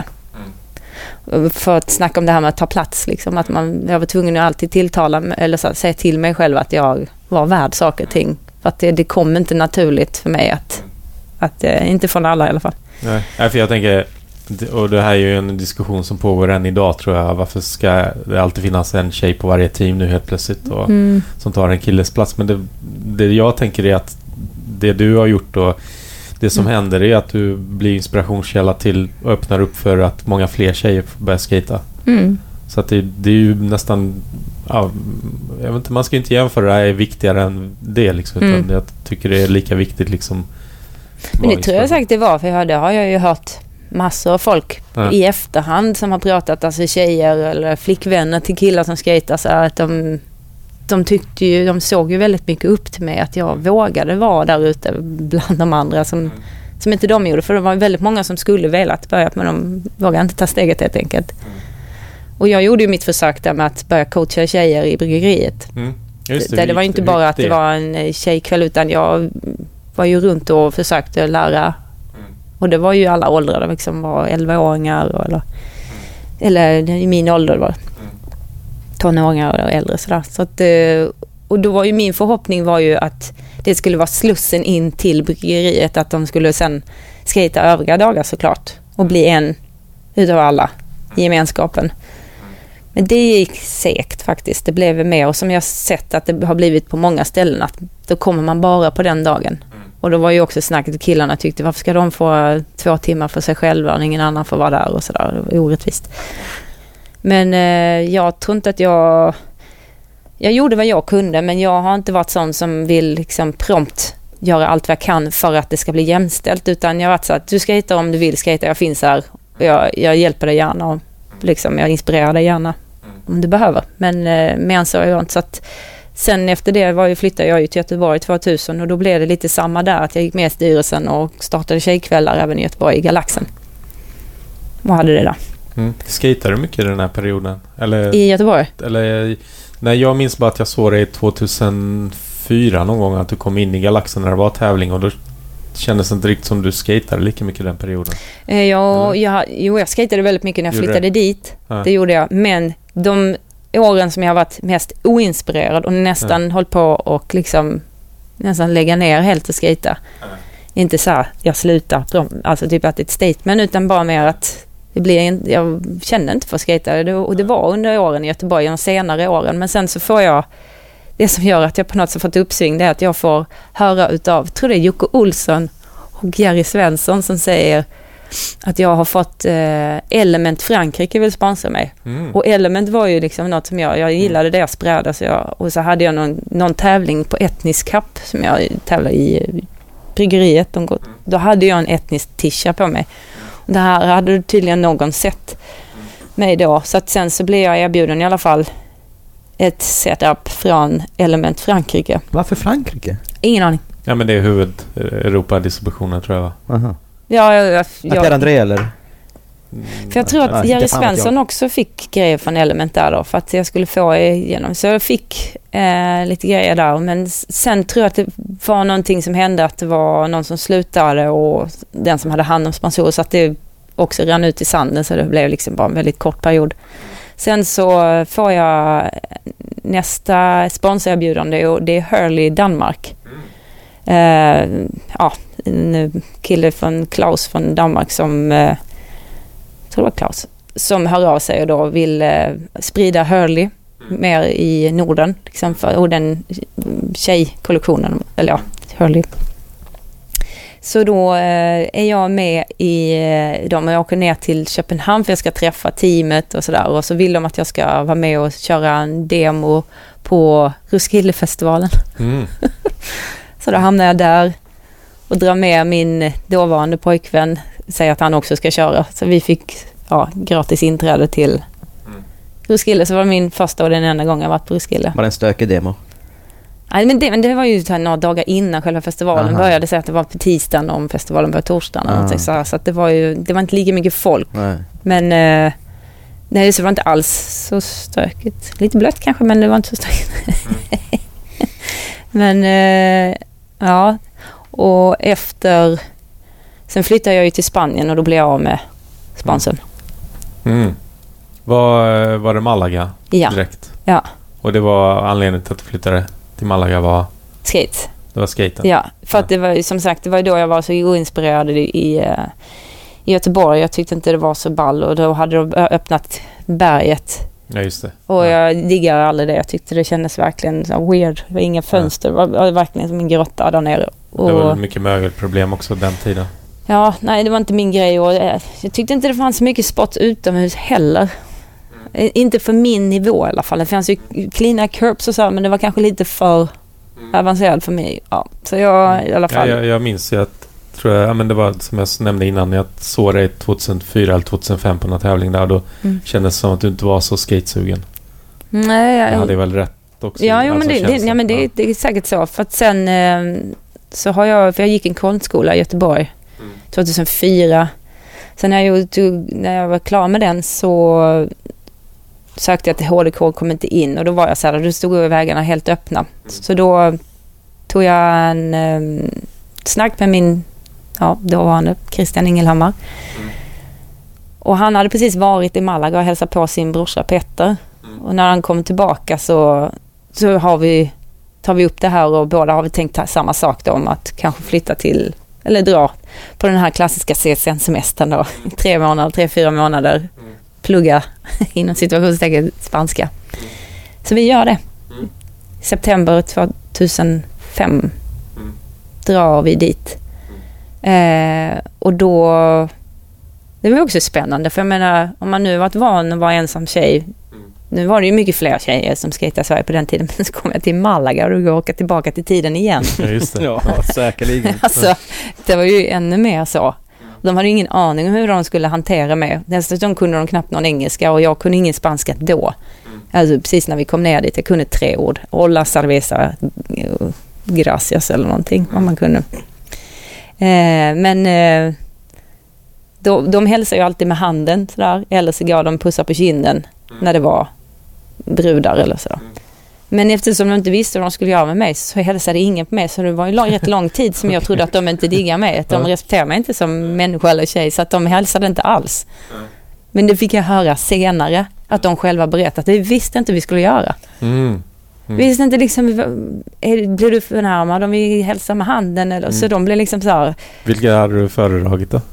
Mm. För att snacka om det här med att ta plats. Liksom, att man, jag var tvungen att alltid tilltala eller så, säga till mig själv att jag var värd saker och ting. För att det, det kom inte naturligt för mig att... att eh, inte från alla i alla fall. Nej, för jag tänker... Och det här är ju en diskussion som pågår än idag tror jag. Varför ska det alltid finnas en tjej på varje team nu helt plötsligt och, mm. som tar en killes plats. Men det, det jag tänker är att det du har gjort och det som mm. händer är att du blir inspirationskälla till och öppnar upp för att många fler tjejer börjar skata. Mm. Så att det, det är ju nästan... Ja, jag vet inte, man ska inte jämföra det här är viktigare än det liksom, utan mm. jag tycker det är lika viktigt liksom. Men det tror jag säkert det var, för det har jag ju hört massor av folk ja. i efterhand som har pratat, alltså tjejer eller flickvänner till killar som skater, så att de, de tyckte ju, de såg ju väldigt mycket upp till mig att jag vågade vara där ute bland de andra som, mm. som inte de gjorde, för det var väldigt många som skulle velat börja, men de vågade inte ta steget helt enkelt. Mm. Och jag gjorde ju mitt försök där med att börja coacha tjejer i bryggeriet. Mm. Just det, det, det var ju inte bara att det var en tjejkväll, utan jag var ju runt och försökte lära. Mm. Och det var ju alla åldrar. Det liksom var elvaåringar eller, mm. eller i min ålder var mm. tonåringar och äldre. Sådär. Så att, och då var ju min förhoppning var ju att det skulle vara slussen in till bryggeriet. Att de skulle sen skata övriga dagar såklart. Och bli en utav alla i gemenskapen. Men det gick segt faktiskt. Det blev mer, och som jag sett att det har blivit på många ställen, att då kommer man bara på den dagen. Mm. Och då var ju också snacket att killarna tyckte, varför ska de få två timmar för sig själva och ingen annan får vara där och sådär. Det var orättvist. Men eh, jag tror inte att jag... Jag gjorde vad jag kunde, men jag har inte varit sån som vill liksom prompt göra allt vad jag kan för att det ska bli jämställt. Utan jag har varit så att du ska hitta om du vill skata, jag finns här. Och jag, jag hjälper dig gärna och liksom, jag inspirerar dig gärna om du behöver. Men eh, mer än så är jag inte. Så att sen efter det var ju, flyttade jag ju till Göteborg tvåtusen och då blev det lite samma där. Att jag gick med i styrelsen och startade tjejkvällar även i Göteborg i Galaxen. Och hade det där. Mm. Skejtade du mycket i den här perioden? Eller, i Göteborg? Eller, nej, jag minns bara att jag såg dig tvåtusenfyra någon gång att du kom in i Galaxen när det var tävling och då kändes inte riktigt som du skejtade lika mycket den perioden. Eh, ja, jag, jo, jag skejtade väldigt mycket när jag gjorde flyttade det? dit. Ja. Det gjorde jag. Men de åren som jag har varit mest oinspirerad och nästan ja. hållit på och liksom nästan lägga ner helt och skejta. Ja. Inte så här, jag slutar. Alltså typ att det är ett statement, utan bara mer att det blir en, jag kände inte för att skejta. Det, och det var under åren i Göteborg, de senare åren. Men sen så får jag, det som gör att jag på något sätt fått uppsving, det är att jag får höra utav, jag tror det är Jocke Olsson och Jerry Svensson som säger att jag har fått eh, Element Frankrike vill sponsra mig. Mm. Och Element var ju liksom något som jag, jag gillade det jag sprädde. Så jag, och så hade jag någon, någon tävling på Etnisk Cup som jag tävlade i bryggeriet. De går, då hade jag en etnisk tisha på mig. Och det här hade tydligen någon sett mig då. Så att sen så blev jag erbjuden i alla fall ett setup från Element Frankrike. Varför Frankrike? Ingen aning. Ja, men det är huvud Europa-distributionen tror jag. Aha. Ja, jag, jag, jag, att André eller? För jag tror att ja, Jerry Svensson också fick grejer från Element där då, för att jag skulle få igenom. Så jag fick eh, lite grejer där, men sen tror jag att det var någonting som hände, att det var någon som slutade och den som hade hand om sponsorer, så att det också rann ut i sanden, så det blev liksom bara en väldigt kort period. Sen så får jag nästa sponsorerbjudande och det är Hurley i Danmark. Eh, ja, en kille från Klaus från Danmark som eh, jag tror det var Klaus som hör av sig och då vill eh, sprida Hurley mer i Norden liksom, för, och den tjejkollektionen, eller ja, Hurley. Så då eh, är jag med i eh, de jag åker ner till Köpenhamn för jag ska träffa teamet och sådär, och så vill de att jag ska vara med och köra en demo på Roskildefestivalen. Mm. Så då hamnar jag där och drar med min dåvarande pojkvän, säger att han också ska köra. Så vi fick ja, gratis inträde till mm. Roskilde. Så var det min första och den enda gången jag varit på Roskilde. Var det en stökig demo? Nej, men det, men det var ju så här några dagar innan själva festivalen Aha. började, så att det var på tisdagen om festivalen började torsdagen. Ah. Och så, här, så att det var ju, det var inte lika mycket folk. Nej. Men eh, nej, så var det inte alls så stökigt. Lite blött kanske, men det var inte så stökigt. Mm. men eh, ja, och efter... Sen flyttade jag ju till Spanien och då blev jag av med sponsorn. Mm. Var, var det Malaga Ja. direkt? Ja. Och det var anledningen till att du flyttade till Malaga var... Skate. Det var skaten? Ja, för att det var ju som sagt, det var ju då jag var så oinspirerad i, i, i Göteborg. Jag tyckte inte det var så ball och då hade de öppnat berget. Ja, just det. Och ja. jag diggar aldrig det. Jag tyckte det kändes verkligen så weird. Det var inga fönster. Ja. Det var verkligen som en grotta där nere. Och, det var mycket mögelproblem också den tiden. Ja, nej det var inte min grej. Och jag, jag tyckte inte det fanns så mycket sport utomhus heller. Mm. Inte för min nivå i alla fall. Det fanns ju cleana curbs och så, men det var kanske lite för mm. avancerat för mig. Ja, så jag i alla fall... Ja, jag, jag minns ju att, tror jag, ja, men det var som jag nämnde innan, jag såg dig tjugohundrafyra eller tjugohundrafem på någon tävling där och då mm. kändes det som att du inte var så skatesugen. Nej, jag... jag hade väl rätt också. Ja, jo, alltså, men, det, det, ja, men det, ja. det är säkert så. För att sen eh, så har jag, för jag gick en konstskola i Göteborg mm. tjugohundrafyra. Sen när jag, när jag var klar med den så sökte jag till H D K och kom inte in. Och då var jag så här, då stod vägarna helt öppna. Mm. Så då tog jag en eh, snack med min ja, dåvarande Christian Ingelhammar. Mm. Och han hade precis varit i Malaga och hälsat på sin brorsa Petter. Mm. Och när han kom tillbaka så, så har vi, tar vi upp det här och båda har vi tänkt samma sak då, om att kanske flytta till, eller dra på den här klassiska C S N-semestern då. Mm. Tre månader, tre, fyra månader. Mm. Plugga inom situationstecken spanska. Mm. Så vi gör det. Mm. September tjugohundrafem mm. drar vi dit. Mm. Eh, och då det var också spännande, för jag menar, om man nu varit van att vara ensam tjej, mm. nu var det ju mycket fler tjejer som skejtade i Sverige på den tiden, men så kom jag till Malaga och då åka tillbaka till tiden igen. Ja, just det. Ja, säkerligen. Alltså, det var ju ännu mer så. De hade ju ingen aning om hur de skulle hantera mig. Dessutom kunde de knappt någon engelska och jag kunde ingen spanska då. Mm. Alltså precis när vi kom ner dit, jag kunde tre ord. Hola, cerveza, gracias eller någonting, om man kunde. Eh, men eh, då, de hälsar ju alltid med handen sådär, eller så gav de pussar på kinden mm. när det var brudar eller så. Mm. Men eftersom de inte visste vad de skulle göra med mig så hälsade ingen på mig, så det var ju lång, rätt lång tid som jag trodde att de inte diggar mig. Att de respekterar mig inte som människa eller tjej, så att de hälsade inte alls. Men det fick jag höra senare, att de själva berättade att det visste inte vi skulle göra. Mm. Mm. Vi visste inte liksom, blir du förnärmad om vi hälsar med handen? Eller, mm. Så de blev liksom så här... Vilka hade du föredragit då?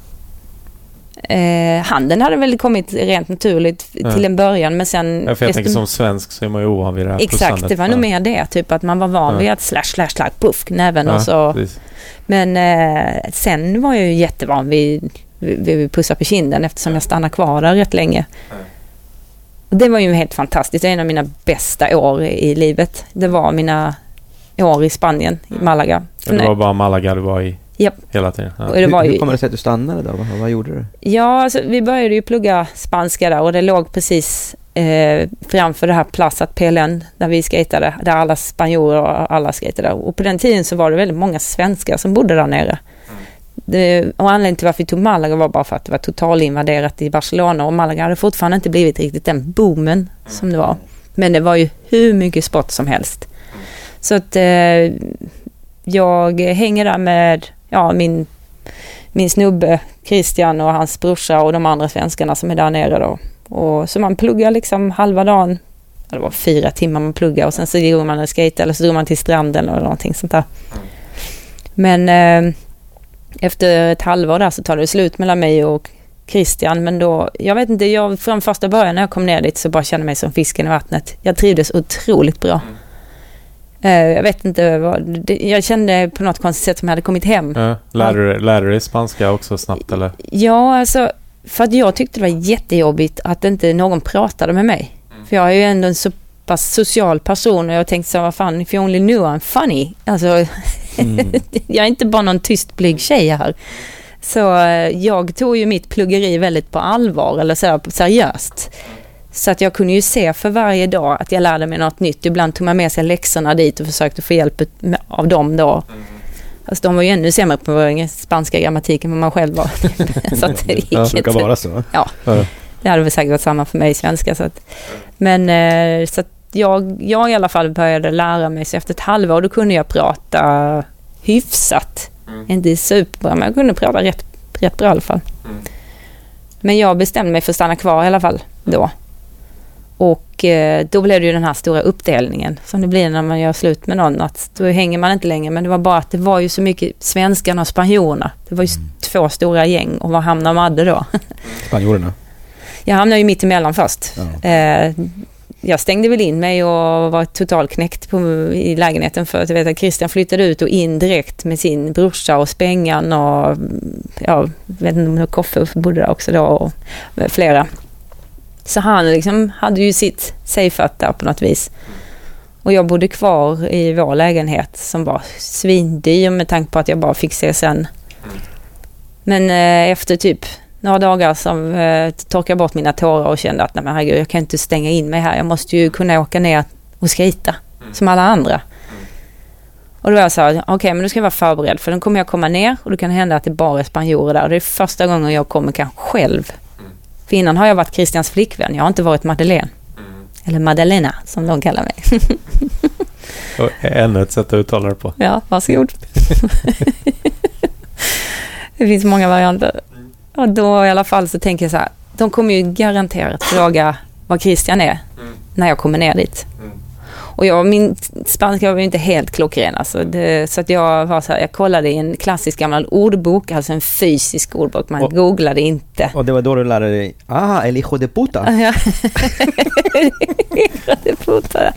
Eh, handen hade väl kommit rent naturligt ja. till en början, men sen... Ja, för jag tänker som svensk så är man ju ovan vid det här exakt, pussandet. det var nog mer det, typ att man var van ja. vid att slash, slash, slash, puff, näven ja, och så. Precis. Men eh, sen var jag ju jättevan vid, vid, vid pussa på kinden eftersom ja. jag stannade kvar där rätt länge. Ja. Och det var ju helt fantastiskt. Det är en av mina bästa år i livet. Det var mina år i Spanien, i Malaga. Ja, det var bara Malaga du var i? Yep. Hela tiden. Ja. Och det var hur, ju... hur kommer det sig att du stannade då? Vad, vad gjorde du? Ja, alltså, vi började ju plugga spanska där och det låg precis eh, framför det här Plazat P L N där vi skatade, där alla spanjorer och alla skatade. Och på den tiden så var det väldigt många svenskar som bodde där nere. Mm. Det, och anledningen till varför vi tog Malaga var bara för att det var totalinvaderat i Barcelona och Malaga hade fortfarande inte blivit riktigt den boomen mm. som det var. Men det var ju hur mycket sport som helst. Mm. Så att eh, jag hänger där med ja, min, min snubbe Christian och hans brorsa och de andra svenskarna som är där nere då. Och så man pluggar liksom halva dagen. Det var fyra timmar man pluggar och sen så drog man en skate eller så drog man till stranden eller någonting sånt där. Men eh, efter ett halvår där så tar det slut mellan mig och Christian. Men då, jag vet inte, jag från första början när jag kom ner dit så bara kände mig som fisken i vattnet. Jag trivdes otroligt bra. Jag vet inte vad, jag kände på något konstigt sätt som jag hade kommit hem. Ja, lärde, du, lärde du dig spanska också snabbt eller? Ja, alltså för att jag tyckte det var jättejobbigt att inte någon pratade med mig. Mm. För jag är ju ändå en så pass social person och jag tänkte så, vad fan, if you only knew I'm funny. Alltså, mm. jag är inte bara någon tyst blyg tjej här. Så jag tog ju mitt pluggeri väldigt på allvar eller så här, seriöst. Så att jag kunde ju se för varje dag att jag lärde mig något nytt. Ibland tog man med sig läxorna dit och försökte få hjälp av dem då. Mm. Alltså de var ju ännu sämre på spanska grammatiken än man själv var. Så att det gick ja, det kan vara så. Ja, det hade väl säkert varit samma för mig i svenska. Så att, men så att jag, jag i alla fall började lära mig, så efter ett halvår då kunde jag prata hyfsat. Mm. Inte superbra, men jag kunde prata rätt, rätt bra i alla fall. Mm. Men jag bestämde mig för att stanna kvar i alla fall då. Och eh, då blev det ju den här stora uppdelningen som det blir när man gör slut med någon. Att då hänger man inte längre, men det var bara att det var ju så mycket svenskarna och spanjorerna. Det var ju mm. två stora gäng, och vad hamnade Madde då? Spanjorerna? Jag hamnade ju mitt emellan först. Ja. Eh, jag stängde väl in mig och var totalt knäckt på, i lägenheten, för att jag vet att Christian flyttade ut och in direkt med sin brorsa och Spengan och jag vet inte om Koffe bodde där också då och flera. Så han liksom hade ju sitt safeat där på något vis. Och jag bodde kvar i vår lägenhet som var svindyr med tanke på att jag bara fick se sen. Men eh, efter typ några dagar som eh, torkade bort mina tårar och kände att nej men herregud, jag kan inte stänga in mig här. Jag måste ju kunna åka ner och skita som alla andra. Och då var jag så här, okej okay, men då ska jag vara förberedd, för då kommer jag komma ner och det kan hända att det bara är spanjorer där. Och det är första gången jag kommer kanske själv. För innan har jag varit Christians flickvän. Jag har inte varit Madeleine. Mm. Eller Madalena, som de kallar mig. Och ännu ett sätt att uttala det på. Ja, varsågod. Det finns många varianter. Och då i alla fall så tänker jag så här. De kommer ju garanterat fråga vad Christian är mm. när jag kommer ner dit. Mm. Och jag, min spanska var ju inte helt klockren. Alltså det, så att jag var så här, jag kollade i en klassisk gammal ordbok, alltså en fysisk ordbok. Man och, googlade inte. Och det var då du lärde dig, ah, el hijo de puta. Ja, el hijo de puta.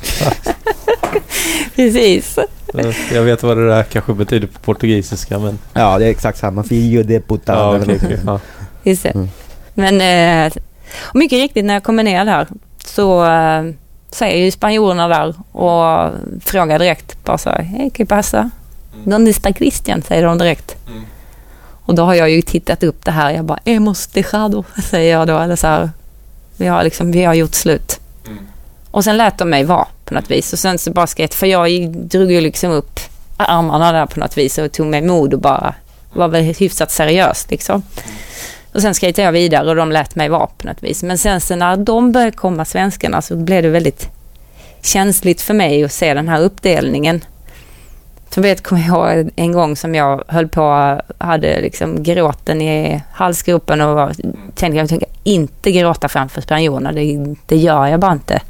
Precis. Jag vet vad det där kanske betyder på portugisiska, men... Ja, det är exakt samma. Filho de puta. Ja, okay, okay. Ja. Just det. Mm. Men, eh, och mycket riktigt när jag kommer ner där så... Eh, säger ju spanjorerna där och frågar direkt bara så här, hej, kan passa? ¿Dónde está Christian? Säger de direkt. Mm. Och då har jag ju tittat upp det här. Jag bara, hemos dejado, säger jag då. Eller så här, vi har liksom, vi har gjort slut. Mm. Och sen lät de mig vara på något vis. Och sen så bara skate, för jag drog ju liksom upp armarna där på något vis och tog mig mod och bara var väl hyfsat seriöst liksom. Mm. Och sen skejtade jag vidare och de lät mig vara på något vis. Men sen så när de började komma, svenskarna, så blev det väldigt känsligt för mig att se den här uppdelningen. Så vet, kommer jag ihåg en gång som jag höll på, hade liksom gråten i halsgropen och var, tänkte jag tänkte inte gråta framför spanjorerna. Det, det gör jag bara inte.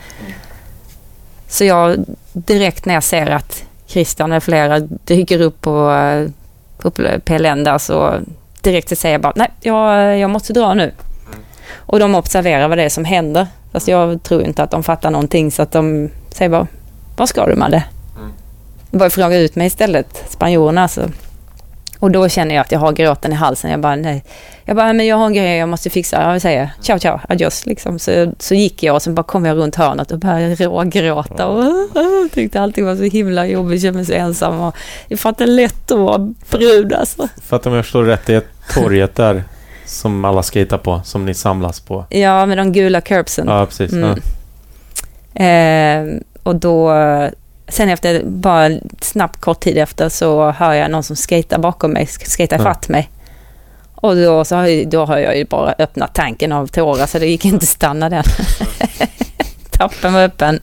Så jag direkt när jag ser att Christian och flera dyker upp på, på P L N där, så direkt så säger jag bara, nej, jag, jag måste dra nu. Mm. Och de observerar vad det är som händer. Fast jag tror inte att de fattar någonting, så att de säger bara, vad ska du med det? Mm. Jag bara frågar ut mig istället, spanjorerna alltså. Och då känner jag att jag har gråten i halsen. Jag bara, nej. Jag bara, men jag har en grej jag måste fixa. Jag vill säga, ciao, ciao, adios. Liksom. Så, så gick jag och sen bara kom jag runt hörnet och började rågråta. Och jag tyckte allting var så himla jobbigt. Jag kände mig så ensam. Och jag fattade lätt att vara brud. Alltså. För att om jag förstår rätt, det är torget där som alla skater på, som ni samlas på. Ja, med de gula curbsen. Ja, precis. Mm. Ja. Eh, och då... Sen efter, bara snabbt kort tid efter, så hör jag någon som skater bakom mig, skater ifatt ja. mig. Och då, så har jag, då har jag ju bara öppnat tanken av tårar, så det gick inte att stanna den. Tappen var öppen.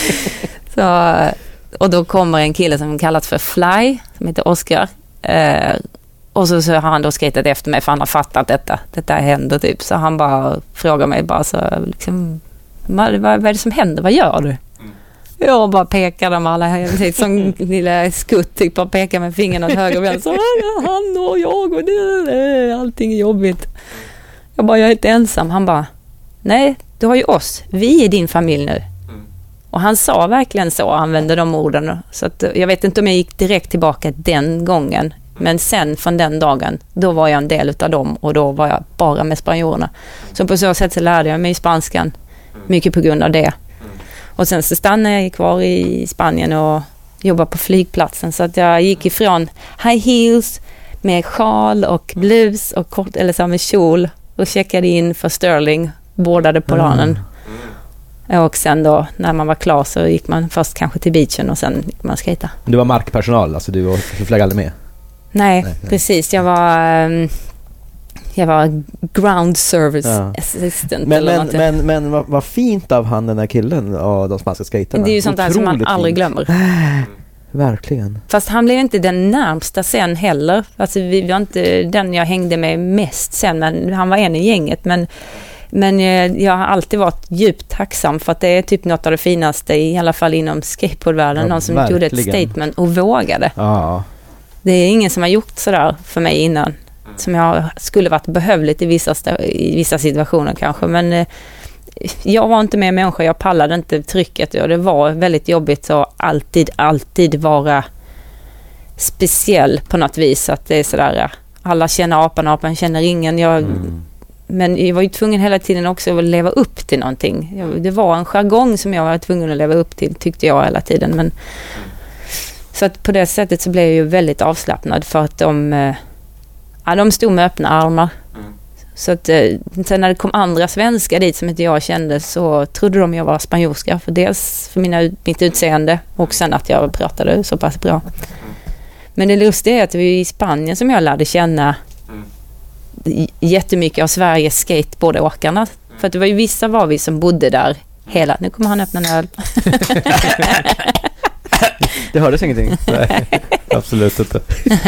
Så, och då kommer en kille som kallas för Fly, som heter Oscar. Eh, och så, så har han då skatat efter mig, för han har fattat detta. Detta händer typ. Så han bara frågar mig bara så liksom, vad, vad är det som händer? Vad gör du? Jag bara pekade med alla här, som lilla skutt, typ bara pekade med fingrarna åt höger och vänster. Han och jag och det, allting är jobbigt. Jag bara, jag är inte ensam. Han bara, nej, du har ju oss. Vi är din familj nu. Mm. Och han sa verkligen så, använde de orden. Så att, jag vet inte om jag gick direkt tillbaka den gången. Men sen från den dagen, då var jag en del av dem. Och då var jag bara med spanjorerna. Så på så sätt så lärde jag mig spanskan. Mycket på grund av det. Och sen så stannade jag kvar i Spanien och jobbade på flygplatsen. Så att jag gick ifrån high heels med sjal och blus och kort, eller så med kjol, och checkade in för Sterling, bordade på planen. Mm. Och sen då när man var klar så gick man först kanske till beachen och sen gick man skejta. Du var markpersonal, alltså du, var, du flög aldrig med? Nej, nej, nej, precis. Jag var um, jag var ground service ja. assistant. Men, men, men, men vad, vad fint av han, den här killen och de spanska skaterna. Det är ju sånt där som man aldrig fint. glömmer. Verkligen. Fast han blev inte den närmsta sen heller. Alltså vi var inte den jag hängde med mest sen, men han var en i gänget. Men, men jag har alltid varit djupt tacksam för att det är typ något av det finaste, i alla fall inom skateboardvärlden. Ja, någon som verkligen. gjorde ett statement och vågade. Ja. Det är ingen som har gjort sådär för mig innan. Som jag skulle varit behövligt i vissa, i vissa situationer kanske. Men eh, jag var inte med människa. Jag pallade inte trycket. Och det var väldigt jobbigt att alltid, alltid vara speciell på något vis. Att det är sådär, alla känner apan, apan känner ingen. Jag, mm. Men jag var ju tvungen hela tiden också att leva upp till någonting. Jag, det var en jargong som jag var tvungen att leva upp till, tyckte jag hela tiden. Men, så att på det sättet så blev jag ju väldigt avslappnad för att de... Eh, Ja, de stod med öppna armar. Mm. Så att sen när det kom andra svenskar dit som inte jag kände så trodde de jag var spanjorska. För dels för mina, mitt utseende och sen att jag pratade så pass bra. Mm. Men det lustiga är att det var i Spanien som jag lärde känna mm. jättemycket av Sveriges skateboardåkarna. Mm. För att det var ju vissa var vi som bodde där hela... Nu kommer han öppna en öl. Det hördes ingenting. Nej, absolut inte.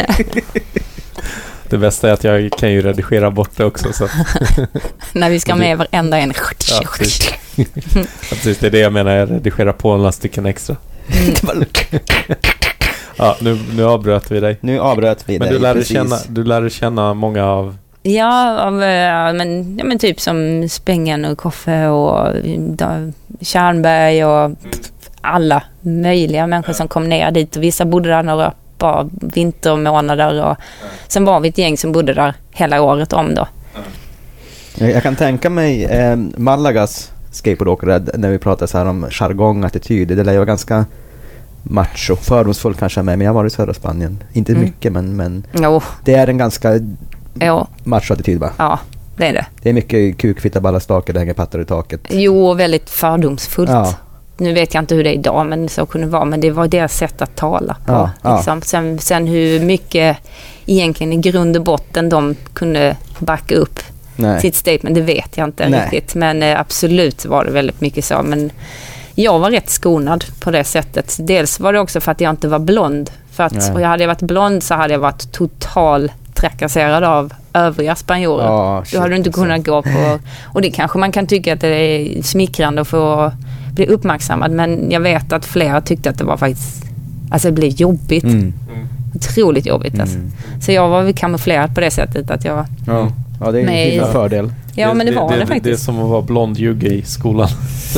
Det bästa är att jag kan ju redigera bort det också. Så. När vi ska med varenda en. Ja, precis. Ja, precis. Det är det jag menar. Jag redigerar på några stycken extra. Mm. Ja, nu, nu avbröt vi dig. Nu avbröt vi men dig, du lärde känna, du lärde känna många av... Ja, av, men, ja, men typ som Spengen och Koffe och da, Tjärnberg och alla möjliga människor som kom ner dit. Och vissa bodde där några bara vintermånader och sen var vi ett gäng som bodde där hela året om då. Jag kan tänka mig eh, Malagas skateboardåkare när vi pratar så här om jargong, attityd. Det lär ju vara ganska macho, fördomsfull kanske med, men jag var i södra Spanien. Inte mm. mycket, men, men det är en ganska jo. macho-attityd va? Ja, det är det. Det är mycket kuk, fitta, balla, stake, det hänger pattar i taket. Jo, väldigt fördomsfullt. Ja. Nu vet jag inte hur det är idag, men så kunde det vara. Men det var deras sätt att tala på. Ja, liksom. ja. Sen, sen hur mycket egentligen i grund och botten de kunde backa upp Nej. sitt statement, det vet jag inte Nej. riktigt. Men eh, absolut var det väldigt mycket så. Men jag var rätt skonad på det sättet. Dels var det också för att jag inte var blond. För att och jag hade varit blond så hade jag varit total trakasserad av övriga spanjorer. Oh, shit, då hade du inte kunnat gå på... Och det kanske man kan tycka att det är smickrande att få bli uppmärksammad. Men jag vet att flera tyckte att det var faktiskt... Alltså det blev jobbigt. Mm. Otroligt jobbigt. Mm. Alltså. Så jag var kamouflerad på det sättet att jag... Ja, ja det är en himla fördel. Ja, men det var det, det, det faktiskt. Det är som att vara blond jugge i skolan.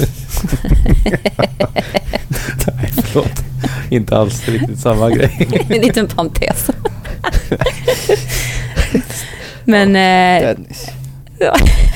Nej, förlåt. Inte alls riktigt samma grej. En liten parentes. Men... Eh, ja.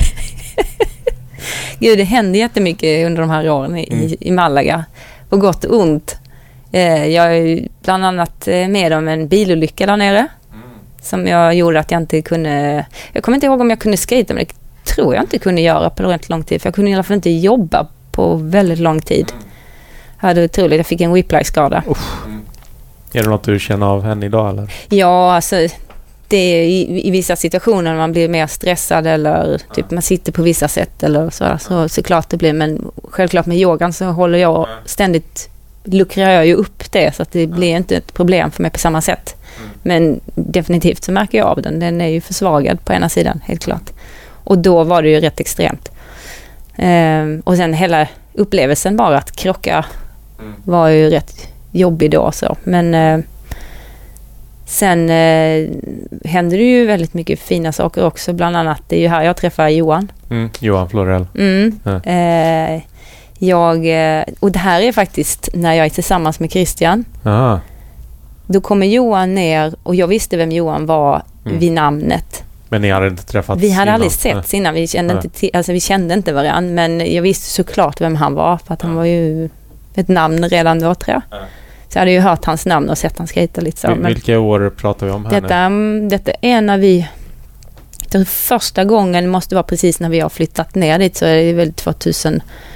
Gud, det hände jättemycket under de här åren i, mm. i Malaga. På gott och ont. Eh, jag är bland annat med om en bilolycka där nere. Mm. Som jag gjorde att jag inte kunde... Jag kommer inte ihåg om jag kunde skata, men det tror jag inte kunde göra på rätt lång tid. För jag kunde i alla fall inte jobba på väldigt lång tid. Mm. Jag hade otroligt, jag fick en whiplash-skada. Mm. Är det något du känner av henne idag eller? Ja, alltså... Det är i, i vissa situationer när man blir mer stressad eller typ man sitter på vissa sätt eller så, så såklart det blir, men självklart med yogan så håller jag ständigt, luckrar jag ju upp det så att det blir inte ett problem för mig på samma sätt. Men definitivt så märker jag av den, den är ju försvagad på ena sidan, helt klart. Och då var det ju rätt extremt. Ehm, och sen hela upplevelsen bara att krocka var ju rätt jobbig då så, men eh, sen eh, händer det ju väldigt mycket fina saker också. Bland annat, det är ju här jag träffar Johan. Mm, Johan Florell. Mm. Ja. Eh, jag, och det här är faktiskt när jag är tillsammans med Christian. Aha. Då kommer Johan ner och jag visste vem Johan var mm. vid namnet. Men ni hade inte träffats Vi hade innan. aldrig sett ja. innan. Vi kände, ja. inte, alltså vi kände inte varandra. Men jag visste såklart vem han var. För att han var ju ett namn redan då, tror jag. Ja. Så jag hade ju hört hans namn och sett han skejta lite så. Men vilka år pratar vi om här detta, nu? Detta är när vi... Det första gången måste vara precis när vi har flyttat ner dit. Så är det väl tjugohundrafemton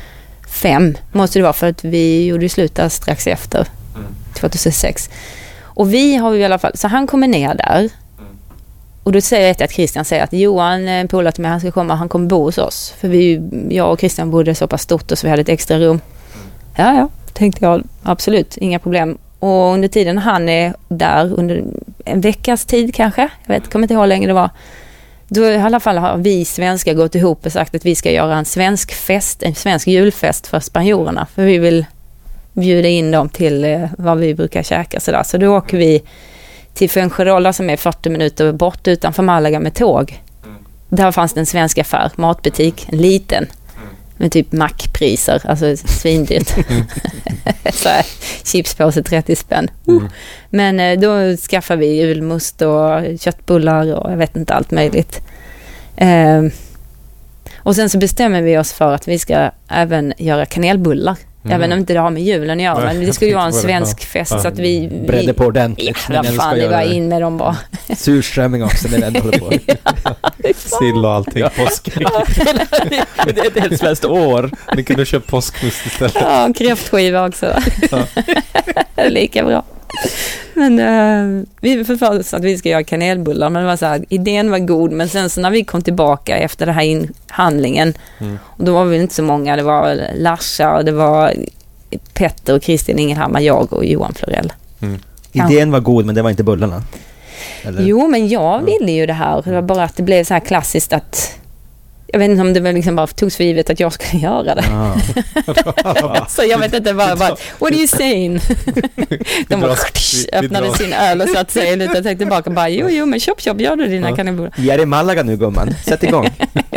fem måste det vara, för att vi gjorde ju slut där strax efter mm. tjugohundrasex. Och vi har ju i alla fall, så han kommer ner där mm. och då säger jag att Christian säger att Johan, en polare till mig, han ska komma, han kommer bo hos oss. För vi, jag och Christian bodde så pass stort och så vi hade ett extra rum. Mm. Ja, ja, tänkte jag, absolut, inga problem. Och under tiden han är där, under en veckas tid kanske, jag vet, kommer inte ihåg hur länge det var, då i alla fall har vi svenskar gått ihop och sagt att vi ska göra en svensk fest, en svensk julfest för spanjorerna. För vi vill bjuda in dem till eh, vad vi brukar käka. Sådär. Så då åker vi till Fuengirola som är fyrtio minuter bort utanför Malaga med tåg. Mm. Där fanns det en svensk affär, matbutik, en liten. Mm. Med typ mackpriser, alltså svindyrt. Så här, chipspåse trettio spänn. Mm. Uh. Men eh, då skaffar vi julmust och köttbullar och jag vet inte allt möjligt. Eh, och sen så bestämmer vi oss för att vi ska även göra kanelbullar. Mm. Även om inte det har med julen att göra, men det skulle ju vara en svensk fest ja. Så att vi... vi bredde på ordentligt. Ja, vad fan, det var in med dem bara. Surströmming också, det ändå håller på. Sill och allting, ja. påsk. Ja, det är ett helt svenskt år. Ni kunde köpa påskmust istället. Ja, kräftskiva också. Ja. Lika bra. Men uh, vi förstås att vi ska göra kanelbullar, men det var så här, idén var god, men sen så när vi kom tillbaka efter den här inhandlingen mm. och då var vi inte så många, det var Larsa och det var Petter och Christian Ingenhammar, jag och Johan Florell. Mm. Idén var god, men det var inte bullarna? Eller? Jo, men jag ville ju det här, det var bara att det blev så här klassiskt att jag vet inte om det var liksom bara togs för givet att jag skulle göra det. Ah. Så jag vet inte, bara, bara what are you saying? De bara öppnade sin öl och satt sig lite och tänkte tillbaka bara, jo, jo, men köp, köp, gör du dina ja. kanelbullar. Jag är i Malaga nu, gumman. Sätt igång.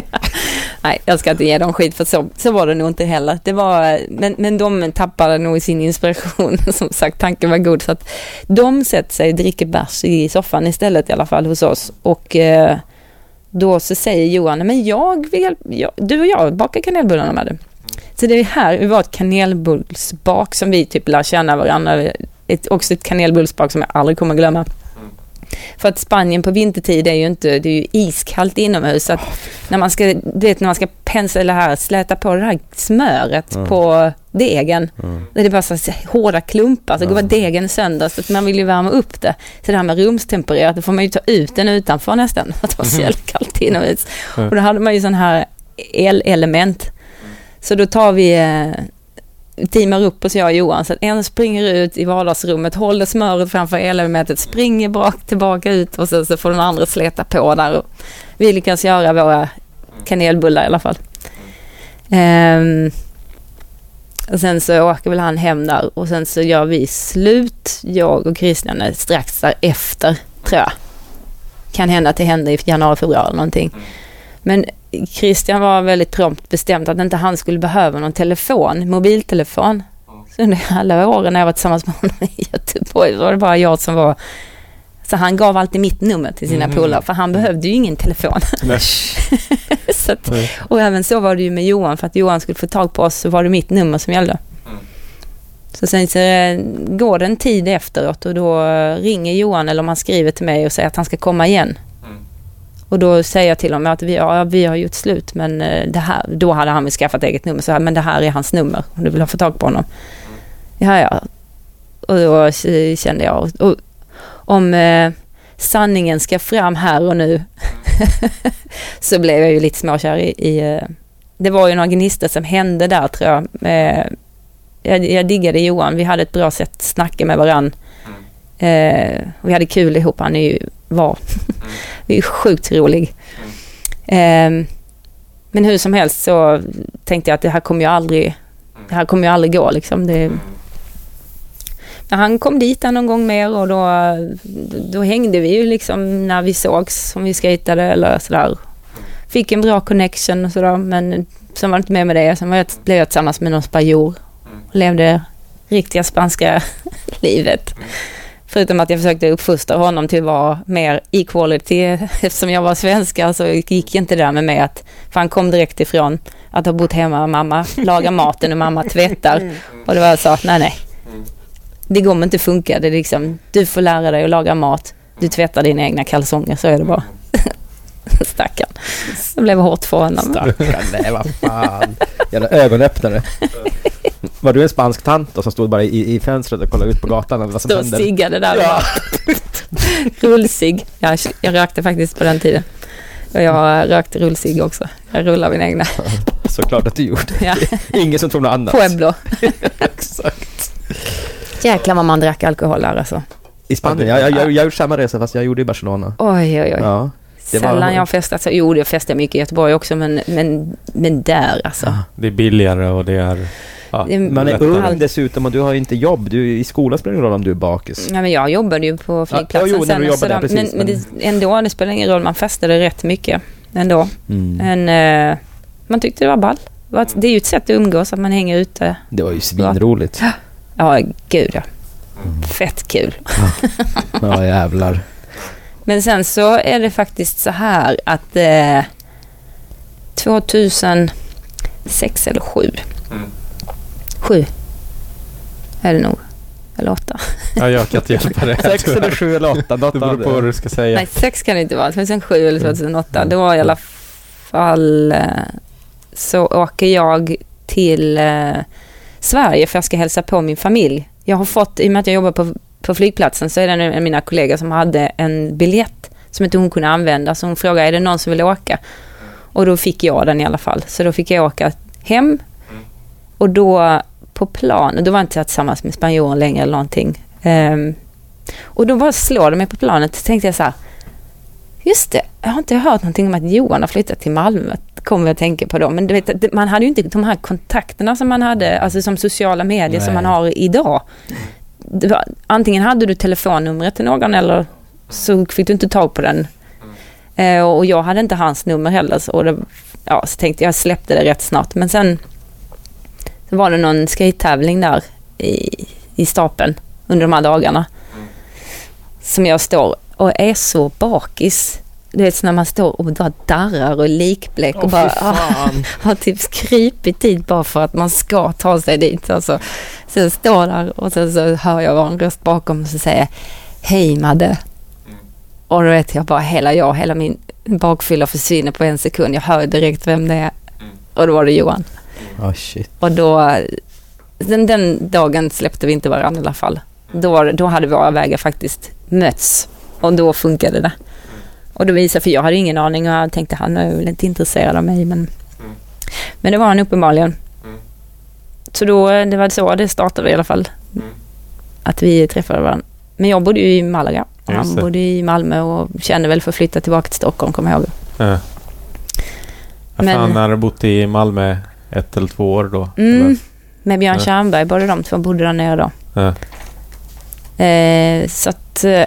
Nej, jag ska inte ge dem skit, för så, så var det nog inte heller. Det var, men, men de tappade nog sin inspiration. Som sagt, tanken var god. Så att de sätter sig och dricker bärs i soffan istället i alla fall hos oss. Och... Eh, då så säger Johan, men jag vill, jag, du och jag bakar kanelbullarna med det. Så det är här, vi var ett kanelbullsbak som vi typ lär känna varandra. Ett, också ett kanelbullsbak som jag aldrig kommer glömma. Mm. För att Spanien på vintertid är ju inte, det är ju iskallt inomhus. Så att när man ska, du vet, när man ska pensla eller här, släta på det här smöret mm. på degen. Mm. Det är bara så hårda klumpar, så mm. går bara degen sönder, så att man vill ju värma upp det. Så det här med rumstempererat, då får man ju ta ut den utanför nästan. Att det var så kallt inomhus. Mm. Och då hade man ju sån här elelement. Så då tar vi... Eh, teamar upp och så jag och Johan, så att en springer ut i vardagsrummet, håller smöret framför elementet, springer bak tillbaka ut och så, så får den andra sleta på där och vi lyckas göra våra kanelbullar i alla fall. Um, och sen så åker väl han hem där och sen så gör vi slut, jag och Christian är strax där efter, tror jag. Kan hända att det händer i januari, februari eller någonting. Men Christian var väldigt prompt bestämt att inte han skulle behöva någon telefon, mobiltelefon. Så under alla åren när jag var tillsammans med honom i Göteborg så var det bara jag som var... Så han gav alltid mitt nummer till sina mm. polare, för han behövde ju ingen telefon. Så att, och även så var det ju med Johan, för att Johan skulle få tag på oss så var det mitt nummer som gällde. Mm. Så sen så går det en tid efteråt och då ringer Johan, eller om han skriver till mig och säger att han ska komma igen. Och då säger jag till honom att vi, ja, vi har gjort slut, men det här, då hade han väl skaffat eget nummer. Så här, men det här är hans nummer och du vill ha få tag på honom. Ja, ja. Och då kände jag, och, om eh, sanningen ska fram här och nu så blev jag ju lite småkär i, i eh, det var ju några gnister som hände där, tror jag. Eh, jag. Jag diggade Johan, vi hade ett bra sätt att snacka med varann. Eh, vi hade kul ihop, han är ju var vi är sjukt rolig. Eh, men hur som helst så tänkte jag att det här kommer ju aldrig det här kommer ju aldrig gå liksom. Det, men han kom dit någon gång mer och då, då hängde vi ju liksom när vi sågs, som vi skejtade eller sådär. Fick en bra connection och sådär, men sen var det inte med med det. Sen var jag, blev jag tillsammans med någon spanjor och levde riktiga spanska livet. Förutom att jag försökte uppfostra honom till att vara mer equality. Eftersom jag var svenska så gick inte det där med mig. Att, för han kom direkt ifrån att ha bott hemma och mamma lagar maten och mamma tvättar. Och det var så att nej, nej. Det kommer inte funka. Det är liksom, du får lära dig att laga mat. Du tvättar dina egna kalsonger, så är det bara. Stackarn. Det blev hårt för honom. Stackarn, nej vad fan. Jävla ögonöppnare. Var du en spansk tant och som stod bara i, i fönstret och kollade ut på gatan? Vad som Stod hände? och ciggade där. Ja. Rullcigg. Jag, jag rökte faktiskt på den tiden. Och jag rökte rullcigg också. Jag rullade min egna. Såklart att du gjorde. Ja. Ingen som tror något annat. Pueblo. Exakt. Jäklar vad man drack alkohol där alltså. I Spanien? Jag, jag, jag, jag gjorde samma resa fast jag gjorde i Barcelona. Oj, oj, oj. Ja. Sällan var... jag festat. Så, jo, det festade mycket i Göteborg också, men, men, men där alltså. Ja. Det är billigare och det är... Ja, det, man är ung dessutom och du har ju inte jobb. Du, i skolan spelar det roll om du är bakis. Ja, men jag jobbade ju på flygplatsen ja, jo, sen. Jobbade, sådär, precis, men, men det, ändå, det spelar ingen roll. Man festade rätt mycket ändå. Mm. Men eh, man tyckte det var ball. Det är ju ett sätt att umgås, att man hänger ute. Det var ju svinroligt. Ja, gud ja. Mm. Fett kul. Ja, jävlar. Men sen så är det faktiskt så här att eh, tjugohundrasex eller sju. Mm. Sju. Är det nog. Eller åtta. Ja, jag kan inte hjälpa det. Sex eller sju eller åtta. Det beror på vad du ska säga. Nej, sex kan det inte vara. Men sen sju eller tjugohundraåtta. Mm. Då i alla fall så åker jag till eh, Sverige för jag ska hälsa på min familj. Jag har fått, i och med att jag jobbar på, på flygplatsen, så är det en av mina kollegor som hade en biljett som inte hon kunde använda. Så hon frågade, är det någon som vill åka? Och då fick jag den i alla fall. Så då fick jag åka hem. Och då på plan, och då var jag inte tillsammans med spanjoren längre eller någonting. Um, och då bara slår det mig på planet. Så tänkte jag så här, just det, jag har inte hört någonting om att Johan har flyttat till Malmö. Kommer jag att tänka på då. Men du vet, man hade ju inte de här kontakterna som man hade, alltså som sociala medier. Nej. Som man har idag. Det var, antingen hade du telefonnumret till någon eller så fick du inte tag på den. Uh, och jag hade inte hans nummer heller. Så, och det, ja, så tänkte jag, jag släppte det rätt snart. Men sen så var det någon skate-tävling där i, i stapeln under de här dagarna. Mm. Som jag står och är så bakis. Du vet, när man står och bara darrar och likbläck och oh, bara har, har typ skripit tid bara för att man ska ta sig dit. Alltså. Så jag står där och så, så hör jag en röst bakom och så säger hej Madde. Mm. Och då vet jag bara hela jag, hela min bakfylla försvinner på en sekund. Jag hör direkt vem det är. Mm. Och då var det Johan. Oh, shit. Och då den, den dagen släppte vi inte varandra i alla fall. Då, då hade våra vägar faktiskt mötts. Och då funkade det. Och då visade, för jag hade ingen aning och jag tänkte han är väl inte intresserad av mig. Men, mm. men det var han uppenbarligen. Mm. Så då, det var så det startade i alla fall. Mm. Att vi träffade varandra. Men jag bodde ju i Malaga. Och han bodde i Malmö och kände väl för att flytta tillbaka till Stockholm, kommer jag ihåg. Ja. Men han hade bott i Malmö ett eller två år då? Mm, eller? Med Björn ja. Tjärnberg, både de två bodde där nere då. Ja. Eh, så att eh,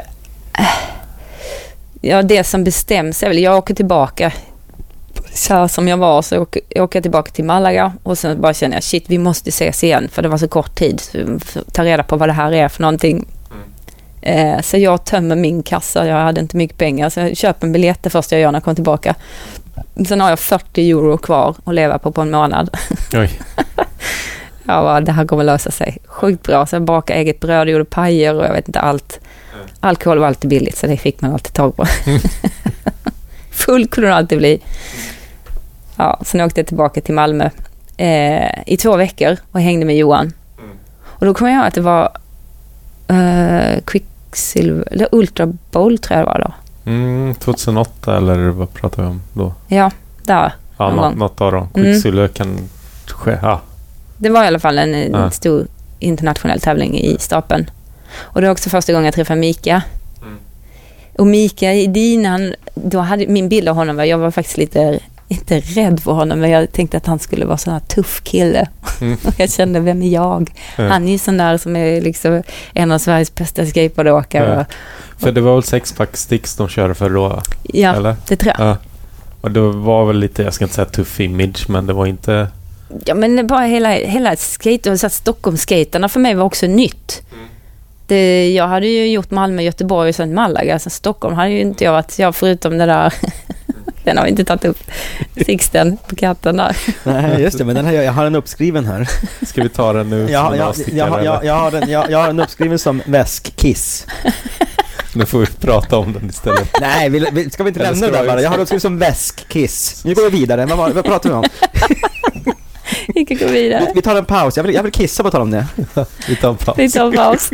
ja, det som bestäms är väl, jag åker tillbaka så som jag var, så jag åker, jag åker tillbaka till Malaga och sen bara känner jag, shit, vi måste ses igen för det var så kort tid, så ta reda på vad det här är för någonting. Mm. Eh, så jag tömmer min kassa, jag hade inte mycket pengar, så jag köper en biljett det första jag gör när jag kommer tillbaka. Sen har jag fyrtio euro kvar att leva på på en månad. Oj. Ja, bara, det här kommer lösa sig. Sjukt bra. Så jag bakade eget bröd, gjorde pajer och jag vet inte allt. Alkohol var alltid billigt så det fick man alltid tag på. Mm. Full kunde det alltid bli. Ja, sen åkte jag tillbaka till Malmö eh, i två veckor och hängde med Johan. Mm. Och då kom jag ihåg att det var eh, Quicksilver, eller Ultra Bowl tror jag det var då. Mm, tjugohundraåtta eller vad pratar vi om då? Ja, där. Ja, något, något av dem. Quicksilver mm. kan ske, ja. Det var i alla fall en, ja. en stor internationell tävling i stapeln. Och det var också första gången jag träffade Mika. Mm. Och Mika i dinan, då hade min bild av honom, jag var faktiskt lite, inte rädd för honom, men jag tänkte att han skulle vara sån här tuff kille. Mm. Och jag kände, vem är jag? Mm. Han är ju sån där som är liksom en av Sveriges bästa skateboardåkare. Mm. För det var väl sexpack sticks de körde för då? Ja, eller? Det tror jag. Ja. Och det var väl lite, jag ska inte säga tuff image, men det var inte... Ja, men bara hela, hela skate och så Stockholmsskaterna för mig var också nytt. Mm. Det, jag hade ju gjort Malmö, Göteborg och sen Malaga. Så Stockholm hade ju inte jag varit, jag förutom det där... Den har vi inte tagit upp. Sixten på katten där. Nej, just det, men den här, jag har en uppskriven här. Ska vi ta den nu? Ja, jag, jag, jag, jag, jag, har den, jag, jag har en uppskriven som väskkiss. Nu får vi prata om den istället. Nej, vi, vi, ska vi inte Eller lämna ska det där vi- bara? Jag har också som väskkiss. Nu går vi vidare. Vad, var- vad pratar vi om? Vi kan gå vidare. Vi, vi tar en paus. Jag vill, jag vill kissa på tal om det. Vi tar en paus. Vi tar en paus.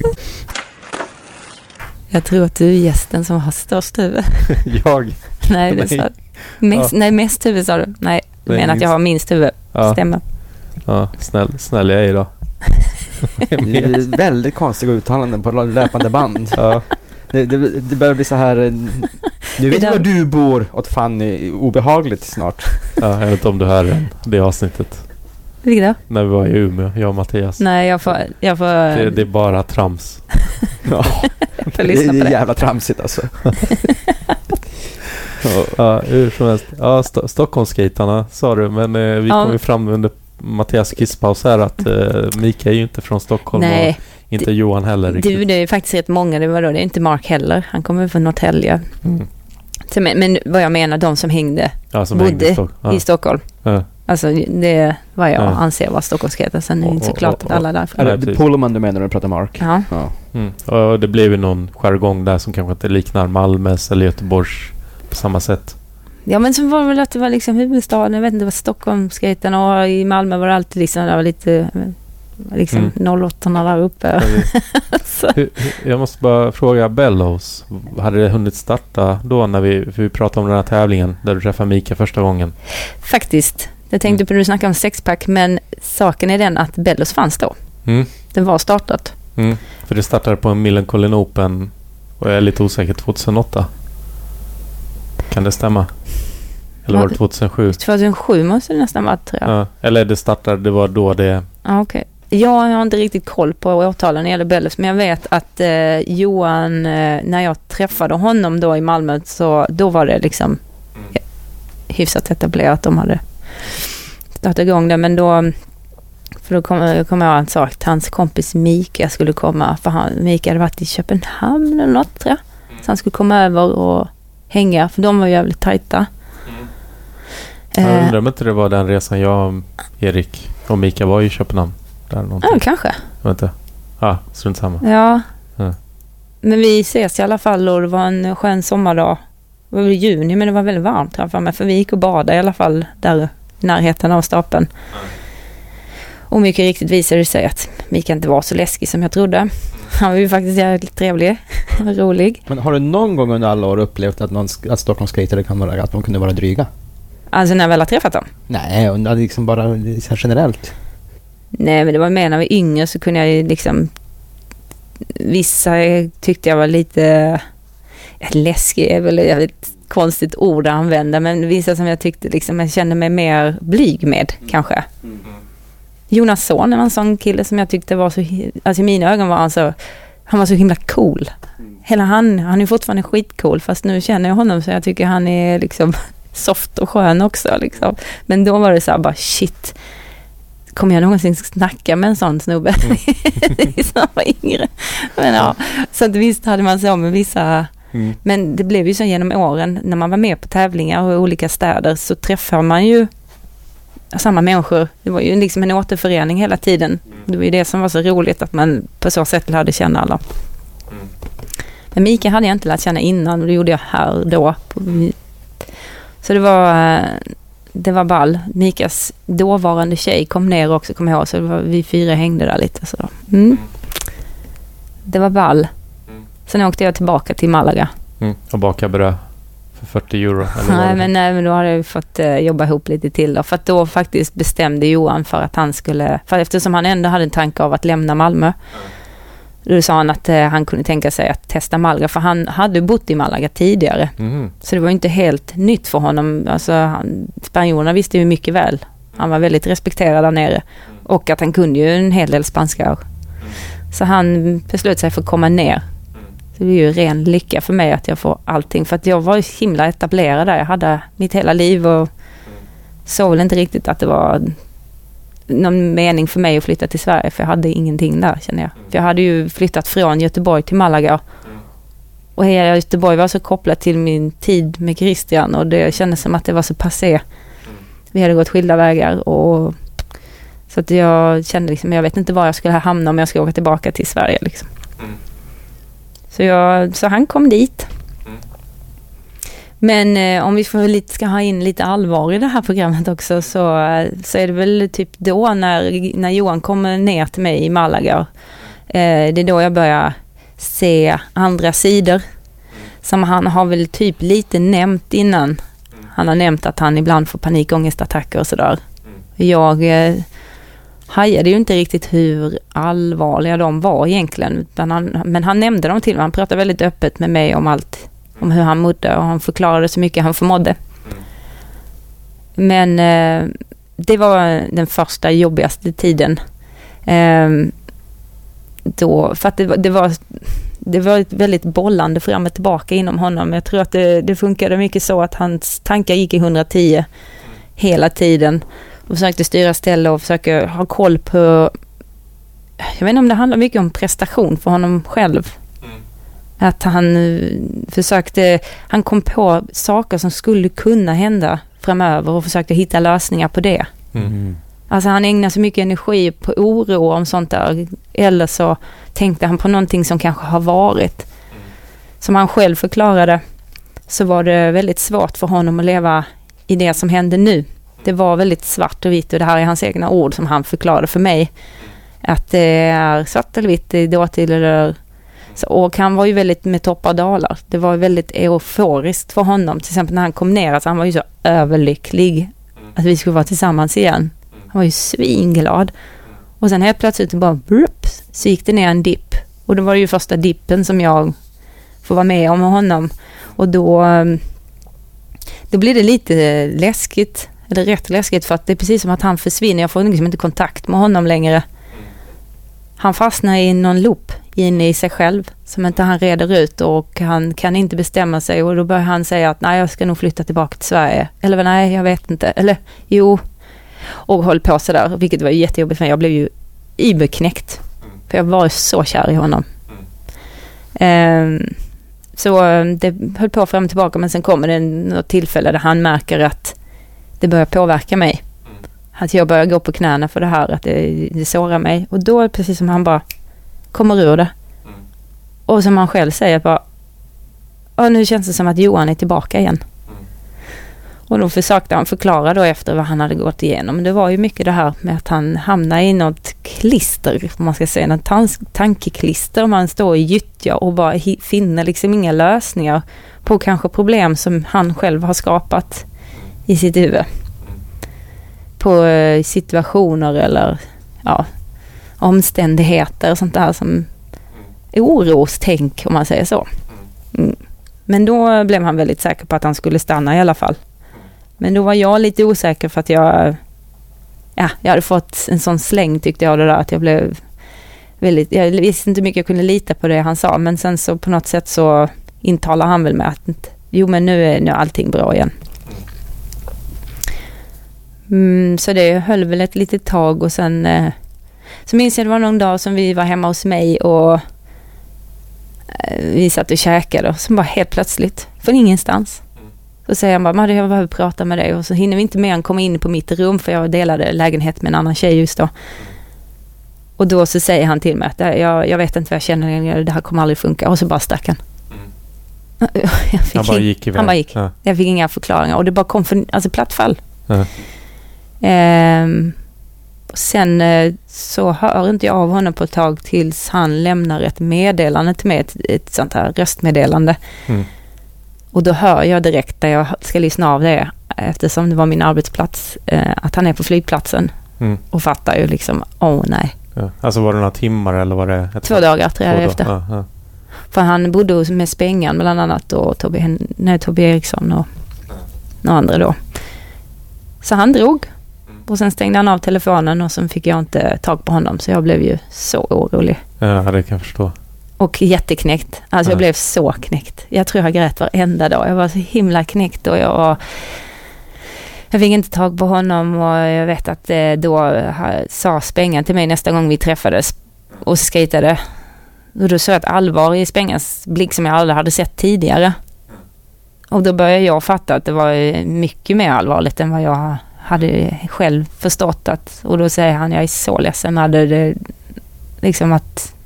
Jag tror att du är gästen som har störst huvud. Jag. Nej, det sa mest, Ja. Nej, mest huvud sa du. Nej, du Nej, menar att jag minst. har minst huvud. Ja, Stämmer. ja snäll, snäll jag är idag. Det är väldigt konstiga uttalanden på löpande band. Ja, Det, det, det börjar bli så här... eh, Du vet Det där- var du bor åt Fanny obehagligt snart. ja, jag vet inte om du hör det avsnittet. Vilket då? När vi var i Umeå, jag och Mattias. Nej, jag får, jag får, Det, det är bara trams. Ja, får det lyssna på är det. jävla tramsigt alltså. Ja, hur som helst. Ja, Sto- Stockholmsskaterna sa du, men eh, vi Ja. kom ju fram under Mattias kisspaus här att eh, Mika är ju inte från Stockholm Nej, och inte Johan heller riktigt. du, det är faktiskt rätt många. Det var då, det är inte Mark heller. Han kommer från Norrtälje. Mm. Så, men, men vad jag menar, de som hängde Ja, som bodde hängde i Stock- ja. i Stockholm. Ja. Alltså det är vad jag Ja. anser vara Stockholmsskater. Sen är det inte Och- så klart och- att alla därifrån. Eller precis. Pullman du menar när du pratar Mark. Ja. Ja. Mm. Och det blev ju någon jargong där som kanske inte liknar Malmös eller Göteborgs på samma sätt. Ja, men så var det väl att det var liksom huvudstaden. Jag vet inte, det var Stockholmsskaten och i Malmö var det alltid liksom, det var lite liksom Mm. noll åtta där uppe. Så. Hur- hur- Jag måste bara fråga Bellows. Hade det hunnit starta då när vi, för vi pratade om den här tävlingen där du träffade Mika första gången? Faktiskt. Jag tänkte Mm. på när du snackade om sexpack, men saken är den att Bellos fanns då. Mm. Det var startat. Mm. För det startade på en Millencolin Open och jag är lite osäker, tjugohundraåtta. Kan det stämma? Eller var det tjugohundrasju? tjugohundrasju måste det nästan vara, tror jag. Ja, Ja. Eller det startade, det var då det... okej. Ja, jag har inte riktigt koll på årtalen när det gäller Bellos, men jag vet att eh, Johan, eh, när jag träffade honom då i Malmö, så då var det liksom Mm. hyfsat etablerat. De hade startat igång det, men då, för då kom, kom jag en sak att hans kompis Mika skulle komma, för han, Mika hade varit i Köpenhamn eller något, tror jag. Så han skulle komma över och hänga, för de var jävligt tajta. Jag Eh, undrar om inte det var den resan jag, Erik och Mika var i Köpenhamn. Där någonting. ja, kanske. Jag vet inte. Ja, strunt samma. Ja. Ja. Men vi ses i alla fall och det var en skön sommardag. Det var väl i juni, men det var väldigt varmt här för mig. För vi gick och badade i alla fall där i närheten av stapeln. Och mycket riktigt visade det sig att Mika inte var så läskig som jag trodde. Han var ju faktiskt jävligt trevlig och rolig. Men har du någon gång under alla år upplevt att, någon, att Stockholmsskatare kan vara, att de kunde vara dryga? Alltså när jag väl har träffat dem. Nej, och liksom bara så här generellt. Nej, men det var mer när vi var yngre så kunde jag ju liksom... Vissa tyckte jag var lite... Läskig är väl ett konstigt ord att använda, men vissa som jag tyckte liksom, jag kände mig mer blyg med, kanske. Jonas Son var en sån kille som jag tyckte var så... Alltså i mina ögon var han så... Han var så himla cool. Hela han, han är fortfarande skitcool, fast nu känner jag honom så jag tycker han är liksom soft och skön också. Liksom. Men då var det så här bara, shit... Kommer jag någonsin snacka med en sån snubbe? Mm. Som han var yngre. Men ja, så att visst hade man så med vissa... Mm. Men det blev ju så genom åren, när man var med på tävlingar och i olika städer så träffar man ju samma människor. Det var ju liksom en återförening hela tiden. Det var ju det som var så roligt, att man på så sätt lärde känna alla. Mm. Men Mika hade jag inte lärt känna innan och det gjorde jag här då. Så det var... Det var ball. Mikas dåvarande tjej kom ner också, kom jag ihåg. Så det var, vi fyra hängde där lite. Så. Mm. Det var ball. Mm. Sen åkte jag tillbaka till Malaga. Mm. Och baka bröd för fyrtio euro. Eller vad Nej det? men, nej, men då hade jag fått uh, jobba ihop lite till. Då, för att då faktiskt bestämde Johan för att han skulle... För eftersom han ändå hade en tanke av att lämna Malmö. Mm. Då sa han att uh, han kunde tänka sig att testa Malaga. För han hade bott i Malaga tidigare. Mm. Så det var inte helt nytt för honom. Alltså, han, spanjorerna visste ju mycket väl. Han var väldigt respekterad där nere. Och att han kunde ju en hel del spanska. Så han beslöt sig för att komma ner. Så det är ju ren lycka för mig att jag får allting. För att jag var ju himla etablerad där. Jag hade mitt hela liv och såg väl inte riktigt att det var någon mening för mig att flytta till Sverige. För jag hade ingenting där, känner jag. För jag hade ju flyttat från Göteborg till Malaga. Och hela Göteborg var så kopplat till min tid med Christian. Och det kändes som att det var så passé. Vi hade gått skilda vägar. Och så att jag kände liksom, jag vet inte var jag skulle hamna om jag skulle åka tillbaka till Sverige. Liksom. Så, jag, så han kom dit. Mm. Men eh, om vi får lite, ska ha in lite allvar i det här programmet också, så, så är det väl typ då när, när Johan kommer ner till mig i Malaga. Eh, det är då jag börjar se andra sidor. Mm. Som han har väl typ lite nämnt innan. Mm. Han har nämnt att han ibland får panikångestattacker och sådär. Mm. Jag eh, hajade ju inte riktigt hur allvarliga de var egentligen. Utan han, men han nämnde dem till mig. Han pratade väldigt öppet med mig om allt. Om hur han mådde, och han förklarade så mycket han förmådde. Mm. Men eh, det var den första jobbigaste tiden. Eh, då, för att det, det var det var ett väldigt bollande fram och tillbaka inom honom. Jag tror att det, det funkade mycket så att hans tankar gick i hundratio mm. hela tiden. Och försökte styra ställe och försöka ha koll på... Jag vet inte om det handlar mycket om prestation för honom själv. Mm. Att han försökte... Han kom på saker som skulle kunna hända framöver och försökte hitta lösningar på det. Mm. Alltså han ägnade så mycket energi på oro om sånt där. Eller så tänkte han på någonting som kanske har varit. Mm. Som han själv förklarade, så var det väldigt svårt för honom att leva i det som hände nu. Det var väldigt svart och vitt, och det här är hans egna ord som han förklarade för mig. Att det är svart eller vitt i dåtid eller... Så, och han var ju väldigt med toppar och dalar. Det var väldigt euforiskt för honom. Till exempel när han kom ner, alltså han var ju så överlycklig att vi skulle vara tillsammans igen. Han var ju svinglad. Och sen helt plötsligt bara brup, så gick det ner en dipp. Och det var ju första dippen som jag får vara med om med honom. Och då, då blir det lite läskigt. Eller rätt läskigt, för att det är precis som att han försvinner. Jag får liksom inte kontakt med honom längre. Han fastnar i någon loop inne i sig själv som inte han reder ut, och han kan inte bestämma sig, och då börjar han säga att nej, jag ska nog flytta tillbaka till Sverige. Eller nej, jag vet inte. Eller jo. Och höll på sådär, vilket var jättejobbigt för mig. Jag blev ju überknäckt. Mm. För jag var så kär i honom. Mm. Um, så det höll på fram och tillbaka, men sen kommer det något tillfälle där han märker att det börjar påverka mig. Mm. Att jag börjar gå på knäna för det här, att det, det sårar mig. Och då är det precis som han bara kommer ur det. Mm. Och som han själv säger, bara, nu känns det som att Johan är tillbaka igen. Mm. Och då försökte han förklara då efter vad han hade gått igenom. Det var ju mycket det här med att han hamnade i något klister, om man ska säga, något tan- tankeklister. Man står i gyttja och bara hi- finner liksom inga lösningar på kanske problem som han själv har skapat i sitt huvud. På eh, situationer eller ja, omständigheter och sånt där som orostänk, om man säger så. Mm. Men då blev han väldigt säker på att han skulle stanna i alla fall. Men då var jag lite osäker, för att jag ja, jag hade fått en sån släng, tyckte jag, det där, att jag blev väldigt, jag visste inte mycket jag kunde lita på det han sa, men sen så på något sätt så intalar han väl med att jo, men nu är nu allting bra igen. Mm, så det höll väl ett litet tag, och sen eh, så minns jag det var någon dag som vi var hemma hos mig och eh, vi satt och käkade, och så bara helt plötsligt från ingenstans så säger han bara, jag behöver prata med dig, och så hinner vi inte mer än komma in på mitt rum, för jag delade lägenhet med en annan tjej just då. Och då så säger han till mig att jag, jag vet inte vad jag känner, det här kommer aldrig funka, och så bara stack han. Mm. Jag fick han bara gick iväg. Han bara gick. Ja. Jag fick inga förklaringar, och det bara kom för, alltså platt fall. Ja. Ehm, sen eh, så hör inte jag av honom på ett tag tills han lämnar ett meddelande till mig, ett, ett sånt här röstmeddelande. Mm. Och då hör jag direkt när jag ska lyssna av det, eftersom det var min arbetsplats, eh, att han är på flygplatsen. Mm. Och fattar ju liksom, åh oh, nej. Ja. Alltså var det några timmar eller var det? Ett Två dagar tror jag efter. Ja, ja. För han bodde med Spengan bland annat, och Tobbe, nej, Tobbe Eriksson och några andra då. Så han drog. Och sen stängde han av telefonen, och sen fick jag inte tag på honom. Så jag blev ju så orolig. Ja, det kan jag förstå. Och jätteknäckt. Alltså ja. Jag blev så knäckt. Jag tror jag grät varenda dag. Jag var så himla knäckt, och jag var... Jag fick inte tag på honom, och jag vet att då sa Spengan till mig nästa gång vi träffades och skejtade. Och då såg jag ett allvar i Spengans blick som jag aldrig hade sett tidigare. Och då började jag fatta att det var mycket mer allvarligt än vad jag hade själv förstått. Att, och då säger han, jag är så ledsen. Hade det, liksom att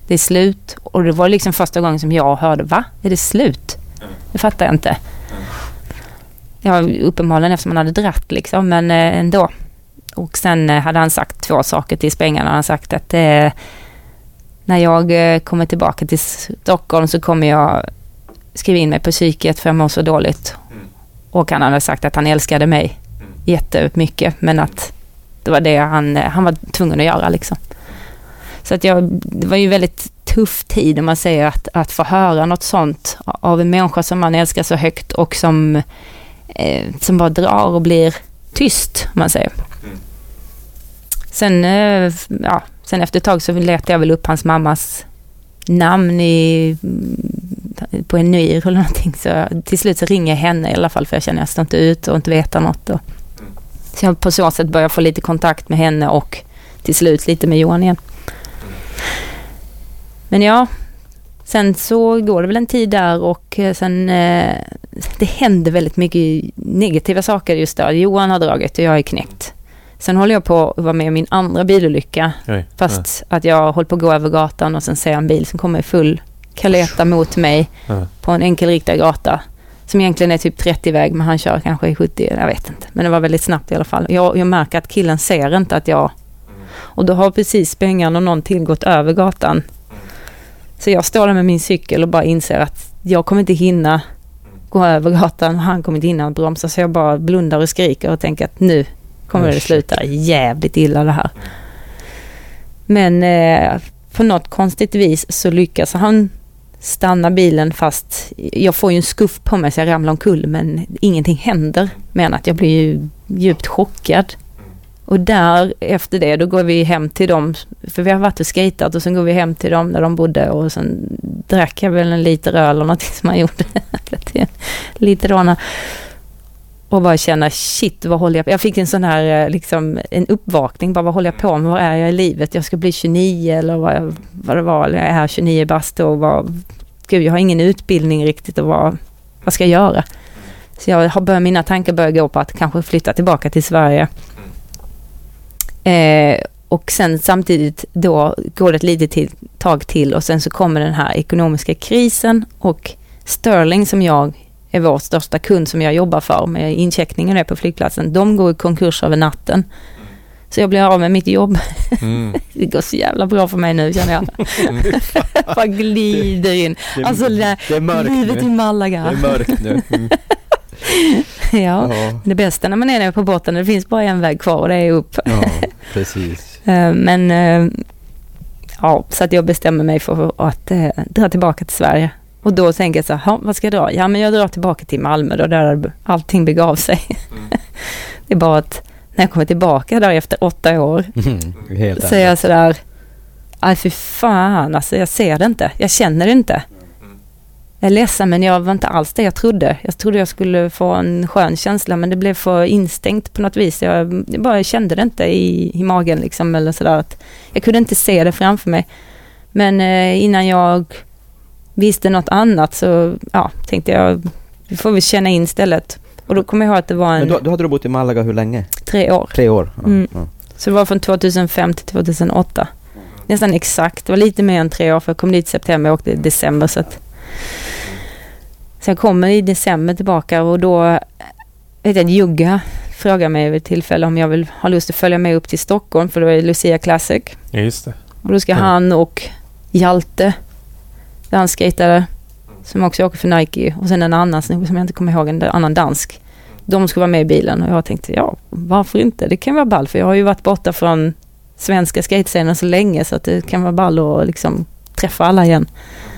det är slut. Och det var liksom första gången som jag hörde, va? Är det slut? Mm. Det fattar jag inte. Mm. Ja, uppenbarligen eftersom man hade dratt liksom, men eh, ändå. Och sen eh, hade han sagt två saker till Spengarna. Han hade sagt att eh, när jag eh, kommer tillbaka till Stockholm så kommer jag skriva in mig på psyket för jag mår så dåligt. Mm. Och han hade sagt att han älskade mig mm. jättemycket, men att det var det han, han var tvungen att göra liksom. Så att jag, det var ju väldigt tuff tid om man säger att, att få höra något sånt av en människa som man älskar så högt och som, eh, som bara drar och blir tyst, om man säger. Mm. Sen, eh, ja, sen efter ett tag så letade jag väl upp hans mammas namn i, på en ny eller någonting. Så till slut så ringer jag henne i alla fall, för jag känner att jag står inte ut och inte veta något. Och, mm. Så jag på så sätt börjar få lite kontakt med henne och till slut lite med Johan igen. Men ja, sen så går det väl en tid där och sen eh, det händer väldigt mycket negativa saker just där. Johan har dragit och jag är knäckt. Sen håller jag på att vara med i min andra bilolycka. Oj, fast ja. Att jag håller på att gå över gatan och sen ser jag en bil som kommer i full kaleta mot mig ja. På en enkelriktad gata. Som egentligen är typ trettio väg, men han kör kanske i sjuttio, jag vet inte. Men det var väldigt snabbt i alla fall. Jag, jag märker att killen ser inte att jag... Och då har precis Spengan och någon till gått över gatan. Så jag står där med min cykel och bara inser att jag kommer inte hinna gå över gatan och han kommer inte hinna bromsa. Så jag bara blundar och skriker och tänker att nu kommer det sluta jävligt illa det här. Men eh, på något konstigt vis så lyckas han stanna bilen, fast jag får ju en skuff på mig så jag ramlar omkull, men ingenting händer. Men att jag blir ju djupt chockad. Och där efter det, då går vi hem till dem, för vi har varit och skatat, och sen går vi hem till dem där de bodde och sen drack jag väl en liter öl eller något som man gjorde. Lite råna. Och bara känna, shit, vad håller jag på? Jag fick en sån här, liksom, en uppvakning, bara vad håller jag på med? Vad är jag i livet? Jag ska bli tjugonio eller vad, jag, vad det var, jag är här tjugonio bast och vad, gud, jag har ingen utbildning riktigt och vad, vad ska jag göra? Så jag har börjat, mina tankar börjar gå på att kanske flytta tillbaka till Sverige. Eh, och sen samtidigt då går det ett litet till, tag till och sen så kommer den här ekonomiska krisen och Sterling, som jag är vår största kund som jag jobbar för med incheckningen på flygplatsen, de går i konkurs över natten. Så jag blir av med mitt jobb. Mm. Det går så jävla bra för mig nu, känner jag. Bara glider in. Det, det, alltså det, det är mörkt livet nu. I Malaga. Det är mörkt nu. Mm. Ja, ja, det bästa när man är nere på båten, det finns bara en väg kvar och det är upp. Ja, precis. Men ja, så att jag bestämmer mig för att äh, dra tillbaka till Sverige. Och då tänker jag så här, vad ska jag dra? Ja, men jag drar tillbaka till Malmö då, där allting begav sig. Mm. Det är bara att när jag kommer tillbaka där efter åtta år mm, helt så är jag så där, aj för fan, alltså jag ser det inte. Jag känner det inte. Jag är ledsen, men jag var inte alls det jag trodde. Jag trodde jag skulle få en skön känsla, men det blev för instängt på något vis. Jag, jag bara kände det inte i, i magen liksom, eller sådär. Att jag kunde inte se det framför mig. Men eh, innan jag visste något annat så ja, tänkte jag, vi får väl känna in istället. Och då kom jag ihåg att det var en... Men då, då hade du bott i Malaga hur länge? Tre år. Tre år, ja, mm. ja. Så det var från tjugohundrafem till tjugohundraåtta. Nästan exakt. Det var lite mer än tre år, för jag kom dit i september och åkte i december. Så, att... så jag kommer i december tillbaka och då vet jag, Jugga frågar mig vid tillfälle om jag vill ha lust att följa med upp till Stockholm, för då är det Lucia Classic. Ja, just det. Och då ska ja. han och Hjalte, danskejtare, som också åker för Nike, och sen en annan snubbe som jag inte kommer ihåg, en annan dansk. De ska vara med i bilen och jag tänkte, ja, varför inte? Det kan vara ball, för jag har ju varit borta från svenska skatescenen så länge, så att det kan vara ball och liksom träffa alla igen.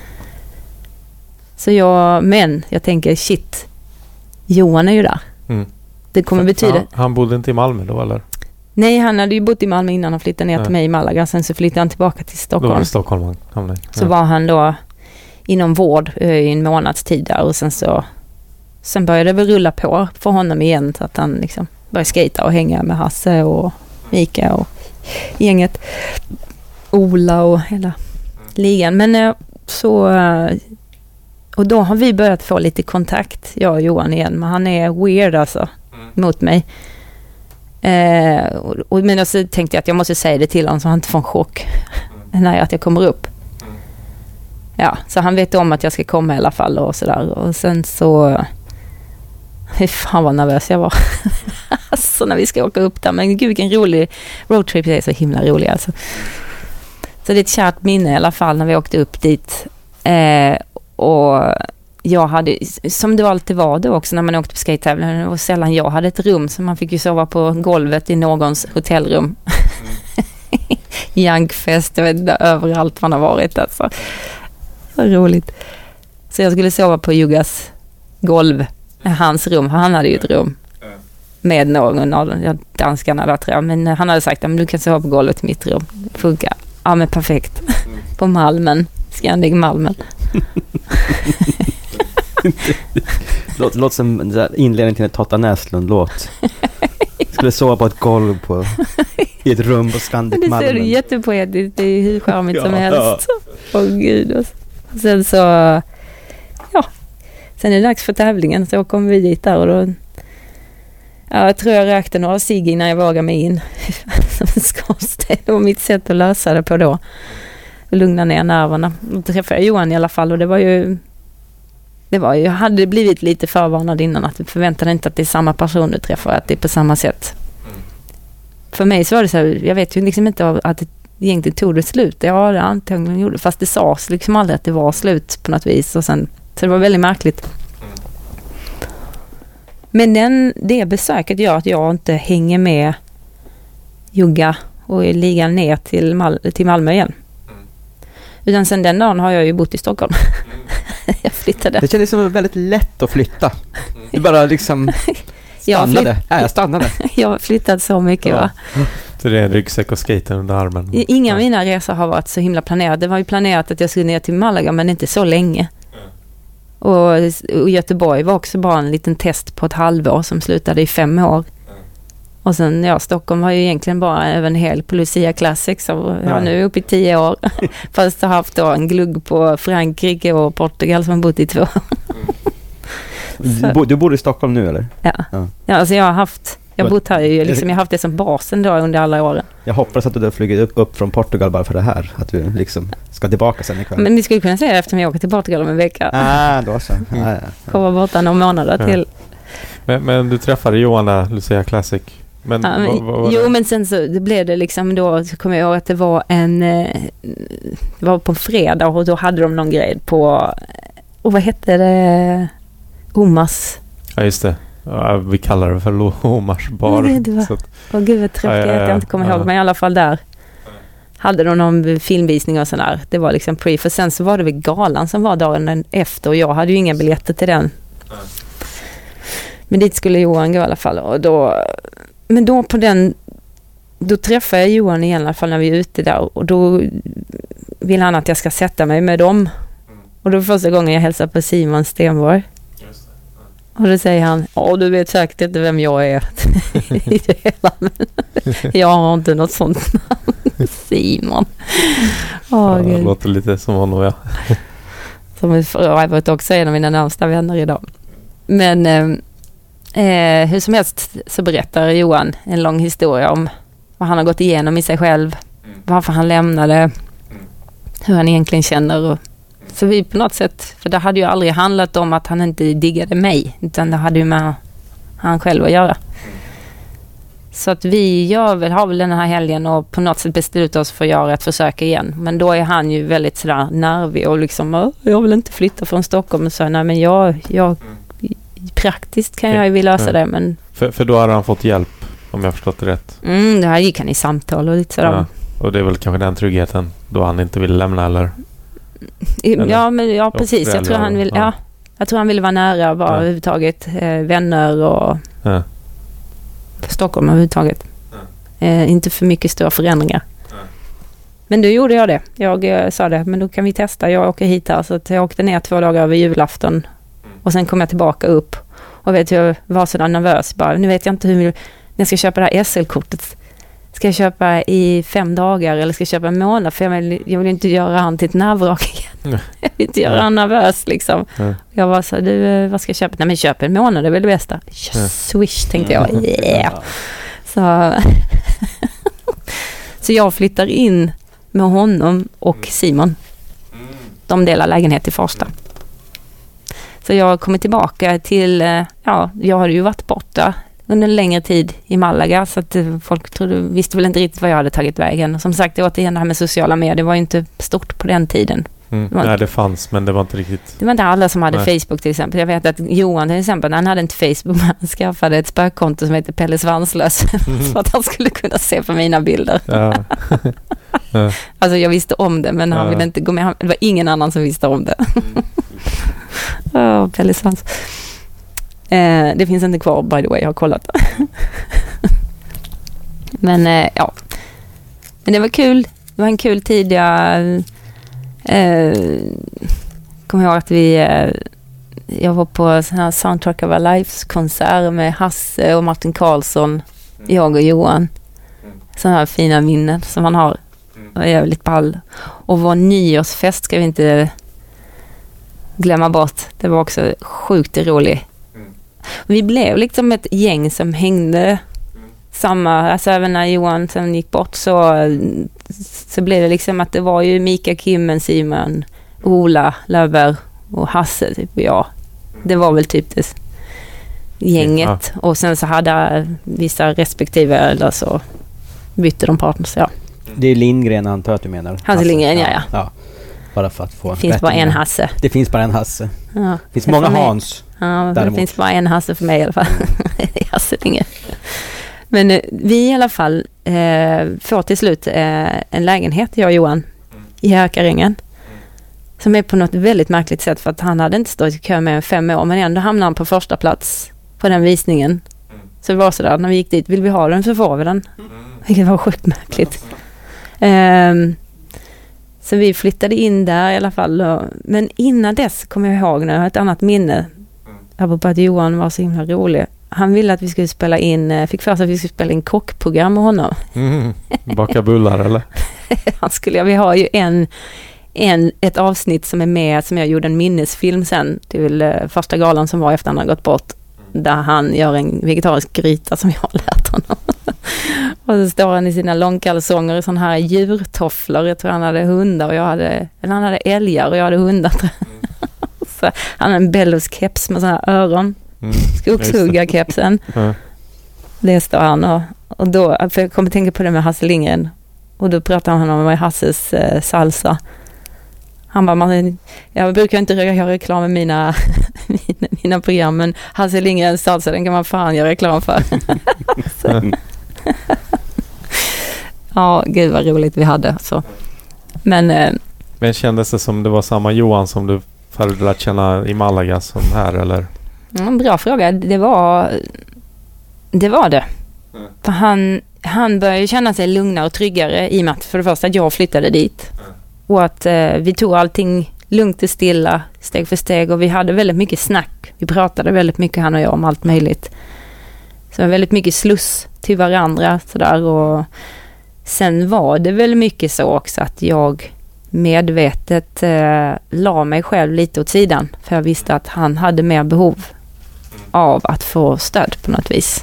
Så jag, men jag tänker, shit, Johan är ju där. Mm. Det kommer betyda... Han, han bodde inte i Malmö då, eller? Nej, han hade ju bott i Malmö innan han flyttade ner ja. till mig i Malaga. Sen så flyttade han tillbaka till Stockholm. Då var det Stockholm han hamnade. Ja. Så var han då inom vård i en månads tid där, och sen så sen började det väl rulla på för honom igen, så att han liksom började skata och hänga med Hasse och Mika och gänget, Ola och hela ligan. Men så, och då har vi börjat få lite kontakt, jag och Johan igen, men han är weird alltså mm. mot mig. Eh, och, och, men så tänkte jag att jag måste säga det till honom så han inte får en chock mm. när jag, att jag kommer upp. Mm. ja, så han vet om att jag ska komma i alla fall och sådär. Och sen så... Hur fan vad nervös jag var. Alltså när vi ska åka upp där. Men gud vilken rolig roadtrip. Det är så himla rolig alltså. Så det är ett kärt minne i alla fall när vi åkte upp dit. Eh, och jag hade, som det alltid var då också när man åkte på skate-tävlingar, det var sällan jag hade ett rum, så man fick ju sova på golvet i någons hotellrum. Mm. Jankfest, jag vet inte, överallt man har varit alltså. Så roligt. Så jag skulle sova på Juggas golv, hans rum, han hade ju ett rum med någon av de danskarna där tror jag, men han hade sagt att du kan sova på golvet i mitt rum, det funkar. Ja men perfekt. På Malmen, Scandic Malmen. Låt, låt som inledning till en Totta Näslund-låt. Skulle sova på ett golv på, i ett rum på Scandic Malmen. Det ser du jättepoetiskt, det är hur charmigt ja, som helst. Åh oh, gud. Och sen så, ja, sen är det dags för tävlingen, så kom vi dit där och då, ja, jag tror jag rökte några cigg innan jag vågade mig in. Det var mitt sätt att lösa det på då. Lugna ner nerverna. Då träffade jag Johan i alla fall och det var ju det var ju, jag hade blivit lite förvarnad innan att du förväntade inte att det är samma person du träffar, att det är på samma sätt. Mm. För mig så var det så här, jag vet ju liksom inte att det egentligen tog det slut. Ja, det antagligen gjorde, fast det sades liksom aldrig att det var slut på något vis och sen, så det var väldigt märkligt. Mm. Men den, det besöket gör att jag inte hänger med Jugga och ligan ner till, Mal- till Malmö igen. Mm. Utan sen den dagen har jag ju bott i Stockholm. Mm. Jag flyttade. Det kändes som väldigt lätt att flytta. Du bara liksom stannade. Jag, flytt- ja, jag stannade. Jag har flyttat så mycket ja. Va? Så det är en ryggsäck och skater under armen. Inga av mina resor har varit så himla planerade. Det var ju planerat att jag skulle ner till Malaga men inte så länge. Mm. Och, och Göteborg var också bara en liten test på ett halvår som slutade i fem år. Och sen, ja, Stockholm var ju egentligen bara även hel på Lucia Classic, så jag är nu uppe i tio år. Fast jag har haft då en glugg på Frankrike och Portugal som har bott i två år. Du, bo, du bor i Stockholm nu, eller? Ja, ja. ja alltså jag har haft, jag har bott här ju, liksom, jag har haft det som basen då under alla åren. Jag hoppas att du har flugit upp, upp från Portugal bara för det här, att du liksom ska tillbaka sen ikväll. Men vi skulle kunna säga det eftersom jag åker till Portugal om en vecka. Ah, då så. Ah, ja, ja. Kommer borta några månader till. Men, men du träffade Johanna Lucia Classic. Men, ja, men, vad, vad jo, det? Men sen så det blev det liksom då, så kommer jag ihåg att det var en det var på en fredag och då hade de någon grej på, och vad hette det, Omas. Ja just det, ja, vi kallar det för Omars bar. Nej, det var, så att, åh gud vad tråkigt ja, ja, ja, att jag inte kommer ja. ihåg, men i alla fall där hade de någon filmvisning och sådär. Det var liksom pre, för sen så var det väl galan som var dagen efter och jag hade ju inga biljetter till den. Ja. Men dit skulle Johan gå i alla fall och då, men då på den, då träffade jag Johan igen i alla fall när vi är ute där och då vill han att jag ska sätta mig med dem. Mm. Och då första gången jag hälsar på Simon Stenborg. Just det. Ja. Och då säger han, ja du vet säkert inte vem jag är. I det hela, men jag har inte något sånt namn. Simon. Oh, ja, det låter lite som honom, ja. Som jag vet också en av mina närmsta vänner idag. Men eh, Eh, hur som helst så berättar Johan en lång historia om vad han har gått igenom i sig själv, mm. varför han lämnade, mm. hur han egentligen känner och, så vi på något sätt, för det hade ju aldrig handlat om att han inte diggade mig, utan det hade ju med han själv att göra. Mm. Så att vi gör väl, har väl den här helgen och på något sätt beslutat oss för att göra ett försök igen, men då är han ju väldigt sådär nervig och liksom, jag vill inte flytta från Stockholm och så, nej men jag, jag mm. praktiskt kan jag ju vilja lösa det, men för, för då har han fått hjälp, om jag har förstått det rätt. Mm, det här gick han i samtal och lite sådär. Ja, och det är väl kanske den tryggheten då han inte vill lämna, eller? eller? Ja, men ja, precis. Jag tror han vill, ja. ja, jag tror han ville vara nära, bara ja. överhuvudtaget eh, vänner och ja. Stockholm överhuvudtaget. Ja. Eh, inte för mycket stora förändringar. Ja. Men då gjorde jag det. Jag eh, sa det, men då kan vi testa. Jag åker hit här, så att jag åkte ner två dagar över julafton. Och sen kom jag tillbaka upp och vet jag var sådär nervös. Bara, nu vet jag inte hur när jag ska köpa det här S L-kortet. Ska jag köpa i fem dagar eller ska jag köpa en månad? För jag vill, jag vill inte göra han till ett nervrak igen. Mm. Jag vill inte göra han nervös liksom. Mm. Jag var så, du, vad ska jag köpa? Nej men köp en månad, det är väl det bästa. Yes, mm. Swish tänkte jag. Yeah. Så, så jag flyttar in med honom och Simon. De delar lägenhet i Farsta. Så jag har kommit tillbaka till, ja, jag har ju varit borta under en längre tid i Malaga, så att folk trodde, visste väl inte riktigt vad jag hade tagit vägen. Och som sagt, återigen det här med sociala medier, det var ju inte stort på den tiden. Mm. Det var Nej, inte, det fanns, men det var inte riktigt... Det var inte alla som hade Nej. Facebook till exempel. Jag vet att Johan till exempel, han hade inte Facebook, men han skaffade ett spökkonto som heter Pelle Svanslös mm. så att han skulle kunna se på mina bilder. Ja. ja. Alltså jag visste om det, men han Ja. ville inte gå med. Det var ingen annan som visste om det. oh, Pelle Svans. Eh, det finns inte kvar, by the way, jag har kollat. Men eh, ja. Men det var kul. Det var en kul tid. Jag eh, kommer ihåg att vi eh, jag var på sån här Soundtrack of Our Lives-konsert med Hasse och Martin Karlsson, jag och Johan. Sådana här fina minnen som man har. Det var jävligt ball. Och vår nyårsfest ska vi inte glömma bort. Det var också sjukt roligt. Vi blev liksom ett gäng som hängde samma, alltså även när Johan sen gick bort så, så blev det liksom att det var ju Mika, Kimmen, Simon, Ola, Löver och Hasse typ och jag. Det var väl typ det gänget. Ja. Och sen så hade vissa respektive eller så bytte de partners, ja. Det är Lindgren antar att du menar. Hasse Lindgren, ja, ja. ja. Bara för att få det finns bara en Hasse. Det finns bara en Hasse. Ja. Det finns det många Hans. Ja, det finns bara en Hasse för mig i alla fall. Det är Hasse Lindgren. Men eh, vi i alla fall eh, får till slut eh, en lägenhet, jag och Johan, i Hökarängen. Som är på något väldigt märkligt sätt, för att han hade inte stått i kö med fem år, men ändå hamnade han på första plats på den visningen. Så det var sådär, när vi gick dit, vill vi ha den så får vi den. Vilket var sjukt märkligt. Um, så vi flyttade in där i alla fall. Och, men innan dess kom jag ihåg nu, ett annat minne. Apropå att Johan var så himla rolig. Han ville att vi skulle spela in, fick för sig att vi skulle spela in kockprogram med honom. Mm, baka bullar eller? Han skulle, vi har ju en, en, ett avsnitt som är med, som jag gjorde en minnesfilm sen till uh, första galan som var efter han har gått bort. Där han gör en vegetarisk gryta som jag har lärt honom. Och så står han i sina långkalsonger i sådana här djurtofflor. Jag tror han hade hundar och jag hade, eller han hade älgar och jag hade hundar. Så han hade en Bellos keps med sådana här öron. Mm, skogshuggarkepsen. Ja. Det står han och, och då, för jag kommer tänka på det med Hasse Lindgren. Och då pratar han om Hasses eh, salsa. Han bara, man, jag brukar inte göra reklam med mina, mina, mina program, men Hasse Lindgrens salsa, den kan man fan göra reklam för. Ja, gud vad roligt vi hade. Så. Men, eh, men kändes det som det var samma Johan som du hade lärt känna i Malaga som här, eller? Ja, bra fråga. Det var det. Var det. Mm. För han, han började känna sig lugnare och tryggare i och med att för det första att jag flyttade dit. Mm. Och att eh, vi tog allting lugnt och stilla, steg för steg. Och vi hade väldigt mycket snack. Vi pratade väldigt mycket, han och jag, om allt möjligt. Så det var väldigt mycket sluss till varandra. Sådär. Och sen var det väl mycket så också att jag medvetet eh, la mig själv lite åt sidan. För jag visste att han hade mer behov av att få stöd på något vis.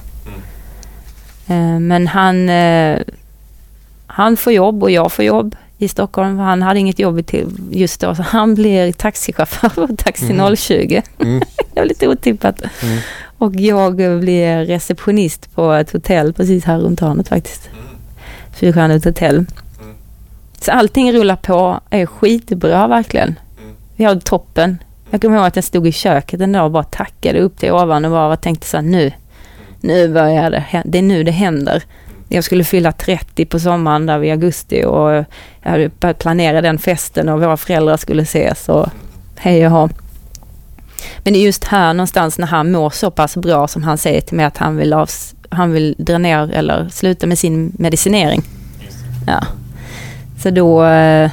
Eh, men han eh, han får jobb och jag får jobb i Stockholm. Han hade inget jobb till just då, så han blir taxichaufför på Taxi mm. noll tjugo. Mm. Det var lite otippat. Mm. Och jag blir receptionist på ett hotell precis här runt hörnet faktiskt. Fyrstjärnigt hotell. Mm. Så allting rullar på, är skitbra verkligen. Mm. Vi har toppen. Jag kommer ihåg att jag stod i köket en dag och bara tackade upp till ovan och bara tänkte så här, nu, nu börjar det, det är nu det händer. Jag skulle fylla trettio på sommaren där i augusti och jag hade börjat planera den festen och våra föräldrar skulle ses och hej och ha. Men det är just här någonstans när han mår så pass bra som han säger till mig att han vill, av, han vill dra ner eller sluta med sin medicinering. Ja. Så då eh,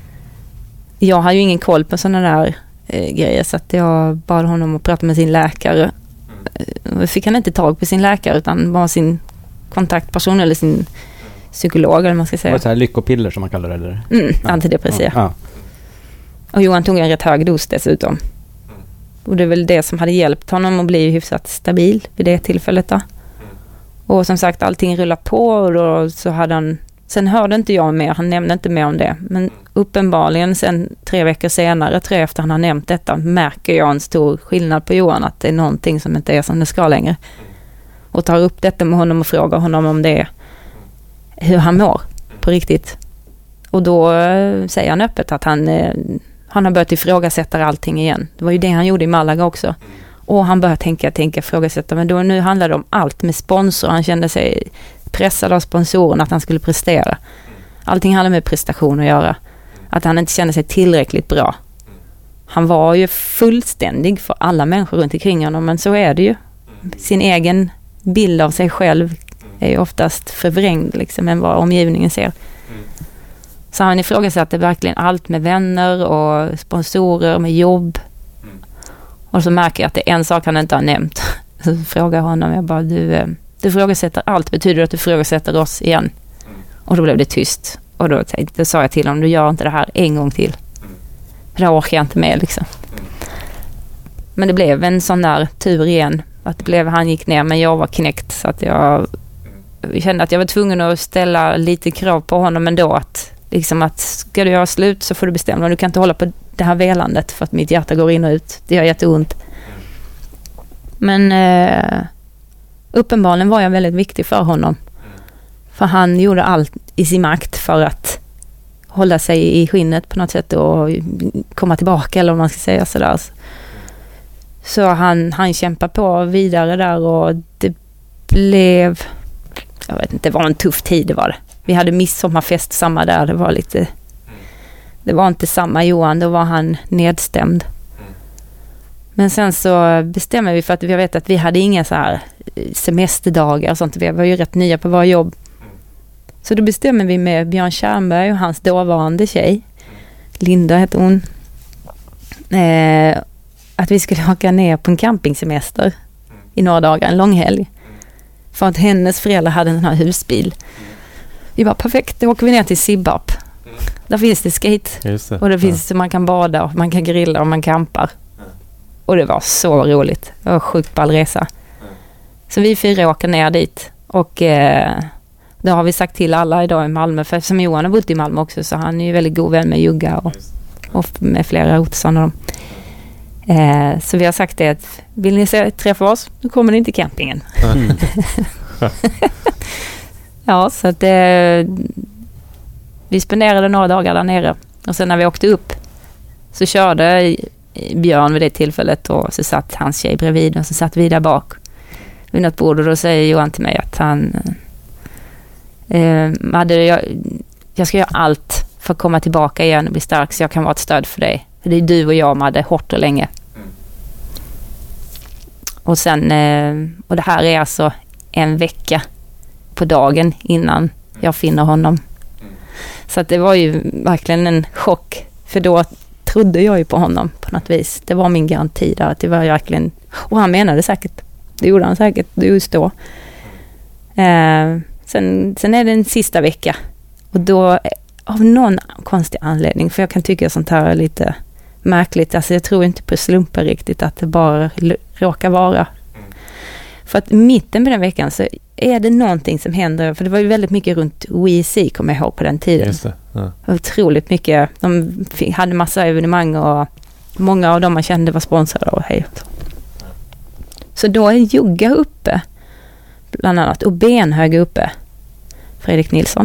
jag har ju ingen koll på sådana där eh, grejer, så att jag bad honom att prata med sin läkare. Mm. Fick han inte tag på sin läkare utan bara sin kontaktperson eller sin psykolog eller man ska säga. Var det så här lyckopiller som man kallar det eller? Mm, ja. Antidepressiva. Ja. Och Johan tog en rätt hög dos dessutom. Och det är väl det som hade hjälpt honom att bli hyfsat stabil vid det tillfället då. Och som sagt, allting rullar på och då så hade han Sen hörde inte jag mer, han nämnde inte mer om det. Men uppenbarligen sen tre veckor senare, tre efter han har nämnt detta, märker jag en stor skillnad på Johan, att det är någonting som inte är som det ska längre. Och tar upp detta med honom och frågar honom om det, hur han mår på riktigt. Och då äh, säger han öppet att han, äh, han har börjat ifrågasätta allting igen. Det var ju det han gjorde i Malaga också. Och han började tänka, tänka, ifrågasätta. Men då, nu handlar det om allt med sponsor. Han kände sig pressad av sponsoren att han skulle prestera. Allting hade med prestation att göra. Att han inte kände sig tillräckligt bra. Han var ju fullständig för alla människor runt omkring honom, men så är det ju. Sin egen bild av sig själv är ju oftast förvrängd liksom, än vad omgivningen ser. Så han ifrågasatte verkligen allt med vänner och sponsorer, med jobb. Och så märker jag att det är en sak han inte har nämnt. Så frågar jag honom, jag bara, du, du ifrågasätter allt, betyder det att du ifrågasätter oss igen? Och då blev det tyst. Och då, tänkte, då sa jag till honom, du gör inte det här en gång till. För det orkar jag inte med liksom. Men det blev en sån där tur igen. Att det blev, han gick ner, men jag var knäckt. Så att jag, jag kände att jag var tvungen att ställa lite krav på honom ändå. Att, liksom att ska du göra slut så får du bestämma. Du kan inte hålla på det här velandet för att mitt hjärta går in och ut. Det gör jätteont. Men eh, uppenbarligen var jag väldigt viktig för honom. För han gjorde allt i sin makt för att hålla sig i skinnet på något sätt och komma tillbaka, eller vad man ska säga sådär. Så han, han kämpade på vidare där och det blev, jag vet inte, det var en tuff tid det var det. Vi hade midsommarfest samma där, det var lite, det var inte samma Johan, då var han nedstämd. Men sen så bestämde vi för att vi vet att vi hade inga så här semesterdagar och sånt, vi var ju rätt nya på vår jobb. Så då bestämmer vi med Björn Kärnberg och hans dåvarande tjej, Linda heter hon, eh, att vi skulle åka ner på en campingsemester i några dagar, en lång helg. För att hennes föräldrar hade den här husbil. Vi var perfekt, då åker vi ner till Sibbap. Där finns det skate. Just det. Och det finns så man kan bada och man kan grilla och man campar. Och det var så roligt. Det var en sjukt ball resa. Så vi fyra åker ner dit. Och eh, då har vi sagt till alla idag i Malmö. För som Johan har bott i Malmö också, så han är ju väldigt god vän med Jugga och, och med flera Ottosson och dem. Eh, så vi har sagt det att vill ni se, träffa oss, då kommer ni inte till campingen. Mm. Ja, så att eh, vi spenderade några dagar där nere. Och sen när vi åkte upp så körde Björn vid det tillfället och så satt hans tjej bredvid och så satt vi där bak vid något bord och då säger Johan till mig att han eh, hade, jag, jag ska göra allt för att komma tillbaka igen och bli stark så jag kan vara ett stöd för dig. För det är du och jag, Madde, hårt och länge. Mm. Och sen, eh, och det här är alltså en vecka på dagen innan jag finner honom. Mm. Så att det var ju verkligen en chock. För då trodde jag ju på honom på något vis. Det var min garanti där. Att det var verkligen, och han menade säkert. Det gjorde han säkert just då. Eh, sen, sen är det en sista vecka. Och då, av någon konstig anledning, för jag kan tycka sånt här är lite märkligt. Alltså jag tror inte på slumpen riktigt att det bara l- råkar vara. Mm. För att mitten på den veckan så är det någonting som händer. För det var ju väldigt mycket runt O E C, kommer jag ihåg, på den tiden. Just det. Ja. Det var otroligt mycket. De fick, hade massa evenemang och många av dem man kände var sponsrade och hej. Så då är Jugga uppe bland annat och Benhög uppe. Fredrik Nilsson.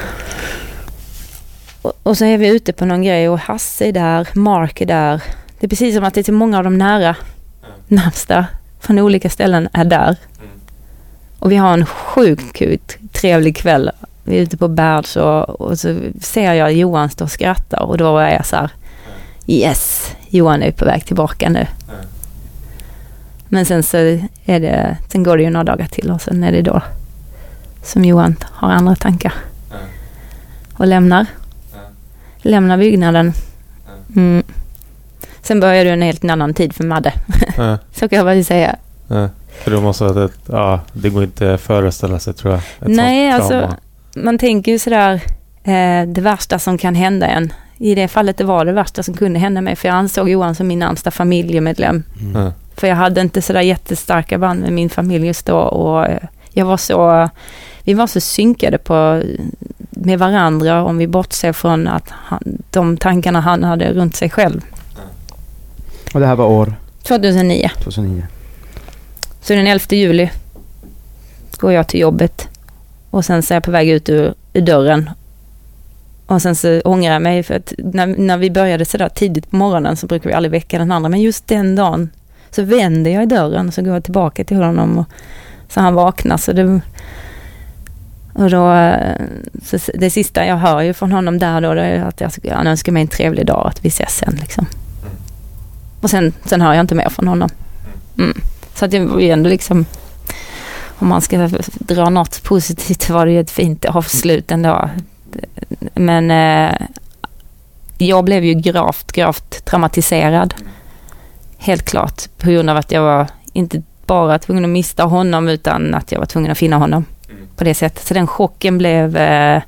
Och, och så är vi ute på någon grej och Hasse är där, Mark är där. Det är precis som att det är till många av de nära, närmsta från olika ställen är där. Och vi har en sjukt trevlig kväll. Vi är ute på Bärds och, och så ser jag Johan stå och skratta och då är jag så här, yes, Johan är på väg tillbaka nu. Men sen så är det, sen går det ju några dagar till och sen är det då som Johan har andra tankar. Och lämnar. Lämnar byggnaden. Mm. Sen börjar det en helt annan tid för Madde. Ja. Så kan jag bara säga. Ja. För det måste vara ett, ja, det går inte att föreställa sig, tror jag. Ett Nej, alltså man tänker ju sådär eh, det värsta som kan hända en. I det fallet det var det värsta som kunde hända mig, för jag ansåg Johan som min närmsta familjemedlem. Mm. För jag hade inte sådär jättestarka band med min familj just då och jag var så vi var så synkade på, med varandra om vi bortser från att han, de tankarna han hade runt sig själv. Och det här var år? tjugohundranio. tjugohundranio. Så den elfte juli går jag till jobbet. Och sen så är jag på väg ut ur, ur dörren. Och sen så ångrar jag mig för att när, när vi började så där tidigt på morgonen så brukar vi aldrig väcka den andra. Men just den dagen så vänder jag i dörren och så går jag tillbaka till honom och så han vaknar. Så det, och då, så det sista jag hör ju från honom där då, det är att jag, han önskar mig en trevlig dag, att vi ses sen liksom. Och sen, sen hör jag inte mer från honom. Mm. Så att det var ju ändå liksom, om man ska dra något positivt, var det ju ett fint avslut ändå. Men eh, jag blev ju gravt, gravt traumatiserad. Helt klart. På grund av att jag var inte bara tvungen att mista honom, utan att jag var tvungen att finna honom. Mm. På det sättet. Så den chocken blev... Eh,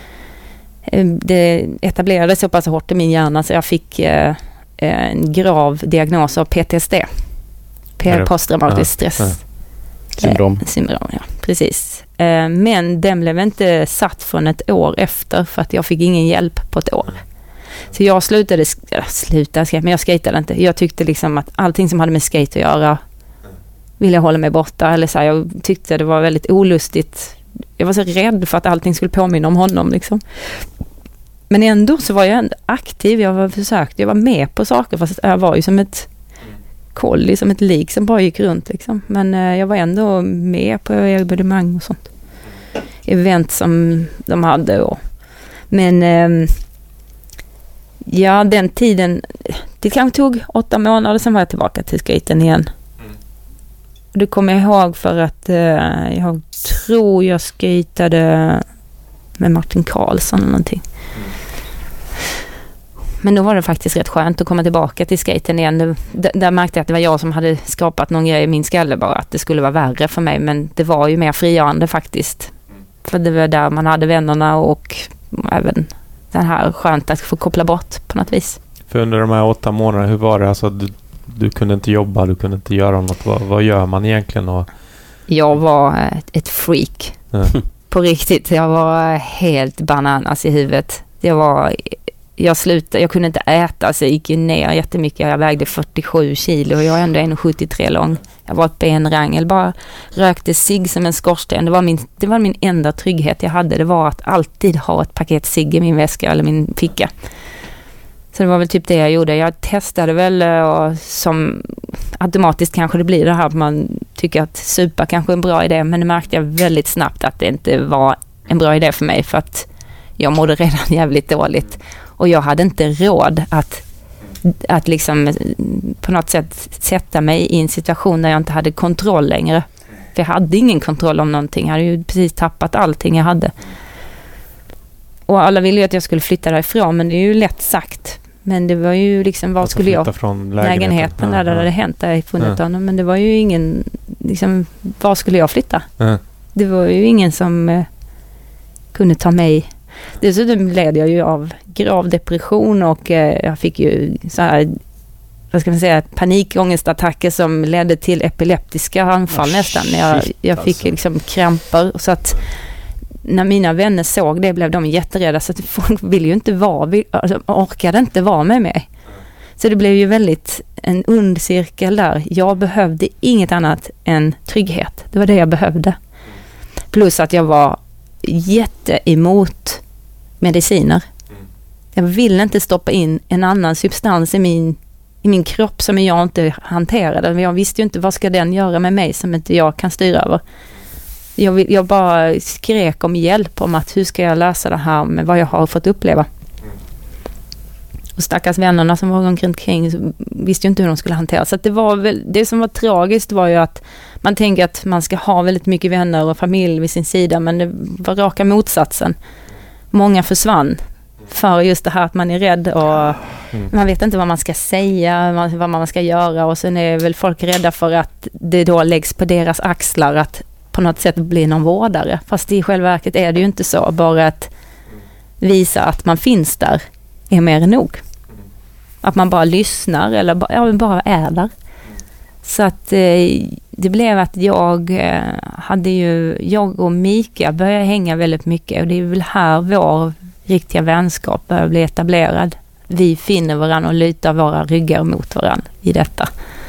det etablerades så pass hårt i min hjärna så jag fick eh, en grav diagnos av P T S D. P- posttraumatisk stress. Ja, ja. Syndrom. Eh, syndrom, ja. Precis. Eh, men den blev inte satt från ett år efter för att jag fick ingen hjälp på ett år. Så jag slutade, äh, slutade men jag skatade inte. Jag tyckte liksom att allting som hade med skate att göra ville jag hålla mig borta. Eller så här, jag tyckte det var väldigt olustigt. Jag var så rädd för att allting skulle påminna om honom liksom. Men ändå så var jag ändå aktiv. Jag var försökt, jag var med på saker fast jag var ju som ett kolli, som ett lik som bara gick runt liksom. Men eh, jag var ändå med på erbjudemang och sånt. Event som de hade och men eh, ja, den tiden det kanske tog åtta månader, sen var jag tillbaka till skaten igen. Mm. Och det kommer jag ihåg för att eh, jag tror jag skatade med Martin Karlsson eller någonting. Mm. Men då var det faktiskt rätt skönt att komma tillbaka till skaten igen. D- där märkte jag att det var jag som hade skapat någon grej i min skalle bara, att det skulle vara värre för mig, men det var ju mer frigörande faktiskt. Mm. För det var där man hade vännerna och även den här skönt att få koppla bort på något vis. För under de här åtta månaderna, hur var det? Alltså, du, du kunde inte jobba, du kunde inte göra något. Vad, vad gör man egentligen? Och... Jag var ett, ett freak. Ja. På riktigt. Jag var helt bananas i huvudet. Jag var... Jag slutade, jag kunde inte äta så jag gick ner jättemycket. Jag vägde fyrtiosju kilo och jag är ändå en komma sjuttiotre lång. Jag var ett benrangel, bara rökte cigg som en skorsten. Det var, min, det var min enda trygghet jag hade. Det var att alltid ha ett paket cigg i min väska eller min ficka. Så det var väl typ det jag gjorde. Jag testade väl och som automatiskt kanske det blir det här att man tycker att supa kanske är en bra idé. Men det märkte jag väldigt snabbt att det inte var en bra idé för mig för att jag mådde redan jävligt dåligt. Och jag hade inte råd att, att liksom på något sätt sätta mig i en situation där jag inte hade kontroll längre. För jag hade ingen kontroll om någonting. Jag hade ju precis tappat allting jag hade. Och alla ville ju att jag skulle flytta därifrån, men det är ju lätt sagt. Men det var ju liksom, vad skulle jag... Från lägenheten. lägenheten där, där ja. Det hänt, där jag funnit ja. honom. Men det var ju ingen... Liksom, var skulle jag flytta? Ja. Det var ju ingen som eh, kunde ta mig... Dessutom led jag ju av grav depression och eh, jag fick ju så här, vad ska man säga, panikångestattacker som ledde till epileptiska anfall oh, nästan. Jag, jag fick alltså. liksom kramper, så att när mina vänner såg det blev de jätterädda, så att folk vill ju inte vara, vill, alltså, orkade inte vara med mig. Så det blev ju väldigt en ond cirkel där. Jag behövde inget annat än trygghet. Det var det jag behövde. Plus att jag var jätteemot mediciner. Mm. Jag ville inte stoppa in en annan substans i min, i min kropp som jag inte hanterade. Men jag visste ju inte vad ska den göra med mig som inte jag kan styra över. Jag, vill, jag bara skrek om hjälp om att hur ska jag lösa det här med vad jag har fått uppleva. Mm. Och stackars vännerna som var omkring kring visste ju inte hur de skulle hantera. Så att det var väl, det som var tragiskt var ju att man tänker att man ska ha väldigt mycket vänner och familj vid sin sida, men det var raka motsatsen. Många försvann för just det här att man är rädd och mm. man vet inte vad man ska säga, vad man ska göra, och sen är väl folk rädda för att det då läggs på deras axlar att på något sätt bli någon vårdare. Fast i själva verket är det ju inte så. Bara att visa att man finns där är mer än nog. Att man bara lyssnar eller bara, ja, bara är där. Så att eh, det blev att jag eh, hade ju, jag och Mika började hänga väldigt mycket och det är väl här vår riktiga vänskap börjar bli etablerad. Vi finner varandra och lutar våra ryggar mot varandra i detta.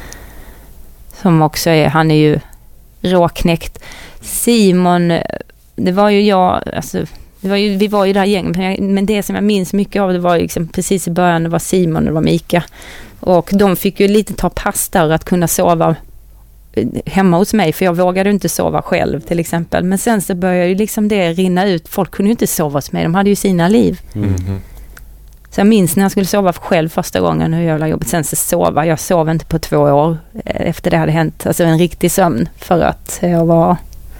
Som också är, han är ju råknäckt. Simon, det var ju jag, alltså, det var ju, vi var ju där gänget, men det som jag minns mycket av det var liksom precis i början, det var Simon och det var Mika. Och de fick ju lite ta pass där att kunna sova hemma hos mig, för jag vågade inte sova själv till exempel. Men sen så började ju liksom det rinna ut. Folk kunde ju inte sova hos mig, de hade ju sina liv. Mm. Så jag minns när jag skulle sova själv första gången hur jävla jobbigt. Sen så sova, jag sov inte på två år efter det hade hänt. Alltså en riktig sömn för att jag var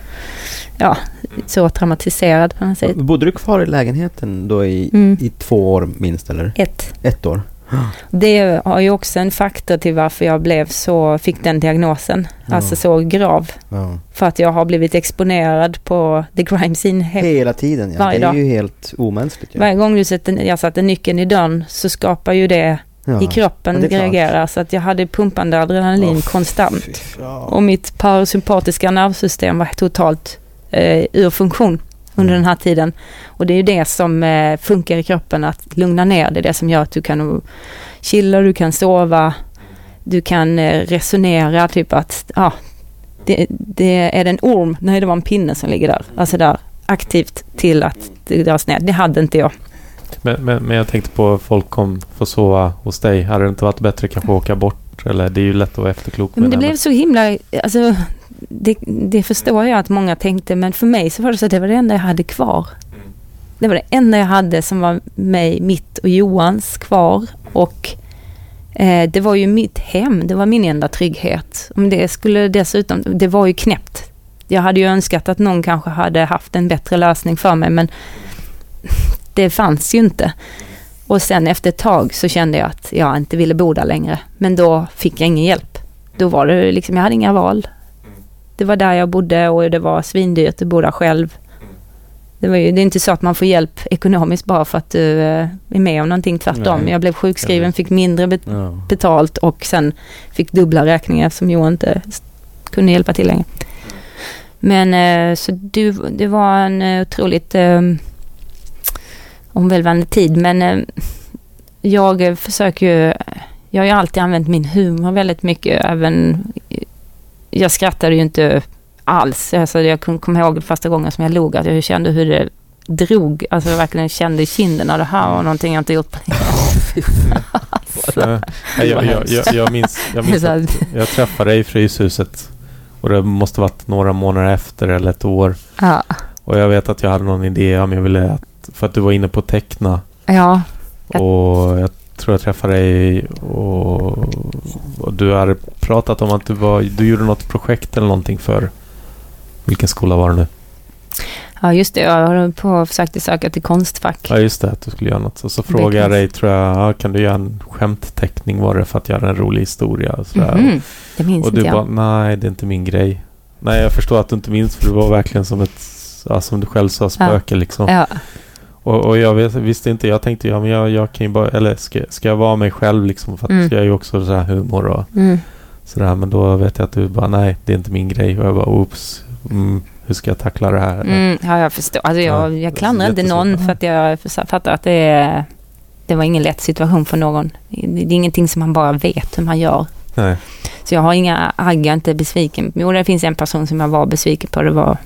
ja, så traumatiserad på något sätt. Bodde du kvar i lägenheten då i, mm. i två år minst eller? Ett. Ett år. Det har ju också en faktor till varför jag blev så, fick den diagnosen. Ja. Alltså så grav. Ja. För att jag har blivit exponerad på the crime scene he- hela tiden. Ja. Varje det är dag. ju helt omänskligt. Ja. Varje gång du sätter, jag satte nyckeln i dörren så skapar ju det ja. I kroppen ja, reagerar. Så att jag hade pumpande adrenalin oh, konstant. Ja. Och mitt parasympatiska nervsystem var totalt eh, ur funktion under den här tiden. Och det är ju det som eh, funkar i kroppen, att lugna ner. Det är det som gör att du kan chilla, du kan sova, du kan eh, resonera, typ att ja, det, det är en orm, nej det var en pinne som ligger där. Alltså där, aktivt till att det dras ner. Det hade inte jag. Men, men, men jag tänkte på folk kom få sova hos dig. Hade det inte varit bättre kanske åka bort? Eller det är ju lätt att vara efterklok. Men det blev så himla, alltså Det, det förstår jag att många tänkte, men för mig så var det så att det var det enda jag hade kvar. Det var det enda jag hade som var mig, mitt och Johans kvar. Och eh, det var ju mitt hem, det var min enda trygghet. Om det skulle dessutom, det var ju knäppt. Jag hade ju önskat att någon kanske hade haft en bättre lösning för mig, men det fanns ju inte. Och sen efter ett tag så kände jag att jag inte ville bo där längre. Men då fick jag ingen hjälp. Då var det liksom, jag hade inga val. Det var där jag bodde och det var svindyrt att bo där själv. Det, var ju, det är inte så att man får hjälp ekonomiskt bara för att du är med om någonting, tvärtom. Nej. Jag blev sjukskriven, fick mindre bet- ja. betalt och sen fick dubbla räkningar som jag inte kunde hjälpa till längre. Men så det, det var en otroligt eh, omvälvande tid. Men eh, jag försöker ju, jag har ju alltid använt min humor väldigt mycket, även jag skrattade ju inte alls. Alltså jag kunde komma ihåg första gången som jag log att jag kände hur det drog. Alltså jag verkligen kände i kinden av det här och någonting jag inte gjort. alltså, jag, jag, jag, jag, jag minns, jag, minns att jag träffade dig i Fryshuset och det måste varit några månader efter eller ett år. Ja. Och jag vet att jag hade någon idé om jag ville att, för att du var inne på att teckna. Ja. Och jag tror jag träffade dig och, och du hade pratat om att du var, du gjorde något projekt eller någonting för, vilken skola var det nu? Ja just det, jag har på att försöka söka till Konstfack. Ja just det, att du skulle göra något. Och så frågade jag dig, tror jag, ja, kan du göra en skämtteckning, var det för att göra en rolig historia? Och, mm-hmm. Det minns och du inte bara, nej det är inte min grej. Nej jag förstår att du inte minns, för du var verkligen som ett, ja, som du själv sa, spöke ja. liksom. Ja. Och, och jag vet, visste inte, jag tänkte ja men jag, jag kan ju bara, eller ska, ska jag vara mig själv liksom, för att mm. jag är ju också så här humor och mm. sådär, men då vet jag att du bara, nej det är inte min grej, och jag bara, oops, mm, hur ska jag tackla det här? Mm, ja jag förstår, alltså jag, ja, jag klandrar inte någon för att jag fattar att det är, det var ingen lätt situation för någon. Det är ingenting som man bara vet hur man gör. Nej. Så jag har inga agga, inte besviken. Jo, det finns en person som jag var besviken på, det var,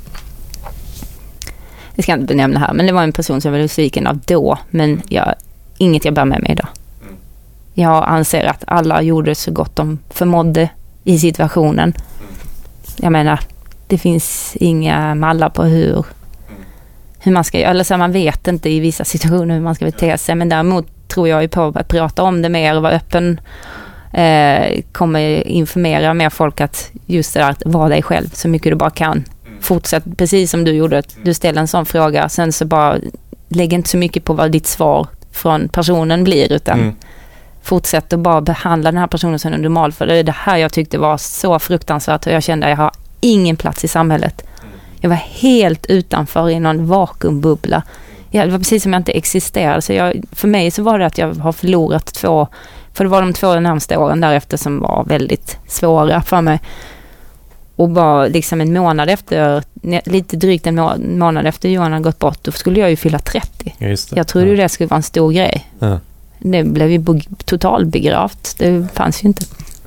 jag ska inte benämna här, men det var en person som jag var besviken av då, men jag, inget jag bär med mig idag. Jag anser att alla gjorde så gott de förmådde i situationen. Jag menar, det finns inga mallar på hur hur man ska göra, eller så man vet inte i vissa situationer hur man ska bete sig, men däremot tror jag ju på att prata om det mer och vara öppen, eh, kommer informera mer folk att just det där, att vara dig själv så mycket du bara kan. Fortsätt precis som du gjorde, du ställer en sån fråga, sen så bara lägg inte så mycket på vad ditt svar från personen blir, utan mm. fortsätt att bara behandla den här personen som en normal, för det är det här jag tyckte var så fruktansvärt, och jag kände att jag har ingen plats i samhället. Jag var helt utanför i någon vakuumbubbla. Jag, det var precis som jag inte existerade. Så jag, för mig så var det att jag har förlorat två, för det var de två närmaste åren därefter som var väldigt svåra för mig. Och bara liksom en månad efter, lite drygt en må- månad efter Johan hade gått bort, då skulle jag ju fylla trettio. Ja, just det. Jag trodde ja. ju det skulle vara en stor grej. Ja. Det blev ju bo- totalbegravt. Det fanns ju inte.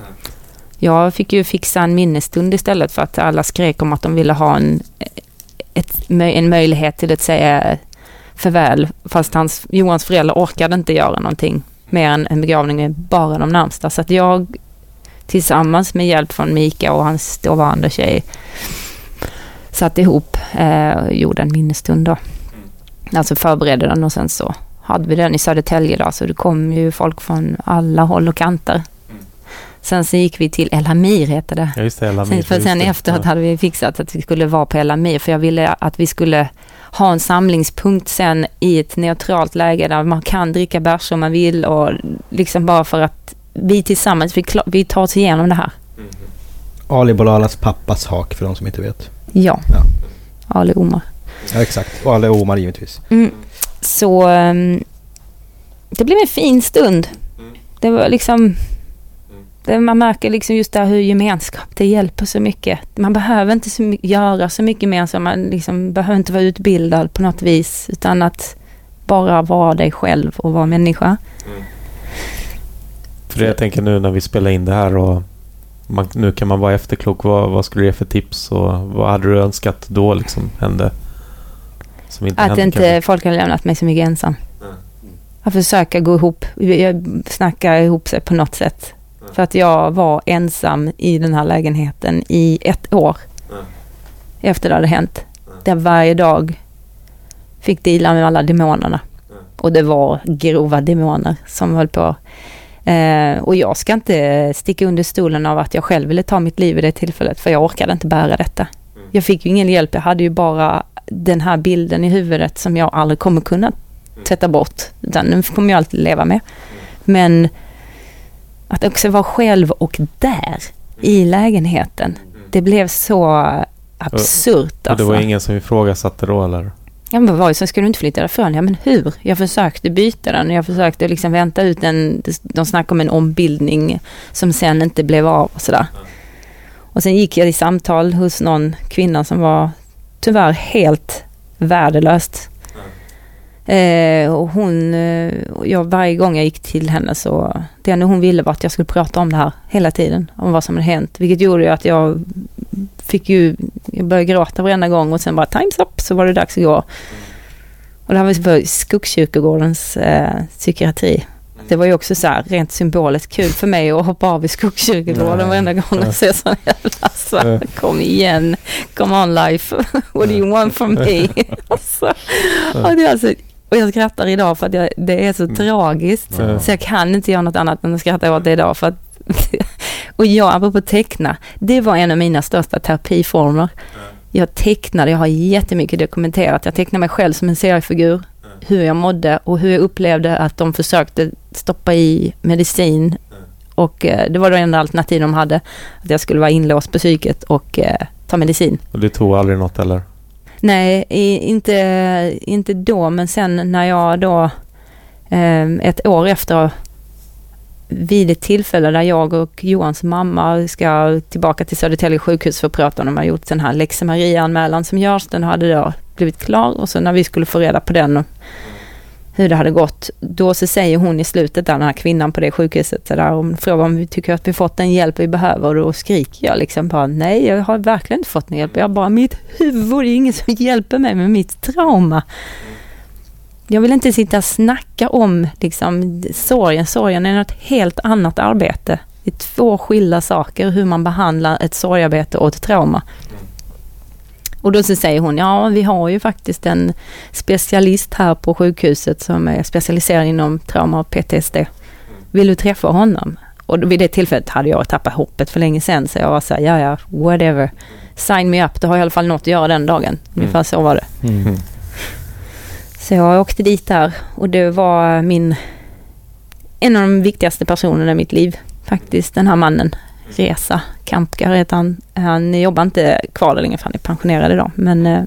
Jag fick ju fixa en minnesstund istället för att alla skrek om att de ville ha en, ett, en möjlighet till att säga farväl. Fast hans, Johans föräldrar orkade inte göra någonting mer än en begravning med bara de närmsta. Så att jag tillsammans med hjälp från Mika och hans dåvarande tjej satt ihop eh, och gjorde en minnesstund då. Alltså förberedde den och sen så hade vi den i Södertälje då, så det kom ju folk från alla håll och kanter. Sen så gick vi till El Hamir, heter det. Ja, just det, El Hamir. Sen, för sen just det. efteråt ja. hade vi fixat att vi skulle vara på El Hamir, för jag ville att vi skulle ha en samlingspunkt sen i ett neutralt läge där man kan dricka bärs om man vill, och liksom bara för att vi tillsammans, vi, klar, vi tar oss igenom det här. Mm. Ali Bolalas pappas hak, för de som inte vet. Ja, Ja. Ali Omar. Ja, exakt. Och Ali Omar givetvis. Mm. Så um, det blev en fin stund. Mm. Det var liksom, det, man märker liksom just där hur gemenskap, det hjälper så mycket. Man behöver inte så mycket, göra så mycket mer, så man liksom behöver inte vara utbildad på något vis, utan att bara vara dig själv och vara människa. Mm. För det jag tänker nu när vi spelar in det här, och man, nu kan man vara efterklok, vad, vad skulle du ge för tips och vad hade du önskat då liksom hände? Som inte Att hände, inte kanske? folk har lämnat mig så mycket ensam. Mm. Att försöka gå ihop, jag snackar ihop sig på något sätt. Mm. För att jag var ensam i den här lägenheten i ett år. Mm. Efter det hade hänt. Mm. Där varje dag fick dela med alla demonerna. Mm. Och det var grova demoner som höll på. Eh, och jag ska inte sticka under stolen av att jag själv ville ta mitt liv i det tillfället, för jag orkade inte bära detta. Mm. Jag fick ju ingen hjälp, jag hade ju bara den här bilden i huvudet som jag aldrig kommer kunna sätta bort, utan den kommer jag alltid leva med. Men att också vara själv och där i lägenheten, det blev så absurt. Och det var alltså. ingen som ifrågasatte då, eller? Ja, men vad var det, så skulle du inte flytta därifrån? Ja, men hur? Jag försökte byta den och jag försökte liksom vänta ut en, de snackade om en ombildning som sen inte blev av och sådär. Och sen gick jag i samtal hos någon kvinna som var tyvärr helt värdelöst. Eh, och hon, eh, jag, varje gång jag gick till henne, så det enda hon ville var att jag skulle prata om det här hela tiden, om vad som hade hänt, vilket gjorde ju att jag fick ju, jag började gråta varenda gång och sen bara times up, så var det dags att gå. Och det här var på Skogskyrkogårdens eh, psykiatri. Det var ju också så här rent symboliskt kul för mig att hoppa av i Skogskyrkogården varenda gång och se sån jävla så, kom igen, come on life, what do you want from me? alltså, och, det är alltså, och jag skrattar idag för att jag, det är så mm. tragiskt, Mm. så jag kan inte göra något annat än att skratta åt det idag, för att och jag, apropå teckna, det var en av mina största terapiformer. Jag tecknade, jag har jättemycket dokumenterat. Jag tecknade mig själv som en seriefigur, hur jag mådde och hur jag upplevde att de försökte stoppa i medicin. Och eh, det var det enda alternativ de hade, att jag skulle vara inlåst på psyket och eh, ta medicin. Och det tog aldrig något, eller? Nej, i, inte, inte då, men sen när jag då eh, ett år efter, vid ett tillfälle där jag och Johans mamma ska tillbaka till Södertälje sjukhus för att prata om, de har gjort den här Lex Maria-anmälan som görs, den hade då blivit klar, och så när vi skulle få reda på den och hur det hade gått, då så säger hon i slutet där, den här kvinnan på det sjukhuset, så där, och frågar om vi tycker att vi fått den hjälp vi behöver, och då skriker jag liksom bara, nej, jag har verkligen inte fått någon hjälp, jag bara, mitt huvud, det är ingen som hjälper mig med mitt trauma. Jag vill inte sitta och snacka om liksom sorgen. Sorgen är något helt annat arbete. Det är två skilda saker, hur man behandlar ett sorgarbete och ett trauma. Och då så säger hon, ja, vi har ju faktiskt en specialist här på sjukhuset som är specialiserad inom trauma och P T S D. Vill du träffa honom? Och vid det tillfället hade jag tappat hoppet för länge sedan, så jag var så här, ja, ja, whatever. Sign me up, det har i alla fall något att göra den dagen. Ungefär mm. så var det. Mm. Så jag åkte dit där, och det var min, en av de viktigaste personerna i mitt liv faktiskt, den här mannen. Reza Kampkar heter han. Han jobbar inte kvar där längre, för han är pensionerad idag. Men eh,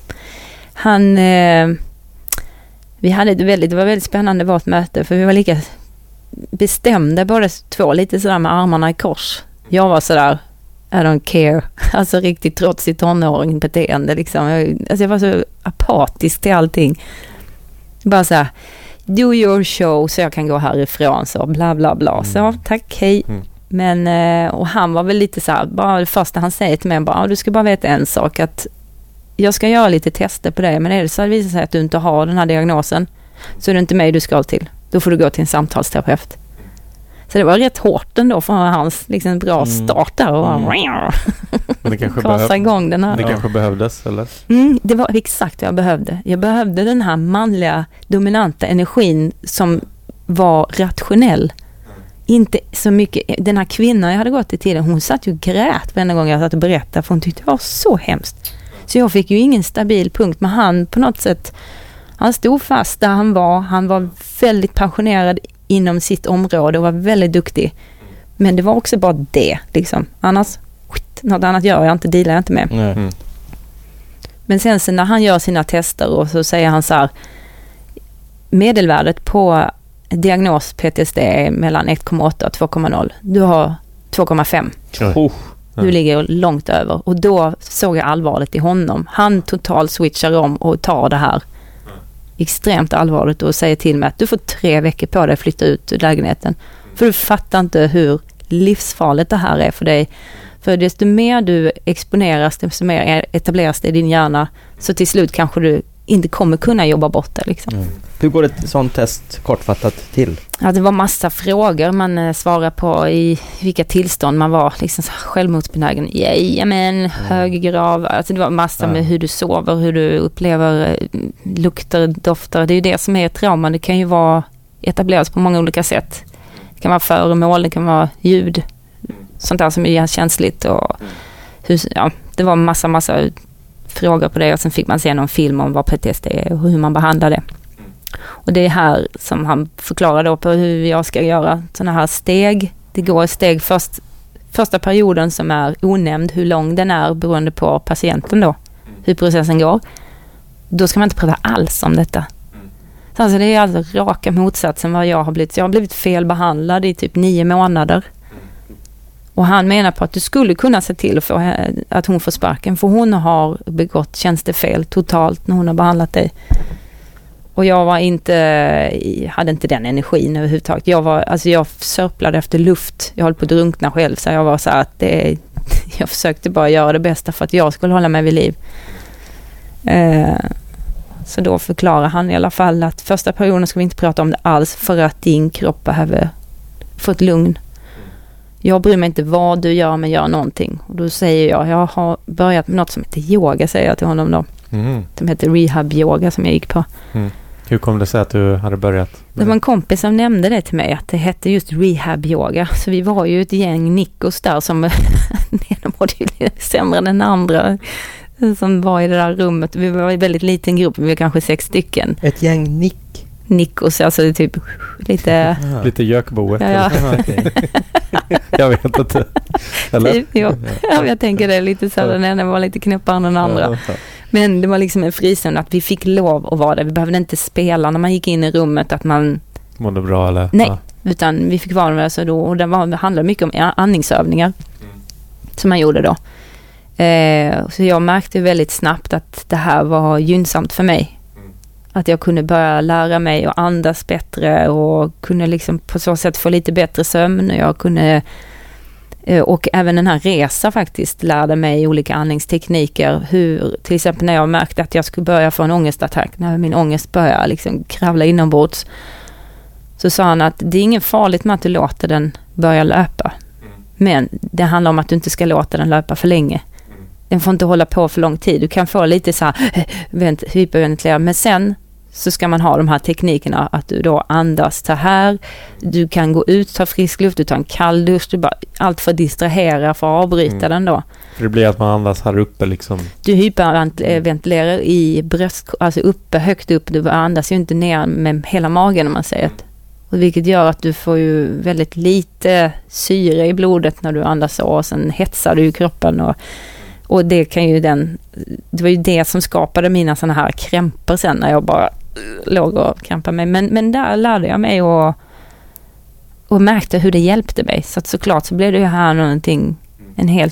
han eh, vi hade ett väldigt, det var väldigt spännande vårt möte, för vi var lika bestämda båda två, lite sådär med armarna i kors. Jag var sådär, I don't care. Alltså riktigt trotsigt tonåring-beteende liksom. Jag, alltså jag var så apatisk till allting. Bara så här, do your show så jag kan gå härifrån, så bla bla bla. Mm. Så tack, hej. Mm. Men, och han var väl lite så här, bara det första han säger till mig, bara, du ska bara veta en sak, att jag ska göra lite tester på dig, men är det så att det visar sig att du inte har den här diagnosen, så är det inte mig du ska till. Då får du gå till en samtalsterapeut. Så det var rätt hårt ändå för hans liksom, bra start där. Och mm. Men det kanske, behöv... igång den här. Det kanske behövdes, eller? Mm, det var exakt vad jag behövde. Jag behövde den här manliga, dominanta energin som var rationell. Inte så mycket. Den här kvinnan jag hade gått till tiden, hon satt ju och grät varje gång jag satt och berättade, för hon tyckte det var så hemskt. Så jag fick ju ingen stabil punkt, men han på något sätt, han stod fast där han var. Han var väldigt passionerad inom sitt område och var väldigt duktig. Men det var också bara det, liksom. Annars, skit, något annat gör jag inte, dealar jag inte med. Mm. Men sen så när han gör sina tester och så säger han så här, medelvärdet på diagnos P T S D är mellan ett komma åtta och två komma noll. Du har två komma fem. Oh. Du ligger långt över. Och då såg jag allvarligt i honom. Han totalt switchar om och tar det här extremt allvarligt och säger till mig att du får tre veckor på dig att flytta ut ur lägenheten. För du fattar inte hur livsfarligt det här är för dig. För desto mer du exponeras, desto mer etableras det i din hjärna. Så till slut kanske du inte kommer kunna jobba bort det. Liksom. Mm. Hur går ett sånt test kortfattat till? Ja, det var massa frågor man eh, svarade på i vilka tillstånd man var. Liksom så självmordsbenägen. Jajamän, mm. höggrav. Alltså det var massa mm. med hur du sover, hur du upplever eh, lukter, dofter. Det är ju det som är trauma. Det kan ju vara etableras på många olika sätt. Det kan vara föremål, det kan vara ljud. Sånt där som är känsligt. Och hur, ja, det var massa, massa frågor på det, och sen fick man se någon film om vad P T S D är och hur man behandlar det. Och det är här som han förklarar då på hur jag ska göra såna här steg. Det går steg först, första perioden som är onämnd, hur lång den är beroende på patienten då, hur processen går. Då ska man inte prata alls om detta. Så alltså det är alltså raka motsatsen vad jag har blivit. Jag har blivit felbehandlad i typ nio månader. Och han menar på att du skulle kunna se till att, få, att hon får sparken, för hon har begått tjänstefel totalt när hon har behandlat dig. Och jag var inte, hade inte den energin överhuvudtaget. Jag var, alltså jag sörplade efter luft. Jag höll på att drunkna själv, så jag var så att det, jag försökte bara göra det bästa för att jag skulle hålla mig vid liv. Eh, så då förklarar han i alla fall att första perioden ska vi inte prata om det alls, för att din kropp behöver få ett lugn. Jag bryr mig inte vad du gör, men gör någonting. Och då säger jag, jag har börjat med något som heter yoga, säger jag till honom då. Mm. Som heter rehab-yoga som jag gick på. Mm. Hur kom det sig att du hade börjat? Det var en kompis som nämnde det till mig, att det hette just rehab-yoga. Så vi var ju ett gäng nickos där som de mådde ju lite sämre än den andra som var i det där rummet. Vi var en väldigt liten grupp, vi var kanske sex stycken. Ett gäng nick? Nickos, alltså det typ lite... Ja. Lite gökboet. Ja, ja. Jag vet inte. Eller? Typ, ja. Ja, jag tänker det lite så. Den ena var lite knäppare än den andra. Ja, ja. Men det var liksom en frizon att vi fick lov att vara där. Vi behövde inte spela när man gick in i rummet att man... Mådde bra eller? Nej, ja. Utan vi fick vara där så då. Och det, var, det handlade mycket om andningsövningar. Mm. Som man gjorde då. Eh, så jag märkte väldigt snabbt att det här var gynnsamt för mig. Att jag kunde börja lära mig att andas bättre och kunde liksom på så sätt få lite bättre sömn. Jag kunde, och även den här resa faktiskt lärde mig olika andningstekniker. Hur, till exempel när jag märkte att jag skulle börja få en ångestattack, när min ångest började liksom kravla inombords, så sa han att det är inget farligt med att du låter den börja löpa. Men det handlar om att du inte ska låta den löpa för länge. Den får inte hålla på för lång tid. Du kan få lite så här hyperventilera, men sen så ska man ha de här teknikerna att du då andas så här. Du kan gå ut, ta frisk luft, du tar en kall dusch, du bara, allt för att distrahera, för att avbryta mm. den då. För det blir att man andas här uppe liksom. Du hyperventilerar i bröst, alltså uppe, högt upp. Du andas ju inte ner med hela magen om man säger det. Och vilket gör att du får ju väldigt lite syre i blodet när du andas så, och sen hetsar du i kroppen och Och det kan ju den, det var ju det som skapade mina såna här krämpor sen när jag bara låg och krampade mig. Men, men där lärde jag mig och, och märkte hur det hjälpte mig. Så att såklart så blev det ju här någonting, en helt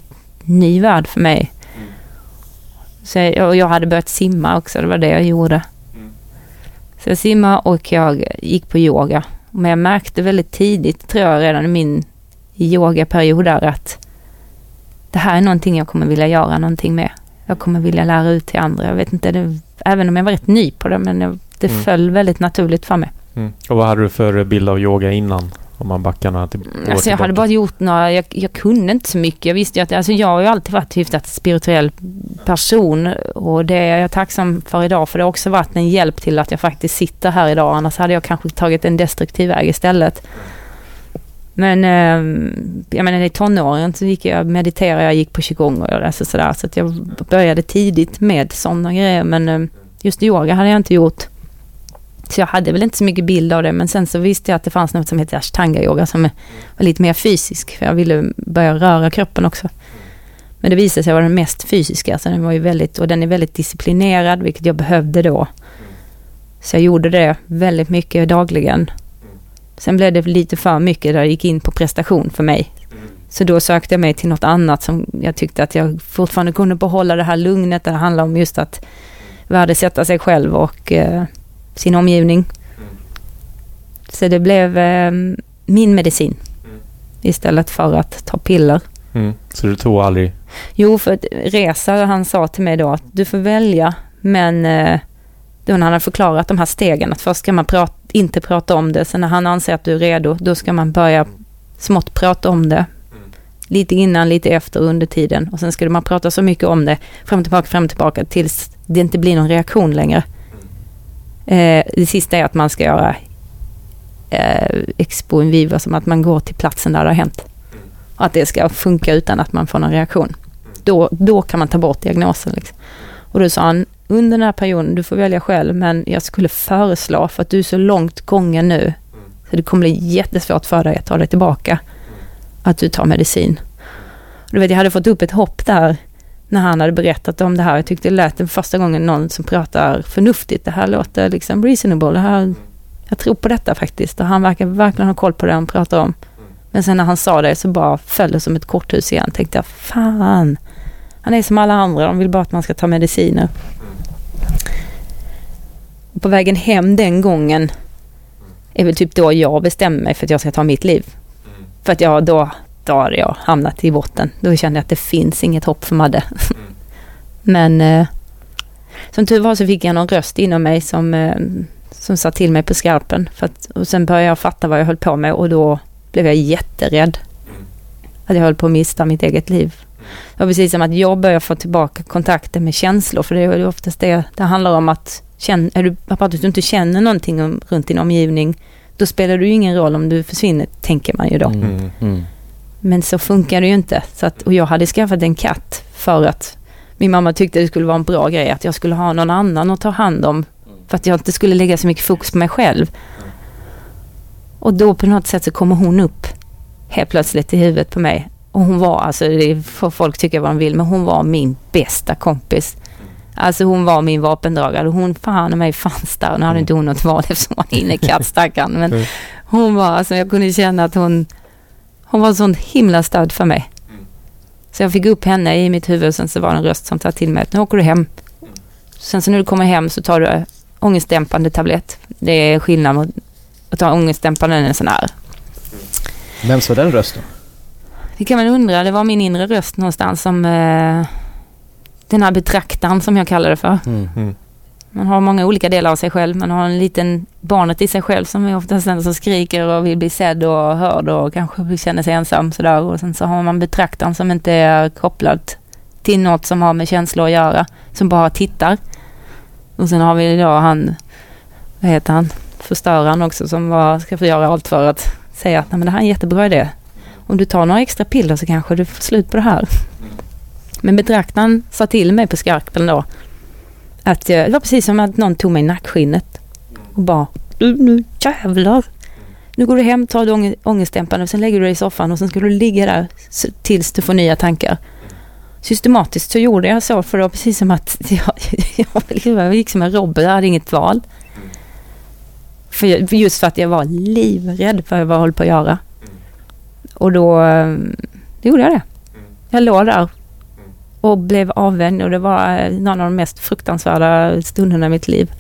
ny värld för mig. Mm. Så jag, och jag hade börjat simma också, det var det jag gjorde. Mm. Så jag simmade och jag gick på yoga. Men jag märkte väldigt tidigt, tror jag, redan i min yogaperiod där att det här är någonting jag kommer vilja göra någonting med. Jag kommer vilja lära ut till andra. Jag vet inte, det, även om jag var rätt ny på det, men jag, det mm. föll väldigt naturligt för mig. Mm. Och vad hade du för bild av yoga innan? Om man backar några till, alltså jag tillbaka. Hade bara gjort några, jag, jag kunde inte så mycket. Jag visste ju att, alltså jag har ju alltid varit hyfsat spirituell person och det är jag tacksam för idag, för det har också varit en hjälp till att jag faktiskt sitter här idag. Annars hade jag kanske tagit en destruktiv väg istället. Men eh, jag menar i tonåren så gick jag meditera, jag gick på qigong och alltså sådär, så att jag började tidigt med sådana grejer, men eh, just yoga hade jag inte gjort. Så jag hade väl inte så mycket bild av det, men sen så visste jag att det fanns något som heter ashtanga yoga som var lite mer fysisk, för jag ville börja röra kroppen också. Men det visade sig vara den mest fysiska, så den var ju väldigt, och den är väldigt disciplinerad, vilket jag behövde då. Så jag gjorde det väldigt mycket dagligen. Sen blev det lite för mycket där jag gick in på prestation för mig. Så då sökte jag mig till något annat som jag tyckte att jag fortfarande kunde behålla det här lugnet. Det handlar om just att värdesätta sig själv och eh, sin omgivning. Så det blev eh, min medicin istället för att ta piller. Mm. Så du tog aldrig? Jo, för att Reza, han sa till mig då att du får välja, men eh, då när han har förklarat de här stegen, att först ska man prata, inte prata om det, sen när han anser att du är redo, då ska man börja smått prata om det. Lite innan, lite efter, under tiden. Och sen ska man prata så mycket om det, fram och tillbaka, fram och tillbaka, tills det inte blir någon reaktion längre. Eh, det sista är att man ska göra eh, expo in vivo, som att man går till platsen där det har hänt. Och att det ska funka utan att man får någon reaktion. Då, då kan man ta bort diagnosen. Liksom. Och då sa han, under den här perioden, du får välja själv, men jag skulle föreslå, för att du är så långt gången nu, så det kommer bli jättesvårt för dig att ta dig tillbaka, att du tar medicin. Och du vet, jag hade fått upp ett hopp där när han hade berättat om det här. Jag tyckte det lät den första gången någon som pratar förnuftigt. Det här låter liksom reasonable. Det här, jag tror på detta faktiskt. Och han verkar verkligen ha koll på det han pratar om. Men sen när han sa det så bara föll det som ett korthus igen. Tänkte jag, fan. Han är som alla andra. De vill bara att man ska ta mediciner. Och på vägen hem den gången är väl typ då jag bestämmer mig för att jag ska ta mitt liv. För att jag då, då har jag hamnat i botten. Då kände jag att det finns inget hopp för Madde. Men eh, som tur var så fick jag någon röst inom mig som, eh, som sa till mig på skarpen. För att, och sen började jag fatta vad jag höll på med, och då blev jag jätterädd. Att jag höll på att mista mitt eget liv. Det var precis som att jag började få tillbaka kontakten med känslor. För det är ju oftast det det handlar om, att känna, är du, att du inte känner någonting om, runt din omgivning, då spelar det ju ingen roll om du försvinner, tänker man ju då. Mm, mm. Men så funkar det ju inte. Så att, och jag hade skaffat en katt för att min mamma tyckte det skulle vara en bra grej att jag skulle ha någon annan att ta hand om, för att jag inte skulle lägga så mycket fokus på mig själv. Och då på något sätt så kommer hon upp helt plötsligt i huvudet på mig. Och hon var, alltså det får folk tycka vad de vill, men hon var min bästa kompis. Alltså hon var min vapendragare. Hon fan och mig fanns där. Nu hade inte hon något val eftersom hon var inne i kattstackaren. Men hon var, alltså jag kunde känna att hon hon var sån himla stöd för mig. Så jag fick upp henne i mitt huvud, och sen så var det en röst som tar till mig att nu åker du hem. Sen så när du kommer hem så tar du ångestdämpande tablett. Det är skillnad mot att ta ångestdämpande än en sån här. Vem sa den rösten? Det kan man undra. Det var min inre röst någonstans som eh, den här betraktaren som jag kallar det för. Mm. Mm. Man har många olika delar av sig själv. Man har en liten barnet i sig själv som är oftast den som skriker och vill bli sedd och hörd och kanske känner sig ensam sådär. Och sen så har man betraktaren som inte är kopplad till något som har med känslor att göra, som bara tittar. Och sen har vi idag han, vad heter han? Förstöraren också, som var, ska få göra allt för att säga att nej, men det här är en jättebra idé. Om du tar några extra piller så kanske du får slut på det här. Men betraktaren sa till mig på skarpen då att jag, det var precis som att någon tog mig i nackskinnet och bara, du nu jävlar. Nu går du hem, tar du ång- ångestdämpande och sen lägger du dig i soffan och sen ska du ligga där tills du får nya tankar. Systematiskt så gjorde jag så, för det var precis som att jag, jag, jag gick som en robot, jag hade inget val. För jag, just för att jag var livrädd för vad jag höll på att göra. Och då, då gjorde jag det. Jag låg där och blev avvänd och det var någon av de mest fruktansvärda stunderna i mitt liv.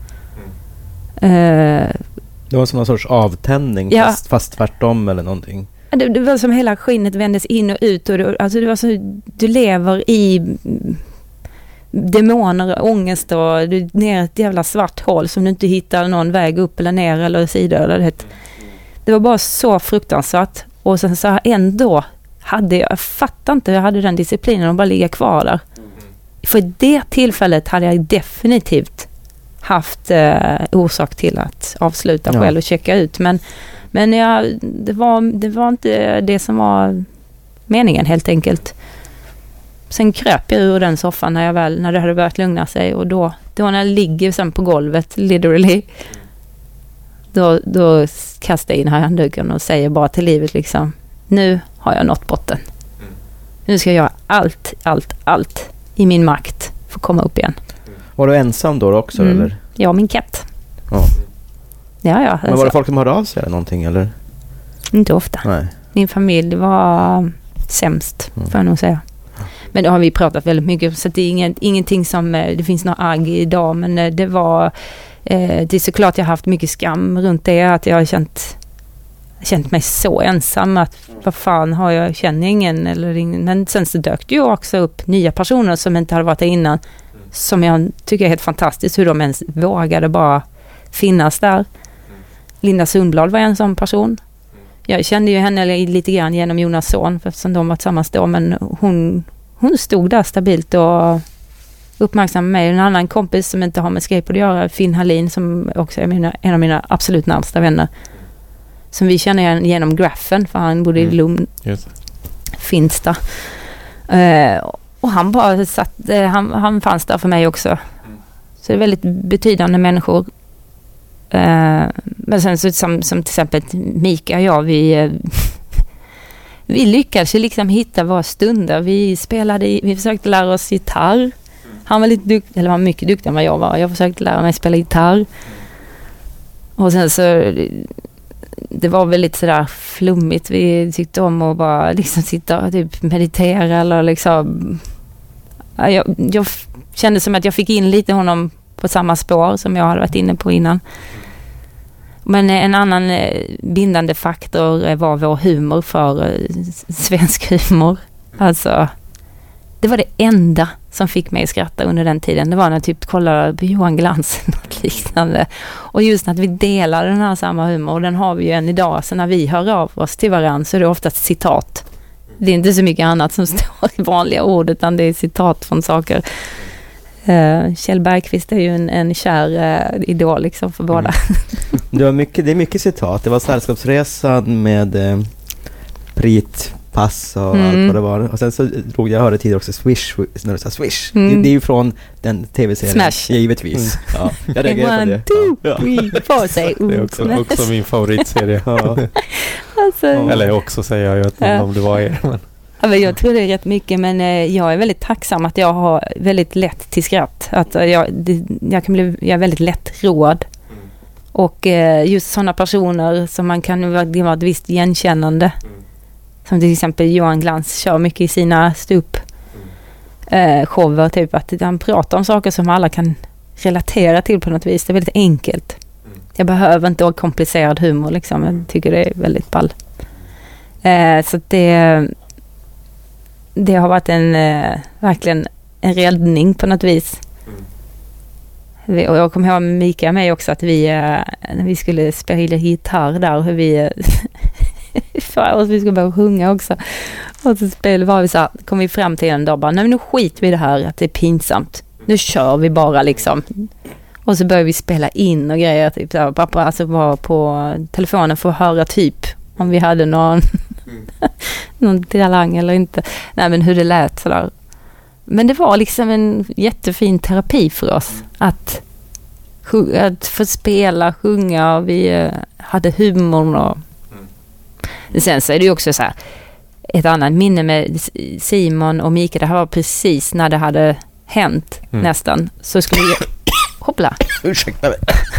Mm. Uh, det var som någon sorts avtändning ja. fast, fast tvärtom eller någonting. Det, det var som hela skinnet vändes in och ut och det, alltså det var så, du lever i demoner och ångest och du är ner i ett jävla svart hål som du inte hittar någon väg upp eller ner eller sidor eller det. Det var bara så fruktansvärt och sen så ändå hade jag, jag fattar inte, jag hade den disciplinen att bara ligga kvar där. För i det tillfället hade jag definitivt haft eh, orsak till att avsluta ja. själv och checka ut. Men, men jag, det, var, det var inte det som var meningen helt enkelt. Sen kröp jag ur den soffan när jag väl, när det hade börjat lugna sig och då, då när jag ligger sen på golvet, literally, då, då kastar jag in handduken och säger bara till livet liksom, nu har jag nått botten. Nu ska jag göra allt, allt, allt i min makt för att komma upp igen. Var du ensam då också mm. eller? Ja, min katt. Ja. Ja, ja. Men var det folk som hörde av sig eller någonting eller? Inte ofta. Nej. Min familj var sämst, mm. får jag nog säga. Men det har vi pratat väldigt mycket om, så det är inget, ingenting som, det finns något agg idag, men det var, eh, det är såklart jag har haft mycket skam runt det, att jag har känt, känt mig så ensam, att vad fan har jag, känner ingen eller ingen, men sen så dök det ju också upp nya personer som inte hade varit där innan, som jag tycker är helt fantastiskt hur de ens vågade bara finnas där. Linda Sundblad var en sån person. Jag kände ju henne lite grann genom Jonas son, eftersom de var tillsammans då, men hon, hon stod där stabilt och uppmärksammade mig. En annan kompis som inte har med skateboard att göra, Finn Hallin, som också är mina, en av mina absolut närmsta vänner, som vi känner genom Graffen, för han bodde i Lund, yes. Finsta. Uh, och han bara satt, uh, han, han fanns där för mig också. Så det är väldigt betydande människor. Uh, men sen så som, som till exempel Mika och jag, vi, uh, vi lyckades liksom hitta våra stunder. Vi spelade, vi försökte lära oss gitarr. Han var lite duktig, eller var mycket duktigare än vad jag var. Jag försökte lära mig spela gitarr. Och sen så det var väldigt sådär flummigt. Vi tyckte om att bara liksom sitta och typ meditera eller liksom, jag, jag kände som att jag fick in lite honom på samma spår som jag hade varit inne på innan. Men en annan bindande faktor var vår humor, för svensk humor. Alltså, det var det enda som fick mig att skratta under den tiden. Det var när jag typ kollade på Johan Glans något liknande. Och just att vi delar den här samma humor, och den har vi ju än idag. Så när vi hör av oss till varandra så är det ofta citat. Det är inte så mycket annat som står i vanliga ord, utan det är citat från saker. Uh, Kjell Bergqvist är ju en, en kär uh, idol liksom för båda. Mm. Det, var mycket, det är mycket citat. Det var Sällskapsresan med eh, Prit, pass och mm. allt vad det var. Och sen så drog jag hörde tidigare också Swish, när du sa Swish. Mm. Det, det är ju från den tv-serien. Smash. Givetvis. Mm. Ja, jag reagerar på det. Two, ja. three, four, say, det är också, också min favoritserie. Ja. Alltså. Eller också säger jag, jag vet inte ja. om det var er. Men. Ja, men jag tror det är rätt mycket, men eh, jag är väldigt tacksam att jag har väldigt lätt till skratt. Att eh, jag, det, jag, kan bli, jag är väldigt lätt road. Mm. Och eh, just sådana personer som man kan vara ett visst igenkännande. Mm. Som till exempel Johan Glans kör mycket i sina stup eh, shower, typ att han pratar om saker som alla kan relatera till på något vis. Det är väldigt enkelt. Mm. Jag behöver inte ha komplicerad humor liksom. Jag tycker det är väldigt ball. Eh, så det det har varit en eh, verkligen en räddning på något vis. Mm. Vi, och jag kommer ihåg Mika och mig också att vi eh, när vi skulle spela gitarr där, hur vi för oss vi skulle börja sjunga också. Och så spelade var vi så här, kom vi fram till en dag bara, nej men nu skit vi i det här att det är pinsamt. Nu kör vi bara liksom. Och så började vi spela in och grejer typ så här, pappa alltså var på telefonen för att höra typ om vi hade någon någon talang eller inte. Nej men hur det lät sådär. Men det var liksom en jättefin terapi för oss att att få spela, sjunga, och vi hade humor och sen så är det ju också så här, ett annat minne med Simon och Mika, det här var precis när det hade hänt mm. nästan. Så skulle vi hoppla. Ursäkta mig.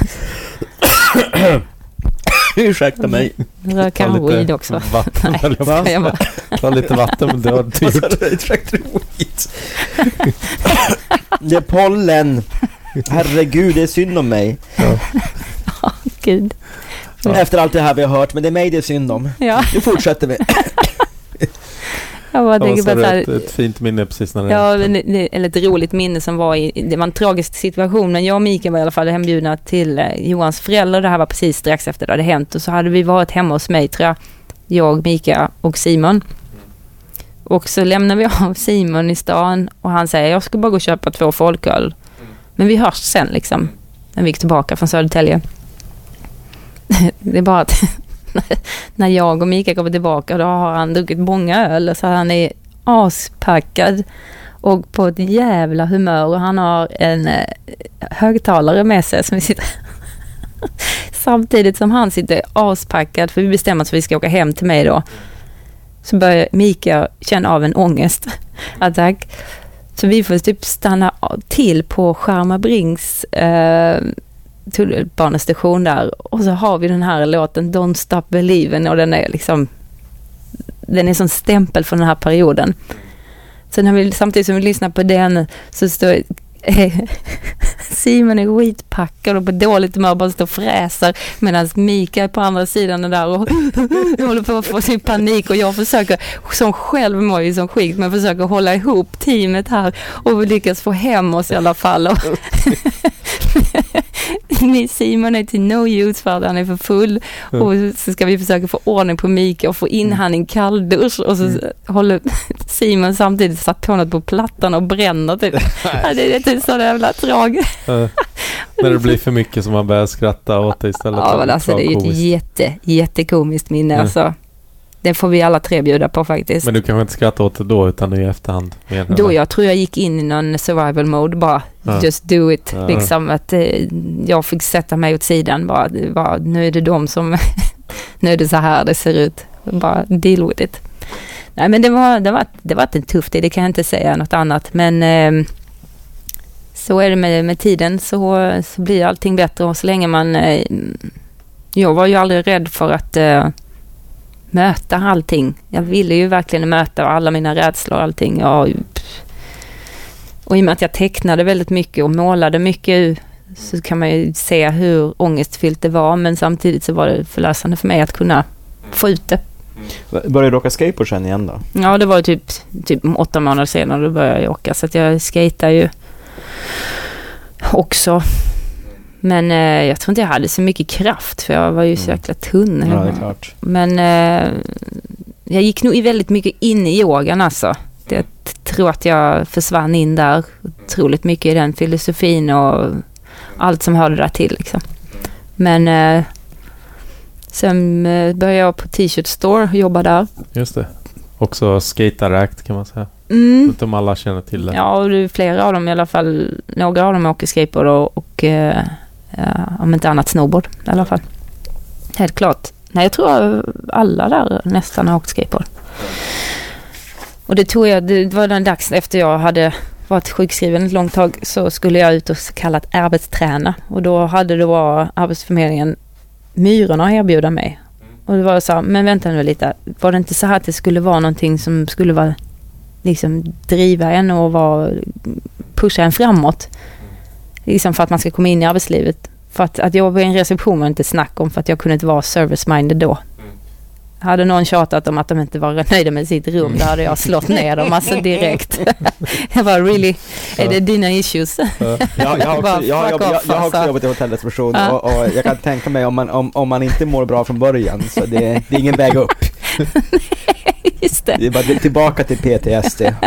Ursäkta mig. Röka weed också. Vatten. Nej, Ta lite vatten, men det har du gjort. Ursäkta weed. rätt. Det är pollen. Herregud, det är synd om mig. Ja, oh, gud. Ja. Efter allt det här vi har hört, men det är mig det är synd om. Ja. Nu fortsätter vi. Jag bara tänker på så här, ett, ett fint minne precis när det ja, det, eller ett roligt minne som var i, det var en tragisk situation, men jag och Mikael var i alla fall hembjudna till eh, Johans föräldrar. Det här var precis strax efter det hade hänt, och så hade vi varit hemma hos mig, tror jag, jag, Mikael och Simon. Och så lämnar vi av Simon i stan och han säger, jag ska bara gå och köpa två folköl. Men vi hörs sen liksom, när vi gick tillbaka från Södertälje. Det är bara att när jag och Mikael kommer tillbaka, då har han druckit många öl, så han är aspackad och på ett jävla humör, och han har en eh, högtalare med sig som vi sitter samtidigt som han sitter aspackad, för vi bestämmer att vi ska åka hem till mig då. Så börjar Mikael känna av en ångestattack. Så vi får typ stanna till på Skärmarbrings eh, tunnelbanestation där, och så har vi den här låten Don't Stop Believin', och den är liksom den är som stämpel för den här perioden. Så när vi, samtidigt som vi lyssnar på den, så står eh, Simon är skitpackad och på dåligt humör, bara står och fräser, medan Mikael på andra sidan där och håller på att få sin panik, och jag försöker som själv mår ju som skit, men försöker hålla ihop teamet här och lyckas få hem oss i alla fall. Och Simon är till no use för att han är för full, och så ska vi försöka få ordning på Mikael och få in han i en kalldusch, och så mm. håller Simon samtidigt satt på något på plattan och bränner typ. Ja, det är typ så jävla tragiskt. Ja. När det blir för mycket som man börjar skratta åt det istället. Ja, men alltså det är ju ett jätte, jättekomiskt minne. Mm. Alltså. Det får vi alla tre bjuda på faktiskt. Men du kanske inte skratta åt det då, utan i efterhand? Då jag tror jag gick in i någon survival mode, bara ja. just do it. Ja. Liksom att eh, jag fick sätta mig åt sidan. Bara, bara nu är det de som, nu är det så här det ser ut. Bara deal with it. Nej, men det var, det var, det var en tuff tid, det kan jag inte säga något annat. Men eh, så är det med, med tiden, så, så blir allting bättre. Och så länge man... Eh, jag var ju aldrig rädd för att... Eh, möta allting. Jag ville ju verkligen möta alla mina rädslor och allting. Och, och i och med att jag tecknade väldigt mycket och målade mycket, så kan man ju se hur ångestfyllt det var, men samtidigt så var det förlösande för mig att kunna få ut det. Började du åka skateboard sen igen då? Ja, det var typ, typ åtta månader senare då började jag åka, så att jag skater ju också. Men eh, jag tror inte jag hade så mycket kraft, för jag var ju så jäkla tunn. Ja, det är klart. Men eh, jag gick nog i väldigt mycket in i yogan alltså. Jag tror att jag försvann in där otroligt mycket i den filosofin och allt som hörde där till liksom. Men eh, sen eh, började jag på T-shirt store och jobba där. Just det. Också skateräkt kan man säga. Mm. Inte om alla känner till det. Ja, och det är flera av dem i alla fall. Några av dem åker skateboard och, och eh, ja, om inte annat snowboard i alla fall. Helt klart. Nej, jag tror alla där nästan har åkt skateboard. Och det tog jag, det var den dags efter jag hade varit sjukskriven ett långt tag, så skulle jag ut och så kallat arbetsträna. Och då hade det var Arbetsförmedlingen Myrorna att erbjuda mig. Och det var så här, men vänta nu lite. Var det inte så här att det skulle vara någonting som skulle vara liksom driva en och vara, pusha en framåt? Liksom för att man ska komma in i arbetslivet. För att, att jobba i en reception var inte snack om, för att jag kunde inte vara service-minded då. Hade någon tjatat om att de inte var nöjda med sitt rum, då hade jag slått ner dem alltså direkt. Jag var really, är det dina issues? Ja, jag har också, jag, jag, jag, jag har också jobbat i hotellreception, ja. och, och jag kan tänka mig om man, om, om man inte mår bra från början, så det, det är ingen väg upp. Just det. Det är bara tillbaka till P T S D.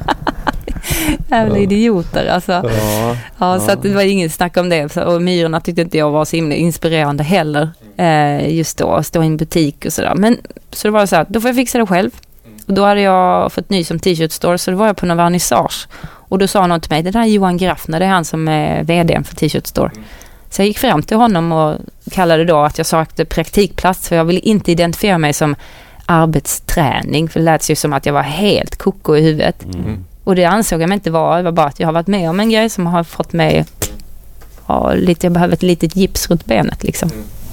Jävla idioter alltså. Ja, ja, ja. Så att det var ingen snack om det. Och Myrorna tyckte inte jag var så himla inspirerande heller. Eh, just då, stå i en butik och sådär. Men så det var så här, då får jag fixa det själv. Och då hade jag fått ny som T-shirt store, så då var jag på någon vernissage. Och då sa någon till mig, det där är Johan Graffner, det är han som är vd för T-shirt store. Så jag gick fram till honom och kallade då att jag sökte praktikplats, för jag ville inte identifiera mig som arbetsträning, för det lät ju som att jag var helt koko i huvudet. Mm. Och det ansåg jag mig inte vara. Det var bara att jag har varit med om en grej som har fått mig ja, lite, jag behöver ett litet gips runt benet liksom.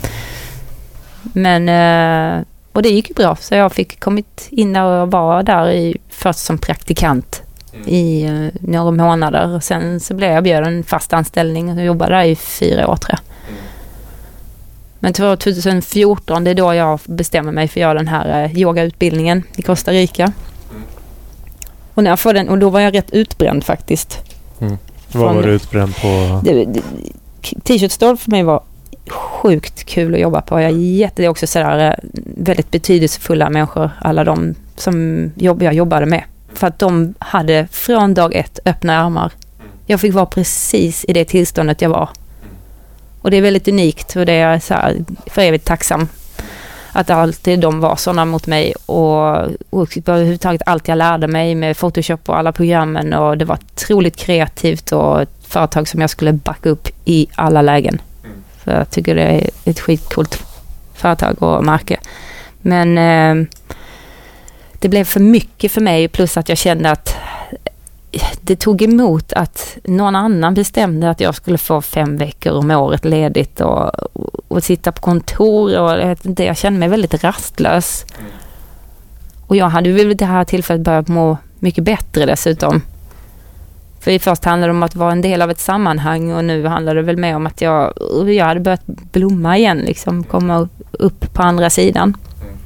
Men och det gick ju bra, så jag fick kommit in och vara där i, först som praktikant mm. i uh, några månader. Sen så blev jag bjöd en fast anställning och jobbade där i fyra år tror jag. Mm. Men tjugo fjorton, det är då jag bestämmer mig för att göra den här uh, yogautbildningen i Costa Rica. Mm. Och, när jag får den, och då var jag rätt utbränd faktiskt. Mm. Vad var du utbränd på? Det, det, T-shirt store för mig var sjukt kul att jobba på. Jag är jätte, det är också sådär väldigt betydelsefulla människor, alla de som jobb, jag jobbade med. För att de hade från dag ett öppna armar. Jag fick vara precis i det tillståndet jag var. Och det är väldigt unikt och det är så här för evigt tacksam att alltid de var sådana mot mig och, och överhuvudtaget allt jag lärde mig med Photoshop och alla programmen, och det var otroligt kreativt och ett företag som jag skulle backa upp i alla lägen. Mm. För jag tycker det är ett skitcoolt företag och märke. Men eh, det blev för mycket för mig, plus att jag kände att det tog emot att någon annan bestämde att jag skulle få fem veckor om året ledigt och, och, och sitta på kontor och jag, vet inte, jag kände mig väldigt rastlös. Mm. Och jag hade väl det här tillfället börjat må mycket bättre dessutom. För i först handlade det om att vara en del av ett sammanhang och nu handlar det väl mer om att jag, jag hade börjat blomma igen, liksom komma upp på andra sidan.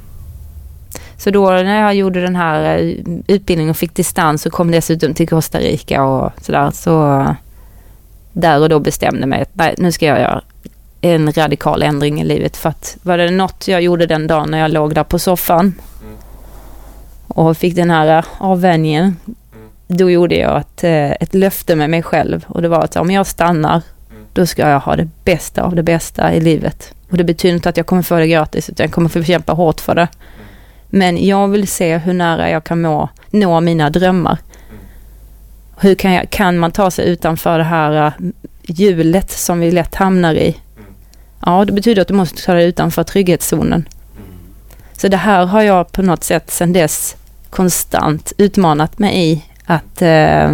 Så då när jag gjorde den här utbildningen och fick distans och kom dessutom till Costa Rica och sådär, så där och då bestämde mig att nej, nu ska jag göra en radikal ändring i livet. För att var det något jag gjorde den dagen när jag låg där på soffan och fick den här avvänjningen, då gjorde jag ett, ett löfte med mig själv, och det var att om jag stannar, då ska jag ha det bästa av det bästa i livet. Och det betyder inte att jag kommer få det gratis, utan jag kommer få kämpa hårt för det. Men jag vill se hur nära jag kan nå, nå mina drömmar. Hur kan, jag, kan man ta sig utanför det här hjulet som vi lätt hamnar i? Ja, det betyder att du måste ta dig utanför trygghetszonen. Så det här har jag på något sätt sedan dess konstant utmanat mig i. Att, eh,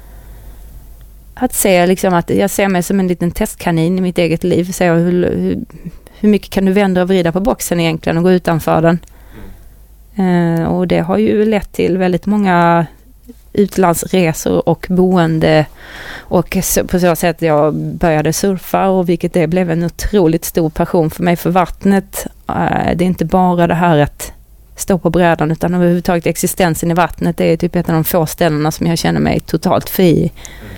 att se liksom att jag ser mig som en liten testkanin i mitt eget liv. Se hur, hur, hur mycket kan du vända och vrida på boxen egentligen och gå utanför den. Uh, och det har ju lett till väldigt många utlandsresor och boende, och så, på så sätt jag började surfa, och vilket det blev en otroligt stor passion för mig för vattnet. Uh, det är inte bara det här att stå på brädan, utan överhuvudtaget existensen i vattnet. Det är typ ett av de få ställena som jag känner mig totalt fri. Mm.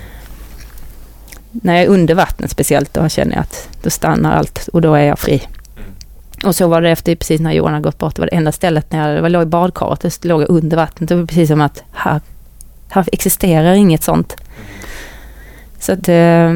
När jag är under vattnet speciellt, då känner jag att då stannar allt och då är jag fri. Och så var det efter precis när Johan har gått bort. Det var det enda stället när jag var låg i badkaret. Det låg under vattnet. Det var precis som att här, här existerar inget sånt. Så att eh,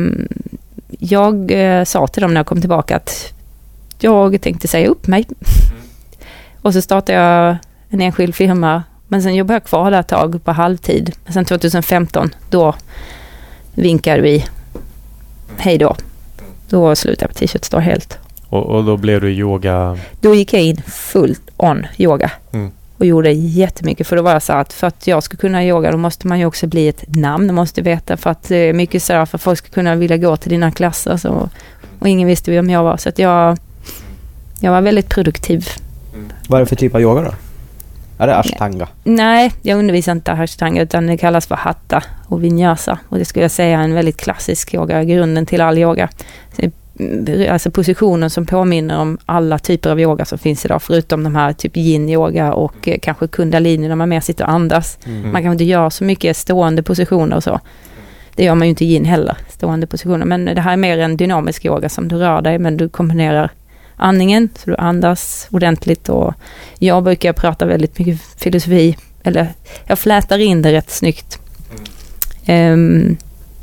jag eh, sa till dem när jag kom tillbaka att jag tänkte säga upp mig. Mm. Och så startade jag en enskild firma. Men sen jobbade jag kvar där ett tag på halvtid. Men sen tjugo femton, då vinkade vi hej då. Då slutade jag på T-shirt store helt. Och, och då blev du yoga? Då gick jag in fullt on yoga. Mm. Och gjorde jättemycket. För då var jag så att för att jag ska kunna yoga, då måste man ju också bli ett namn. Man måste veta, för att det är mycket så här för att folk ska kunna vilja gå till dina klasser. Så, och ingen visste vem jag var. Så att jag, jag var väldigt produktiv. Mm. Vad är det för typ av yoga då? Är det ashtanga? Nej, jag undervisar inte ashtanga, utan det kallas för hatha och vinyasa. Och det skulle jag säga är en väldigt klassisk yoga, grunden till all yoga. Alltså positioner som påminner om alla typer av yoga som finns idag, förutom de här typ yin-yoga och eh, kanske kundalini när man mer sitter och andas. Mm. Man kan inte göra så mycket stående positioner och så. Det gör man ju inte i yin heller, stående positioner. Men det här är mer en dynamisk yoga som du rör dig, men du kombinerar andningen så du andas ordentligt. Och jag brukar prata väldigt mycket filosofi, eller jag flätar in det rätt snyggt. Um,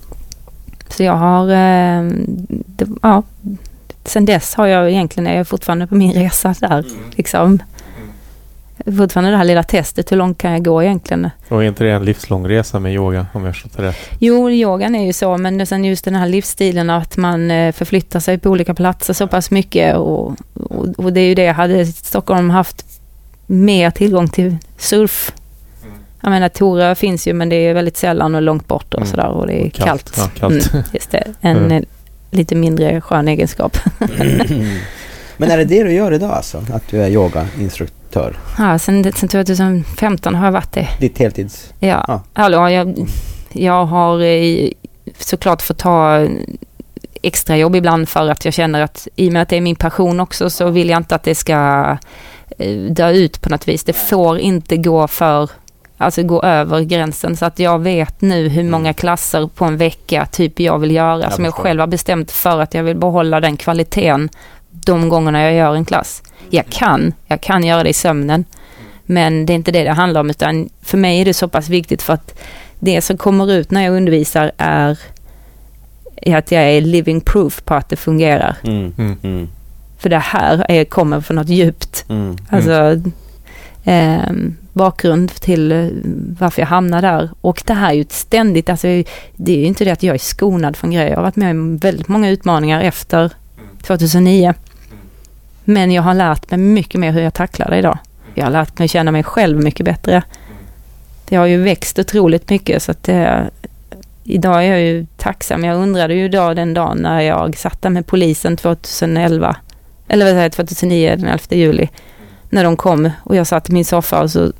Så jag har, eh, det, ja, sen dess har jag egentligen, är jag fortfarande på min resa där, mm. liksom. Mm. Fortfarande det här lilla testet, hur långt kan jag gå egentligen? Och är inte det en livslång resa med yoga, om jag förstår rätt? Jo, yogan är ju så, men sen just den här livsstilen att man eh, förflyttar sig på olika platser så pass mycket, och, och, och det är ju det, hade Stockholm haft mer tillgång till surf. Jag menar, Torö finns ju, men det är väldigt sällan och långt bort och mm. sådär, och det är och kallt. kallt. Ja, kallt. Mm, just det. En mm. lite mindre skön egenskap. Mm. Men är det det du gör idag alltså? Att du är yogainstruktör? instruktör? Ja, sen, sen tjugohundrafemton har jag varit det. Ditt heltids? Ja, Ah. Hallå, jag, jag har eh, såklart fått ta extra jobb ibland för att jag känner att i och med att det är min passion också så vill jag inte att det ska eh, dö ut på något vis. Det får inte gå för, alltså gå över gränsen, så att jag vet nu hur många klasser på en vecka typ jag vill göra Jag som jag förstår. själv har bestämt för att jag vill behålla den kvaliteten de gångerna jag gör en klass. Jag kan, jag kan göra det i sömnen, men det är inte det det handlar om, utan för mig är det så pass viktigt för att det som kommer ut när jag undervisar är att jag är living proof på att det fungerar. Mm. Mm. Mm. För det här är, kommer från något djupt. Mm. Alltså eh, bakgrund till eh, varför jag hamnar där. Och det här är ju ett ständigt, alltså det är ju inte det att jag är skonad från grejer. Jag har varit med om väldigt många utmaningar efter tjugohundranio. Men jag har lärt mig mycket mer hur jag tacklar det idag. Jag har lärt mig känna mig själv mycket bättre. Det har ju växt otroligt mycket, så att det, idag är jag ju tacksam. Jag undrade ju idag den dagen när jag satt där med polisen tjugohundraelva, eller vad säger jag, tjugohundranio, den elfte juli, när de kom och jag satt i min soffa och så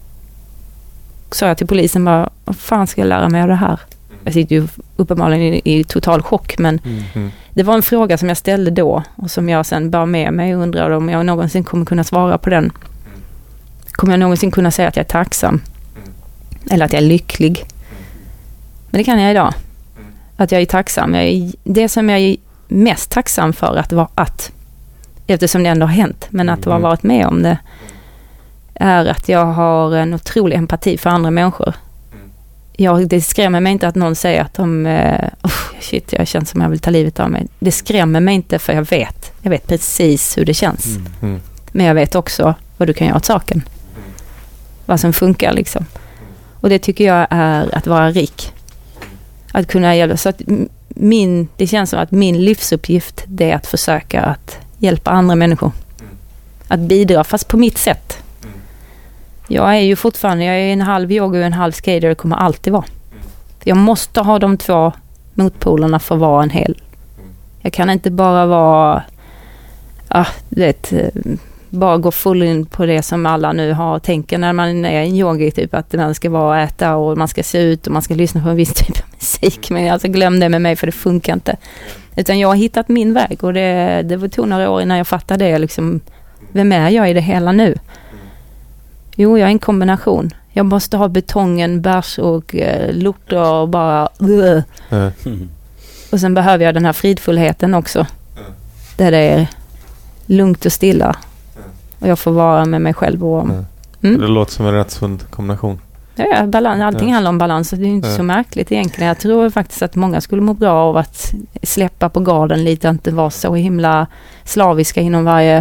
sa jag till polisen bara, vad fan ska jag lära mig av det här? Jag sitter ju uppenbarligen i, i total chock, men Mm. Mm. det var en fråga som jag ställde då och som jag sen bar med mig och undrade om jag någonsin kommer kunna svara på den. Kommer jag någonsin kunna säga att jag är tacksam? Eller att jag är lycklig? Men det kan jag idag. Att jag är tacksam. Jag är, det som jag är mest tacksam för att vara att, eftersom det ändå har hänt, men att ha varit med om det, är att jag har en otrolig empati för andra människor. Jag, det skrämmer mig inte att någon säger att de uh, shit, jag känner som jag vill ta livet av mig. Det skrämmer mig inte, för jag vet. Jag vet precis hur det känns. Mm. Mm. Men jag vet också vad du kan göra åt saken. Vad som funkar liksom. Och det tycker jag är att vara rik. Att kunna hjälpa. Så att min, det känns som att min livsuppgift, det är att försöka att hjälpa andra människor. Att bidra, fast på mitt sätt. Jag är ju fortfarande, jag är en halv yoga och en halv skater, det kommer alltid vara. För jag måste ha de två motpolerna för att vara en hel. Jag kan inte bara vara, ah, vet, bara gå full in på det som alla nu har tänker när man är en yogi, typ att man ska vara äta och man ska se ut och man ska lyssna på en viss typ av musik. Men alltså glöm det med mig, för det funkar inte. Utan jag har hittat min väg, och det, det var tog några år innan jag fattade det. Liksom, vem är jag i det hela nu? Jo, jag är en kombination. Jag måste ha betongen, bärs och eh, lortor och bara... Uh. Mm. Och sen behöver jag den här fridfullheten också. Där det är lugnt och stilla. Och jag får vara med mig själv. Och, Mm. mm. Det låter som en rätt sund kombination. Ja, balans, allting Ja. handlar om balans. Och det är inte Ja. så märkligt egentligen. Jag tror faktiskt att många skulle må bra av att släppa på garden lite. Inte vara så himla slaviska inom varje...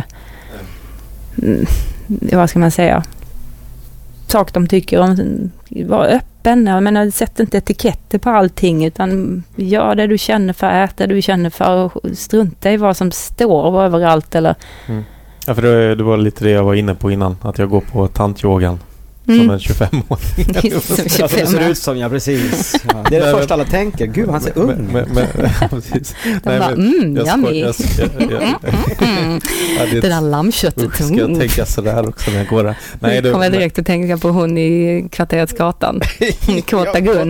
Mm, vad ska man säga? Sak de tycker om. Var öppen. Jag menar, sätt inte etiketter på allting, utan gör det du känner för, ät det du känner för, och strunta i vad som står överallt. Eller, Ja, för det, det var lite det jag var inne på innan. Att jag går på tantyogan som mm. en tjugofem-åring. Just som Alltså, det tjugofem ser år. ut som, ja precis. Ja. Det är det Nej, första alla tänker. Gud, han ser Men- ung. men- men- ja, precis. De Nej, bara, men mm, jag yummy. skojar, jag, jag, jag, Mm. ja, det, Det där lammköttet. usch, ska jag tänka sådär också när jag går där? Nej, Jag det, kommer direkt att tänka på hon i kvarteret Gatan. Kåta Gun.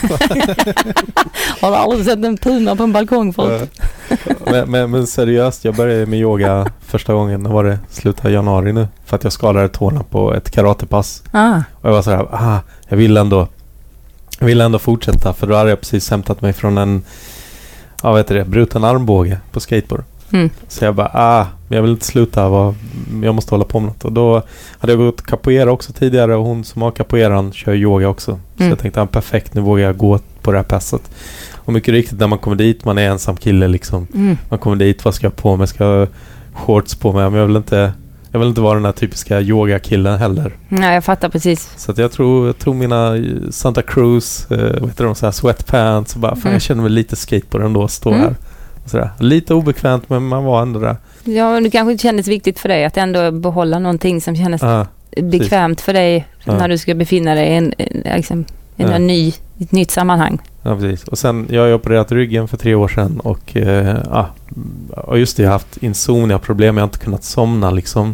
Har du aldrig sett en puma på en balkong förut? men, men, men seriöst, jag började med yoga första gången, när var det? Slutet av januari nu. För att jag skadade tårna på ett karatepass. Ah, Och jag var så här, ah, jag vill ändå jag vill ändå fortsätta, för då hade jag precis hämtat mig från en, ja, vad heter det, bruten armbåge på skateboard. mm. Så jag bara, ah, men jag vill inte sluta, vad, jag måste hålla på med något. Och då hade jag gått capoeira också tidigare, och hon som har capoeiran kör yoga också. Så Mm. jag tänkte, ah, perfekt, nu vågar jag gå på det här passet. Och mycket riktigt, när man kommer dit, man är ensam kille liksom. Mm. Man kommer dit, vad ska jag på mig? Ska jag ha shorts på mig? Men jag vill inte, jag vill inte vara den här typiska yogakillen heller. Nej, jag fattar precis. Så att jag tror, jag tror mina eh, Santa Cruz, eh, vad heter de, så här sweatpants, och bara, fan, Mm. jag känner mig lite skateboard ändå, stå Mm. här. Och sådär. Lite obekvämt, men man var ändå där. Ja, men det kanske kändes viktigt för dig att ändå behålla någonting som kändes Ah, bekvämt för dig Ja. när du ska befinna dig i en, en, liksom, en, Ja. en ny, ett nytt sammanhang. ja, precis. Och sen, jag har opererat ryggen för tre år sedan, och eh, ah, och just det, jag har haft insomnia-problem, jag har inte kunnat somna liksom.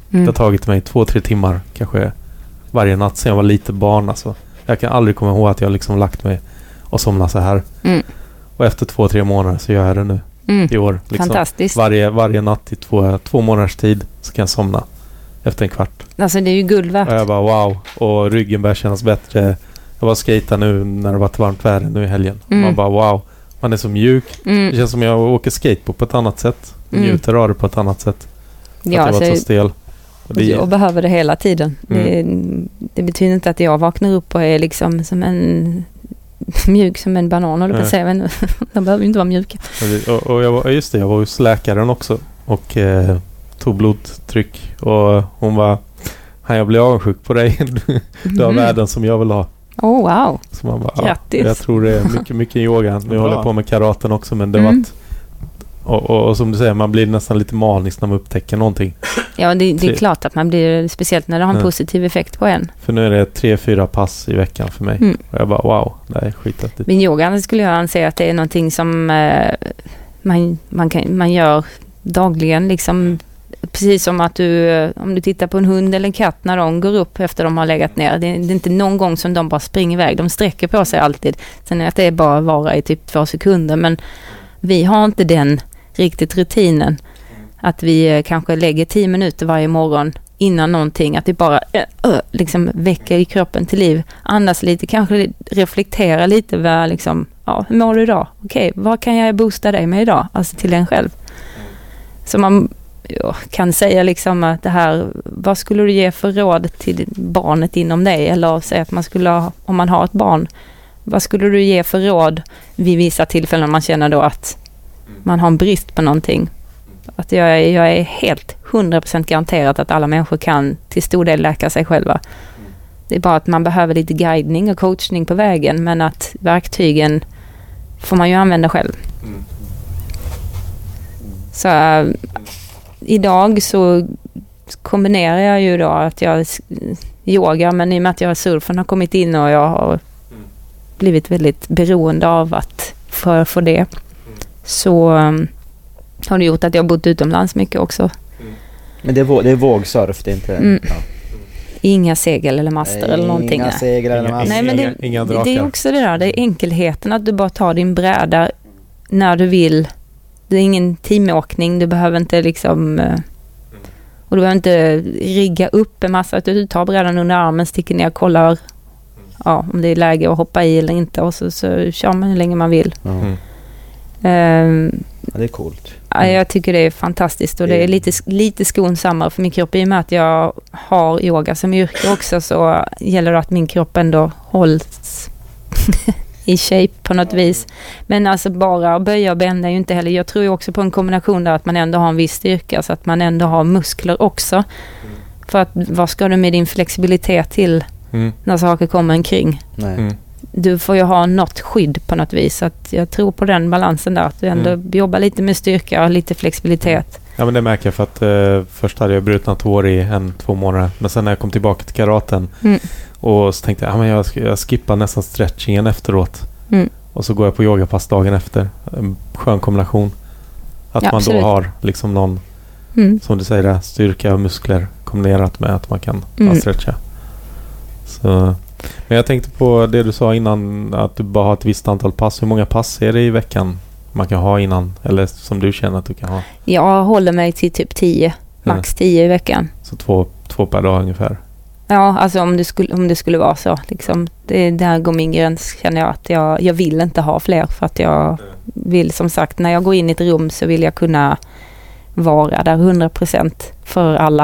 Det har tagit mig två, tre timmar kanske varje natt sedan jag var lite barn. Alltså. Jag kan aldrig komma ihåg att jag liksom lagt mig och somnat så här. Mm. Och efter två, tre månader så gör jag det nu. Mm. I år. Liksom. Fantastiskt. Varje, varje natt i två, två månaders tid så kan jag somna efter en kvart. Alltså det är ju guld värt. Och jag bara wow. Och ryggen börjar kännas bättre. Jag var skejta nu när det var ett varmt väder nu i helgen. Mm. Man bara wow. Man är så mjuk. Mm. Det känns som jag åker skateboard på ett annat sätt. Mm. Njuter av det på ett annat sätt. Att Ja, jag var så så stel. Och det, jag behöver det hela tiden. Mm. Det, det betyder inte att jag vaknar upp och är liksom som en mjuk som en banan. Eller på att säga, men de behöver ju inte vara mjuka. och, och jag var, just det, jag var hos läkaren också. Och eh, tog blodtryck. Och hon var, jag blir avundsjuk på dig. Du har Mhm. världen som jag vill ha. Oh wow. Så man bara, Grattis. ja, jag tror det är mycket, mycket yoga. Nu Bra. håller jag på med karaten också. Men det Mm. var att, och, och, och som du säger, man blir nästan lite manisk när man upptäcker någonting. Ja, det, det är Tre- klart att man blir, speciellt när det har en Ja. positiv effekt på en. För nu är det tre, fyra pass i veckan för mig. Mm. Och jag bara, wow, det här är skithäftigt. Men yoga skulle jag anse att det är någonting som eh, man, man, kan, man gör dagligen. Liksom, precis som att du, eh, om du tittar på en hund eller en katt när de går upp efter de har legat ner. Det, det är inte någon gång som de bara springer iväg. De sträcker på sig alltid. Sen är det att det är bara vara i typ två sekunder. Men vi har inte den riktigt rutinen. Att vi eh, kanske lägger tio minuter varje morgon innan någonting. Att det bara äh, äh, liksom väcker i kroppen till liv. Andas lite, kanske reflektera lite. Vad, liksom, ja, hur mår du idag? Okej, vad kan jag boosta dig med idag? Alltså till en själv. Så man ja, kan säga liksom att det här, vad skulle du ge för råd till barnet inom dig? Eller säga att man skulle ha, om man har ett barn, vad skulle du ge för råd vid vissa tillfällen när man känner då att man har en brist på någonting? Att jag, är- jag är helt hundra procent garanterat att alla människor kan till stor del läka sig själva. Det är bara att man behöver lite guidning och coachning på vägen, men att verktygen får man ju använda själv. Så äh, idag så kombinerar jag ju då att jag s- yoga, men i och med att jag surfen har kommit in och jag har blivit väldigt beroende av att för, för det, så um, har det gjort att jag har bott utomlands mycket också. Men det är, vå- det är vågsurf, det är inte... Mm. Ja. Inga segel eller master eller någonting. Inga nej. seglar eller Inga- master. Nej, men inga, det, inga det drakar. är också det där, det är enkelheten att du bara tar din bräda när du vill. Det är ingen teamåkning, du behöver inte liksom eh, och du behöver inte rigga upp en massa, utan du tar brädan under armen, sticker ner, kollar ja, om det är läge att hoppa i eller inte, och så, så kör man hur länge man vill. Ja. Mm. Ehm, Ja, det är coolt. Ja, jag tycker det är fantastiskt och det är lite, lite skonsammare för min kropp. I och med att jag har yoga som yrke också, så gäller det att min kropp ändå hålls i shape på något vis. Men alltså bara böja och bända är ju inte heller. Jag tror ju också på en kombination där att man ändå har en viss styrka, så att man ändå har muskler också. För att vad ska du med din flexibilitet till Mm. när saker kommer omkring? Nej. Mm. Du får ju ha något skydd på något vis. Så att jag tror på den balansen där. Att du ändå Mm. jobbar lite med styrka och lite flexibilitet. Ja, men det märker jag för att eh, först hade jag brutna tår i en, två månader. Men sen när jag kom tillbaka till karaten Mm. och så tänkte jag, ah, men jag, sk- jag skippar nästan stretchingen efteråt. Mm. Och så går jag på yogapass dagen efter. En skön kombination. Att Ja, man absolut. då har liksom någon, Mm. som du säger, där, styrka och muskler kombinerat med att man kan Mm. ja, stretcha. Så, men jag tänkte på det du sa innan, att du bara har ett visst antal pass. Hur många pass är det i veckan man kan ha innan? Eller som du känner att du kan ha? Jag håller mig till typ tio. Max tio i veckan. Så två, två per dag ungefär. Ja, alltså om det skulle, om det skulle vara så. Liksom, det, där går min gräns, känner jag. Att jag, jag vill inte ha fler. För att jag vill, som sagt, när jag går in i ett rum så vill jag kunna vara där hundra procent för alla.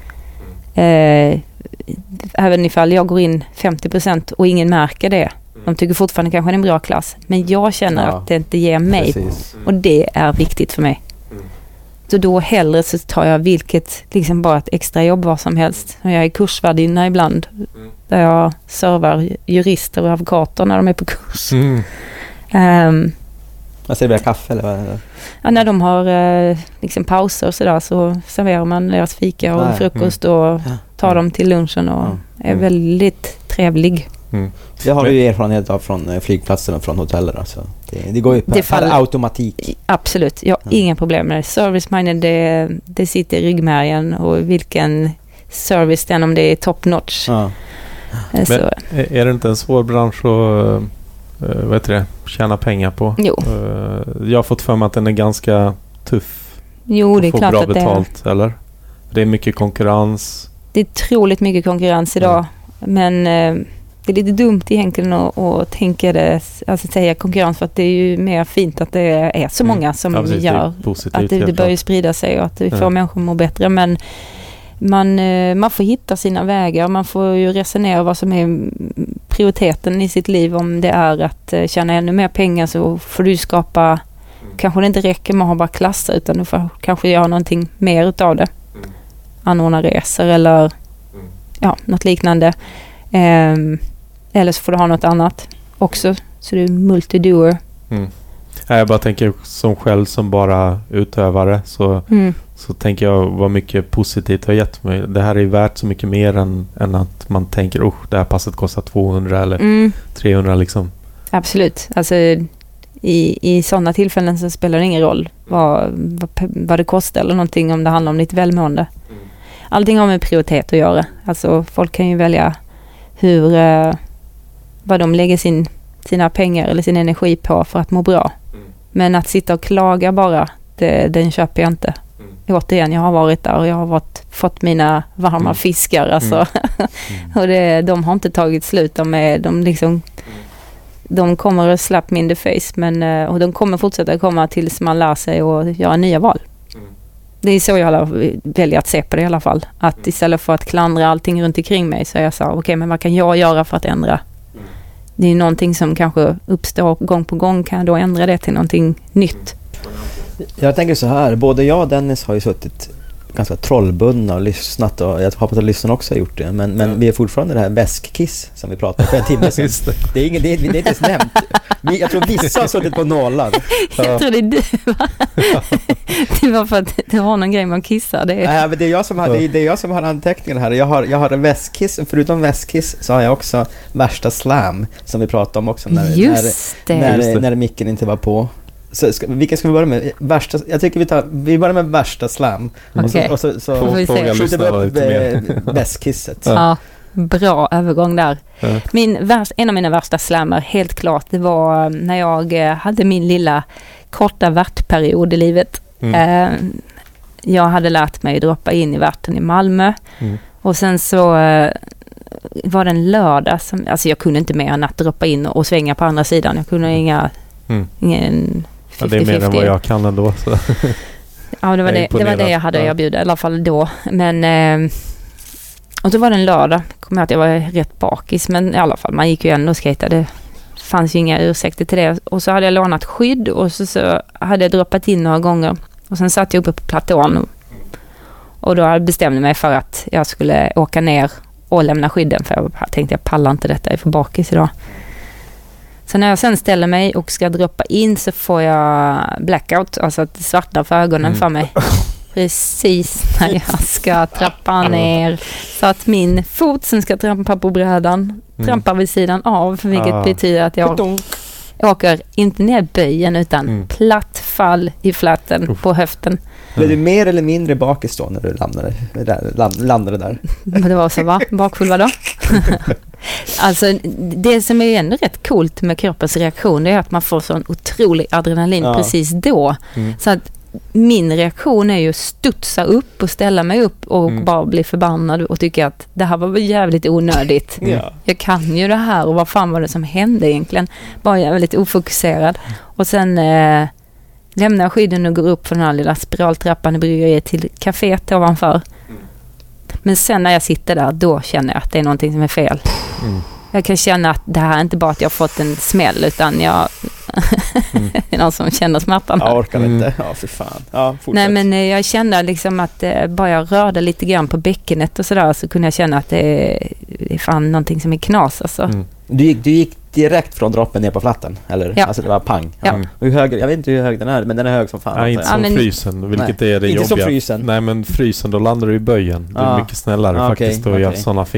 Eh, även ifall jag går in femtio procent och ingen märker det. De tycker fortfarande kanske det är en bra klass. Men jag känner Ja. att det inte ger mig. Precis. Och det är viktigt för mig. Så då hellre så tar jag vilket, liksom bara ett extra jobb vad som helst. Och jag är kursvärdinna ibland. Där jag servar jurister och advokater när de är på kurs. Mm. Ehm, Jag serverar kaffe eller vad är det? ja, när de har eh, liksom pauser och sådär, så serverar man deras fika och Nej. frukost och tar dem till lunchen och Ja. är väldigt trevlig. Mm. Det har vi ju erfarenhet av från flygplatsen och från hoteller. Alltså. Det, det går ju per, Det faller- per automatik. Absolut, jag har Mm. inga problem med det. Service-minded, det, det sitter i ryggmärgen och vilken service den om det är top notch. Ja. Eh, Så, Är är det inte en svår bransch att uh, vad heter det, tjäna pengar på? jo, Uh, jag har fått för mig att den är ganska tuff jo, det är att få klart bra att det är. betalt, eller? Det är mycket konkurrens. Det är otroligt mycket konkurrens idag. Men eh, det är lite dumt egentligen att, att tänka det, alltså säga konkurrens, för att det är ju mer fint att det är så Mm. många som Ja, precis, gör. det är positivt, Att det, det helt börjar ju klart. sprida sig och att vi får Ja. människor att må bättre. Men man, eh, man får hitta sina vägar. Man får ju resonera vad som är prioriteten i sitt liv. Om det är att eh, tjäna ännu mer pengar, så får du skapa, kanske det inte räcker med att ha bara klasser, utan du får kanske göra någonting mer utav det. Mm. Anordna resor eller Mm. ja, något liknande. Ehm, eller så får du ha något annat också. Så du är multidoer. Mm. Nej, jag bara tänker som själv som bara utövare så, Mm. så tänker jag vad mycket positivt har gett mig. Det här är värt så mycket mer än, än att man tänker oh, det här passet kostar tvåhundra eller Mm. trehundra liksom. Absolut. Alltså i, i sådana tillfällen så spelar det ingen roll vad, vad, vad det kostar eller någonting, om det handlar om ditt välmående. Allting har med prioritet att göra. Alltså folk kan ju välja hur eh, vad de lägger sin, sina pengar eller sin energi på för att må bra. Mm. Men att sitta och klaga bara, det, den köper jag inte. Mm. Återigen, jag har varit där och jag har varit, fått mina varma Mm. fiskar. Alltså. Mm. och det, de har inte tagit slut. De, är, de, liksom, de kommer att slap me in the face. Men, eh, och de kommer fortsätta komma tills man lär sig att göra nya val. Mm. Det är så jag alla- väljer att se på det i alla fall. Att istället för att klandra allting runt omkring mig, så är jag så okej, okay, men vad kan jag göra för att ändra? Mm. Det är någonting som kanske uppstår gång på gång. Kan jag då ändra det till någonting nytt? Jag tänker så här, både jag och Dennis har ju suttit ganska trollbundna och lyssnat, och jag hoppas att lyssnarna också har gjort det, men, men vi är fortfarande det här väskkiss som vi pratade om för en timme sedan. Just det. Det är, ingen, det, är, det är inte ens nämnt. Vi, jag tror vissa har suttit på nollan. Jag tror det är du, va? Det var för att det var någon grej man kissar. Det är... Nej, men det är jag som har, det är, det är jag som har anteckningarna här. Jag har, jag har en väskkiss, förutom väskkiss så har jag också värsta slam som vi pratade om också när, Just det. när, Just när, det. när micken inte var på. Så ska, vilka ska vi börja med? Värsta, jag tycker vi tar, vi börjar med värsta slam. Och så, Okej. och så, så Får vi se. Fråga skjuter vi lyssnarna upp lite mer. eh, väskkisset. Ja, bra övergång där. Ja. Min värst, en av mina värsta slammer, helt klart, det var när jag eh, hade min lilla korta värtperiod i livet. Mm. Eh, jag hade lärt mig att droppa in i värten i Malmö. Mm. Och sen så eh, var det en lördag som, alltså jag kunde inte mer än att droppa in och svänga på andra sidan. Jag kunde inga, Mm. ingen Ja, det är mer än vad jag kan ändå. Så. Ja, det var Jag är det, det var imponerad. det jag hade Ja. erbjudit, i alla fall då. Men, eh, och så var det en lördag. Kommer jag att jag var rätt bakis, men i alla fall, man gick ju ändå och skejtade. Det fanns ju inga ursäkter till det. Och så hade jag lånat skydd och så, så hade jag droppat in några gånger. Och sen satt jag uppe på platån. Och, och då bestämde jag mig för att jag skulle åka ner och lämna skydden. För jag tänkte, jag pallar inte detta, jag är för bakis idag. Så när jag sen ställer mig och ska droppa in så får jag blackout, alltså att det svartar för ögonen Mm. för mig. Precis när jag ska trappa ner. Så att min fot som ska trampa på brädan Mm. trampar vid sidan av, vilket Ah. betyder att jag åker inte ner böjen utan Mm. platt fall i fläten Uff. på höften. Blev du mer eller mindre bakis då när du landade där? Land, landade där? Men det var så, va? Bakfull vadå? Alltså det som är ändå rätt coolt med kroppens reaktion, det är att man får sån otrolig adrenalin Ja. precis då. Mm. Så att min reaktion är ju att studsa upp och ställa mig upp och Mm. bara bli förbannad och tycka att det här var väl jävligt onödigt. Ja. Jag kan ju det här och vad fan var det som hände egentligen? Bara jävligt ofokuserad. Och sen eh, lämnar jag skydden och går upp för den här lilla spiraltrappan i bryggeriet till kaféet ovanför. Men sen när jag sitter där, då känner jag att det är någonting som är fel. Mm. Jag kan känna att det här är inte bara att jag har fått en smäll, utan jag Mm. är någon som känner smärtan. Jag orkar Mm. inte. Ja, för fan. Ja, fortsätt. Nej, men eh, jag kände liksom att eh, bara jag rörde lite grann på bäckenet och sådär, så kunde jag känna att det är, det är fan någonting som är knas alltså. Mm. Du gick, du gick direkt från droppen ner på flatten, eller? Ja. Alltså det var pang. Ja. Mm. Hur hög, jag vet inte hur hög den är, men den är hög som fan. Nej, inte antar som Ja, men- frysen, vilket är det Inte som jobbiga. frysen. Nej, men frysen, då landar du i böjen. Det är Ja. mycket snällare Ja, okej, faktiskt att göra okej. sådana fel.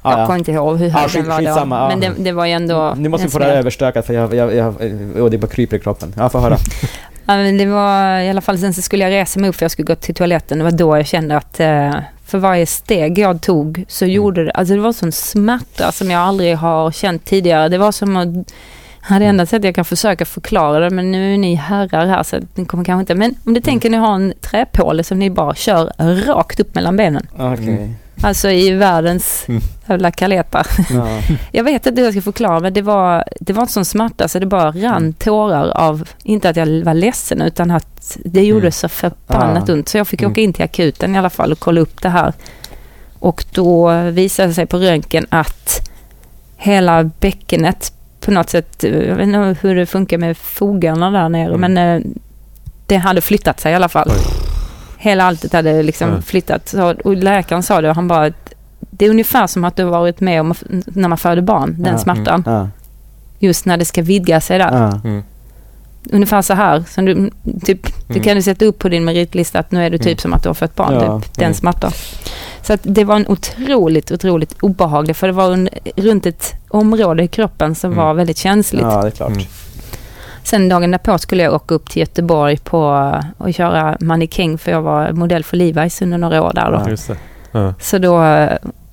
Jag ja. kommer inte ihåg hur hög Ja, den var då. skitsamma, ja. Men det, det var ju ändå... Nu måste vi en få det här smäll. överstökat för jag, jag, jag, jag, det bara kryper i kroppen. Jag får höra. Ja, men det var i alla fall, sen så skulle jag resa mig upp för jag skulle gå till toaletten. Det var då jag kände att eh, för varje steg jag tog så mm. gjorde det, alltså det var sån smärta som jag aldrig har känt tidigare. Det var som att, det enda sättet jag kan försöka förklara det, men nu är ni herrar här så ni kommer kanske inte, men om du tänker ni har en träpåle som ni bara kör rakt upp mellan benen. Okej. Okay. Alltså i världens mm. jävla kaleta. Ja. Jag vet inte hur jag ska förklara, men det var, det var en sån smärta så det bara rann tårar av, inte att jag var ledsen utan att det gjorde mm. så förbannat ja. ont. Så jag fick mm. åka in till akuten i alla fall och kolla upp det här. Och då visade det sig på röntgen att hela bäckenet på något sätt, jag vet inte hur det funkar med fogarna där nere, mm. men eh, det hade flyttat sig i alla fall. Oj. Hela alltet hade liksom mm. flyttat. Så, och läkaren sa det och han bara att det är ungefär som att du har varit med om när man föder barn, den ja, smärtan. Mm, ja. Just när det ska vidga sig där. Ja. Mm. Ungefär så här. Så du, typ, mm. du kan du sätta upp på din meritlista att nu är du typ mm. som att du har fött barn. Ja. Typ, den Mm. smärtan. Så att det var en otroligt, otroligt obehaglig. För det var en, runt ett område i kroppen som mm. var väldigt känsligt. Ja, det är klart. Mm. Sen dagen därpå skulle jag åka upp till Göteborg på och köra mannekäng för jag var modell för Levi's under några år där då. Ja, just det. Ja. Så då,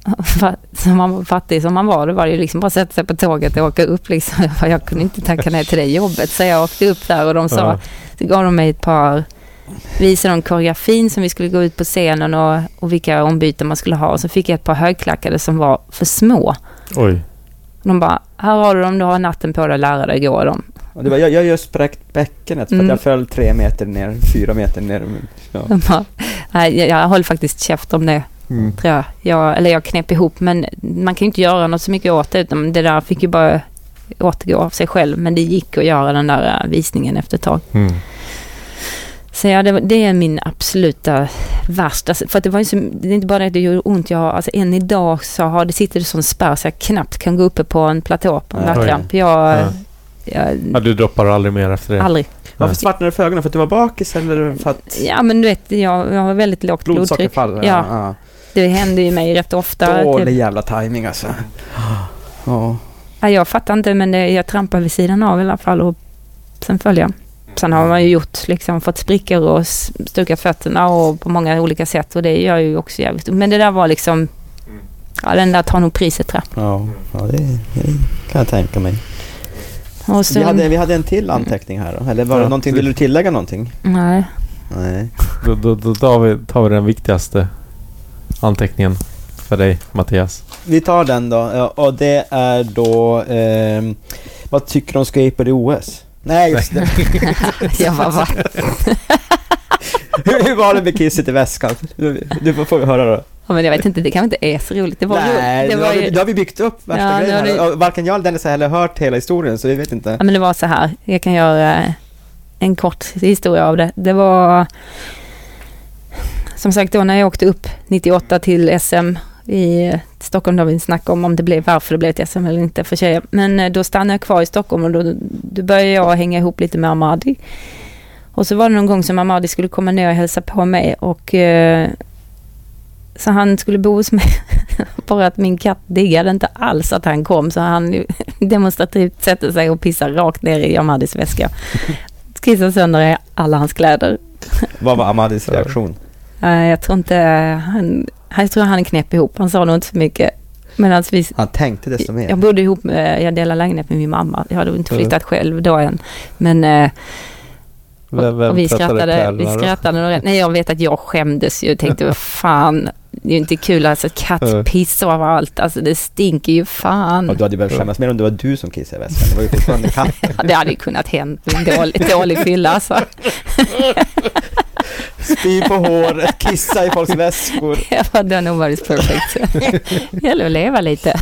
som man var fattig som man var, då var det ju liksom bara att sätta sig på tåget och åka upp liksom. Jag kunde inte tacka nej till det jobbet. Så jag åkte upp där och de sa, ja. Så gav de mig ett par, visade de koreografin som vi skulle gå ut på scenen och, och vilka ombyten man skulle ha. Och så fick jag ett par högklackade som var för små. Oj. De bara, här har du dem, du har natten på dig att lära dig gå dem. Och det var, jag, jag just spräckt bäckenet för mm. att jag föll tre meter ner, fyra meter ner. Ja. Bara, nej, jag, jag höll faktiskt käft om det. Mm. Tror jag. jag. Eller jag knep ihop, men man kan ju inte göra något så mycket åt det, utan det där fick ju bara återgå av sig själv. Men det gick att göra den där visningen efter ett tag. Mm. Så ja, det, det är min absoluta värsta. För att det var ju så, det är inte bara det att det gjorde ont. Jag, alltså än idag så har det sitter det sån spärr så jag knappt kan gå uppe på en platå på en nattramp. Jag, ja. jag, ja, du droppar aldrig mer efter det? Aldrig. Varför svartnade det för ögonen? För att du var bakis eller för att... Ja, men du vet, jag, jag har väldigt lågt blodtryck. Ja, ja. ja. Det händer ju mig rätt ofta. Dålig typ. Jävla timing alltså. Ja. Ja, jag fattar inte, men det, jag trampar vid sidan av i alla fall och sen följer jag. Sen har man ju gjort, liksom, fått sprickor och stukat fötterna och på många olika sätt och det gör ju också jävligt. Men det där var liksom, ja, den där tar nog priset tror jag. Ja, ja det, det kan jag tänka mig. Och sen, vi, hade, vi hade en till anteckning här då. Eller var det ja, någonting, vill du tillägga någonting? Nej. Nej. Då, då, då tar, vi, tar vi den viktigaste anteckningen för dig, Mattias. Vi tar den då. Och det är då eh, vad tycker du om skater i O S? Nej, just det. Jag var va? hur, hur var det med kisset i väskan? Du, du får, får vi höra då. Ja, men jag vet inte, det kanske inte är så roligt. Det var Nej, det det var har, ju... vi, det har vi byggt upp värsta ja, grejen det... här. Varken jag eller Dennis har heller hört hela historien, så vi vet inte. Ja, men det var så här. Jag kan göra en kort historia av det. Det var som sagt då när jag åkte upp nittioåtta till S M i Stockholm, då vi snackade om om det blev, varför det blev ett S M eller inte för tjejer. Men då stannade jag kvar i Stockholm och då, då började jag hänga ihop lite med Ahmadi. Och så var det någon gång som Ahmadi skulle komma ner och hälsa på mig och eh, så han skulle bo hos mig. Bara att min katt diggade inte alls att han kom, så han demonstrativt sätter sig och pissar rakt ner i Ahmadis väska. Kissar sönder alla hans kläder. Vad var Ahmadis reaktion? Uh, jag tror inte han, jag tror han knäpp ihop. Han sa nog inte så mycket. Men vi, han tänkte desto mer. Jag bodde ihop med, jag delade lägenhet med min mamma. Jag hade inte flyttat själv då än. Men uh, och, och vi skrattade, vi skrattade. Nej, jag vet att jag skämdes ju och tänkte, vad fan, det är ju inte kul, alltså kattpiss överallt, alltså det stinker ju fan. Och du hade ju väl skämmas mer om det var du som kissade i väskan, det var ju fortfarande katten. Det hade ju kunnat hända, en dålig, dålig fylla alltså. Spy på håret, kissa i folks väskor. Ja, det nog var perfekt. Det gäller att leva lite.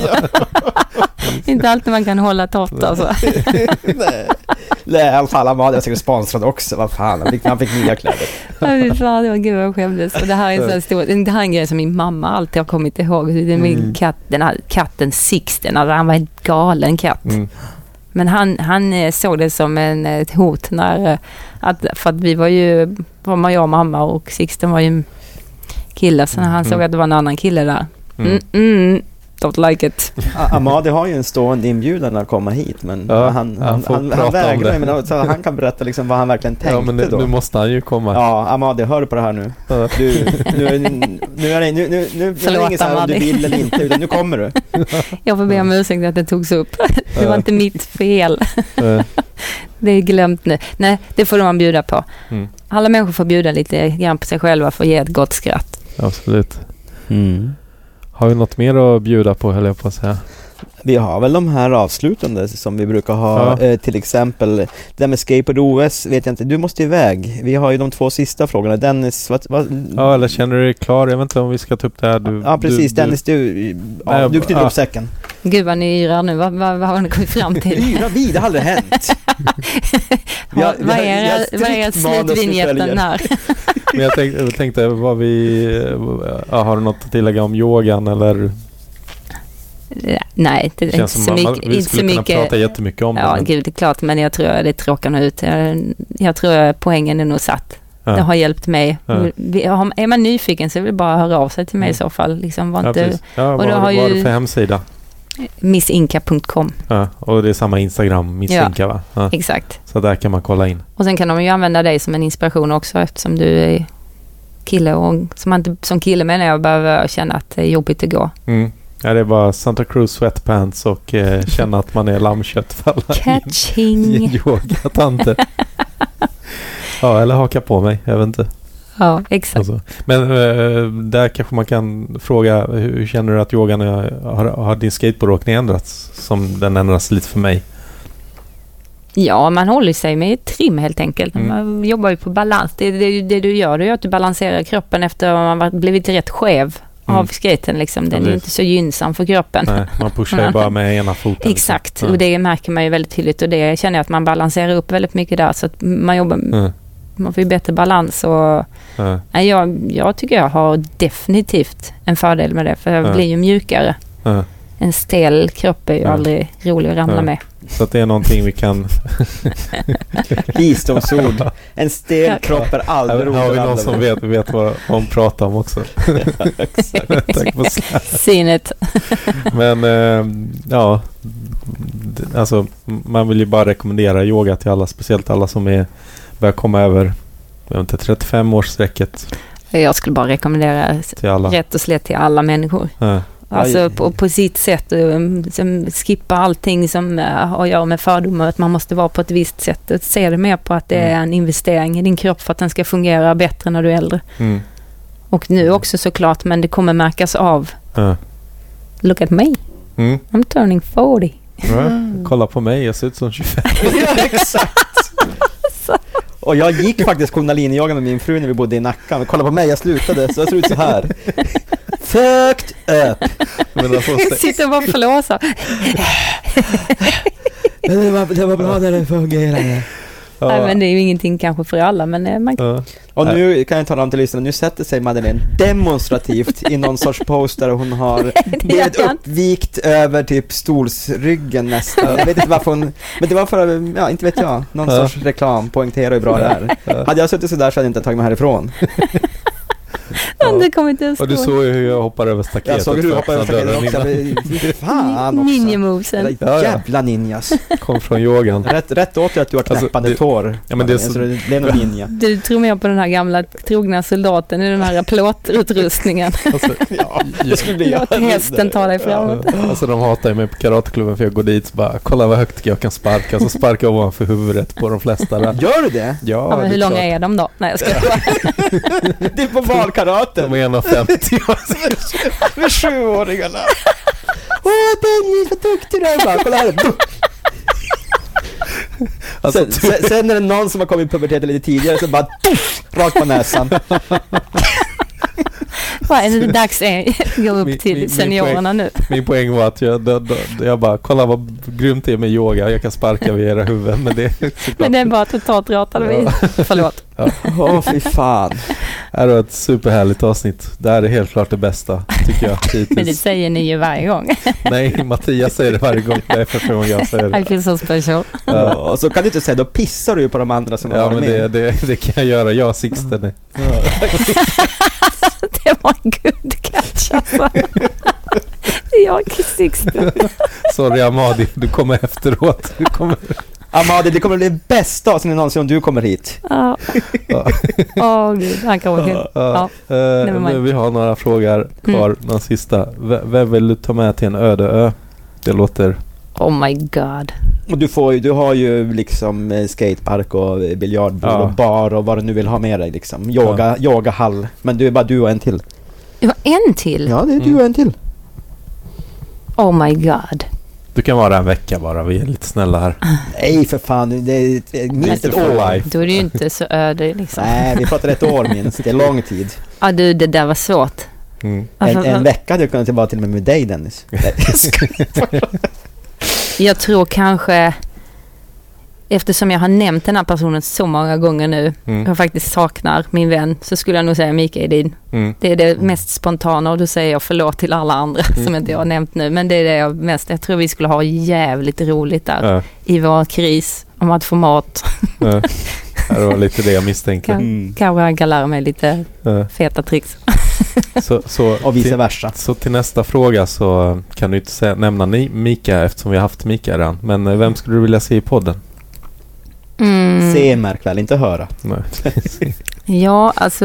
Inte alltid man kan hålla torrt alltså. Nej. Nej, i alla fall han var säkert sponsrad också. Vad fan, han fick, han fick nya kläder. Ja, det var gud vad skämdes. Och det här är så stor, det här är en grej som min mamma alltid har kommit ihåg. Det är min mm. katt, den här katten Sixten, alltså han var en galen katt. Mm. Men han, han såg det som en, ett hot när, att, för att vi var ju, var man jag och mamma och Sixten var ju kille, så när han mm. såg att det var en annan kille där. Mm. Mm, mm, don't like it. Amadi har ju en stående inbjudan att komma hit, men ja, han, han, han, han, han vägrar, men så han kan berätta liksom vad han verkligen tänkte ja, men nu, då. nu måste han ju komma. Ja, Amadi, hör du på det här nu? Ja. Du, nu, är det, nu är det nu, nu, nu, Förlåt, nu är det inget så här om du vill eller inte, utan nu kommer du. Jag får be om ursäkt att det togs upp. Det var Ja. inte mitt fel. Ja. Det är glömt nu. Nej, det får man bjuda på. Mm. Alla människor får bjuda lite grann på sig själva för att ge ett gott skratt. Absolut. Mm. Har vi något mer att bjuda på, höll jag på att säga? Vi har väl de här avslutande som vi brukar ha, Ja. eh, till exempel det där med skateboard-O S, vet jag inte, du måste iväg. Vi har ju de två sista frågorna. Dennis, vad, vad, Ja, eller känner du dig klar? Jag vet inte om vi ska ta upp det här. Du, ja, precis, du, Dennis, du, ja, Nej, du knyter ja. upp säcken. Gud vad ni yrar nu. Vad, vad, vad har ni kommit fram till? Yra vi, det har aldrig hänt. Vi har- Vad vi har- är vi har era- strikt vad är manus vi slutvinjetten följer. här? Men jag tänkte, jag tänkte vad vi... Ja, har du något att tillägga om yogan eller? Nej, det är inte Känns som så man, mycket. vi Inte så skulle kunna mycket. prata jättemycket om Ja, det. gud, det är klart, men jag tror att det tråkar nog ut. Jag, jag tror att poängen är nog satt. Ja. Det har hjälpt mig. Ja. Vi, har, är man nyfiken så är det bara att höra av sig till mig Mm. i så fall. Liksom, var Ja, inte precis. Ja, och vad då har har du vad har ju- du för hemsida? missinka punkt com. Ja, och det är samma Instagram, missinka va? Ja. Exakt. Så där kan man kolla in. Och sen kan de ju använda dig som en inspiration också eftersom du är kille och som, man inte, som kille menar jag behöver känna att det är jobbigt att gå. Mm. Ja, det är bara Santa Cruz sweatpants och eh, känna att man är lammkött för alla Catching! yogatanter. Ja, eller haka på mig, jag vet inte. Ja, exakt. Alltså. Men eh, där kanske man kan fråga, hur, hur känner du att yogan är, har, har din skateboardåkning ändrats som den ändras lite för mig? Ja, man håller sig med trim helt enkelt. Mm. Man jobbar ju på balans. Det, det, det du gör, det är att du balanserar kroppen efter att man har blivit rätt skev Mm. av skaten. Liksom. Den Ja, är precis. inte så gynnsam för kroppen. Nej, man pushar ju bara med ena foten. Exakt, liksom. och det märker man ju väldigt tydligt och det känner jag att man balanserar upp väldigt mycket där så att man jobbar, Mm. man får ju bättre balans och Ja. nej, jag, jag tycker jag har definitivt en fördel med det för jag Ja. blir ju mjukare. Ja. En stel kropp är ju Ja. aldrig rolig att ramla Ja. med. Så att det är någonting vi kan... Visdomsord. En stel kropp är aldrig Här rolig har vi att någon ramla som med. vet, vet vad hon pratar om också. Tack för släpp. Synet. Men eh, ja, d- alltså man vill ju bara rekommendera yoga till alla, speciellt alla som är börjar komma över jag vet inte, trettiofem-årsstrecket Jag skulle bara rekommendera till alla. rätt och slätt till alla människor. Ja. Alltså på, på sitt sätt um, som skippa allting som uh, har att göra med fördomar att man måste vara på ett visst sätt och se det mer på att det är en investering i din kropp för att den ska fungera bättre när du är äldre. Mm. Och nu också såklart, men det kommer märkas av. Ja. Look at me, Mm. I'm turning forty. Ja. Kolla på mig, jag ser ut som tjugofem. Ja, exakt. Och jag gick faktiskt kundalini-yoga med min fru när vi bodde i Nacka. Men kolla på mig, jag slutade så jag ser ut så här. Fucked up. Men alltså, Jag sitter och bara flåsar. Men det var, det var bra när det fungerade. Nej, men det är ju ingenting kanske för alla, men eh, man ja. Och nu kan jag tala om till lyssnarna, nu sätter sig Madeleine demonstrativt i någon sorts post där hon har blivit gör han. uppvikt över typ stolsryggen nästan. Jag vet inte varför hon, men det var för, ja inte vet jag, någon Ja. sorts reklam, poängtera hur bra det är. Ja. Hade jag suttit så där så hade jag inte tagit mig härifrån. ja. det kommer inte ens Och du stå. såg ju hur jag hoppar över staketet. Jag såg hur du för att hoppade över öppna staketet dörren också. Jag blev- Fan också. Ninja-movesen. Jävla Ja, ja. Jävla ninjas. innan. Kom från yogan. Rätt, rätt åt dig att du har Alltså, knäppande det- tår. Ja, men det är så- så det blev någon ninja. Du tror mer på den här gamla trogna soldaten i den här plåtutrustningen. Alltså, Ja, det skulle bli Låt hästen ta dig framåt. alltså de hatar ju mig på karateklubben för jag går dit och bara kolla vad högt jag kan sparka. Så sparkar jag ovanför huvudet på de flesta där. Gör du det? Ja, Ja, men det hur långa klart. är de då? Nej, jag ska bara. Det är på valkaraten. De är en komma femtio. Med sjuåringarna. Åh, Dennis, vad duktig du är. Bara, kolla här. Alltså, sen, sen, sen är det någon som har kommit i puberteten lite tidigare så bara tuff, rakt på näsan. Vad är det dags att gå upp Min- till min- min seniorerna nu? Min poäng var att jag, då, då, jag bara, kolla vad grymt det är med yoga. Jag kan sparka vid era huvuden. Men det är såklart. Men det är bara totalt ratade vi. Förlåt. Åh, oh, fy fan. Det här var ett superhärligt avsnitt. Det här är helt klart det bästa, tycker jag. Men det Hittills. säger ni ju varje gång. Nej, Mattias säger det varje gång. Det är första gången jag säger I det. feel so special. Ja. Och så kan du inte säga, då pissar du ju på de andra som Ja, har men varit det, med. det, det kan jag göra. Jag och Sixten. är- Det var en good catch alltså. Jag Sixten. Sorry Amadi, du kommer efteråt. Du kommer... Amadi, det kommer bli det bästa avsnittet någonsin om du kommer hit. Ja. Åh gud, han kan vara helt... Ja. Uh, nu vi har några frågor kvar, mm. den sista. V- vem vill du ta med till en öde ö? Det låter... Oh my god. Och du, får, du har ju liksom skatepark och biljardbord, ja, och bar och vad du nu vill ha med dig liksom. Yoga, ja. Yogahall. Men du är bara du och en till. Du har en till? Ja, det är du och en till. Oh my god. Du kan vara en vecka bara, vi är lite snälla här. Nej för fan, det är minst ett år. Då är det ju inte så öde liksom. Nej, vi pratar ett år minst, det är lång tid. Ja du, det där var svårt. Mm. En, en vecka hade jag kunnat vara till och med med dig, Dennis. Jag tror kanske, eftersom jag har nämnt den här personen så många gånger nu, mm. jag faktiskt saknar min vän, så skulle jag nog säga Mika Edin. Mm. Det är det mest spontana, och då säger jag förlåt till alla andra mm. som inte jag har nämnt nu. Men det är det jag mest, jag tror vi skulle ha jävligt roligt där ja. i vår kris om att få mat. Ja. Det var lite det jag misstänker. Mm. Kanske han kan lära mig lite ja. feta tricks. Så, så, och vice versa. Till, så till nästa fråga så kan du inte säga, nämna ni, Mika, eftersom vi har haft Mika redan. Men vem skulle du vilja se i podden? Mm. Se märk väl, inte höra. Nej. Ja, alltså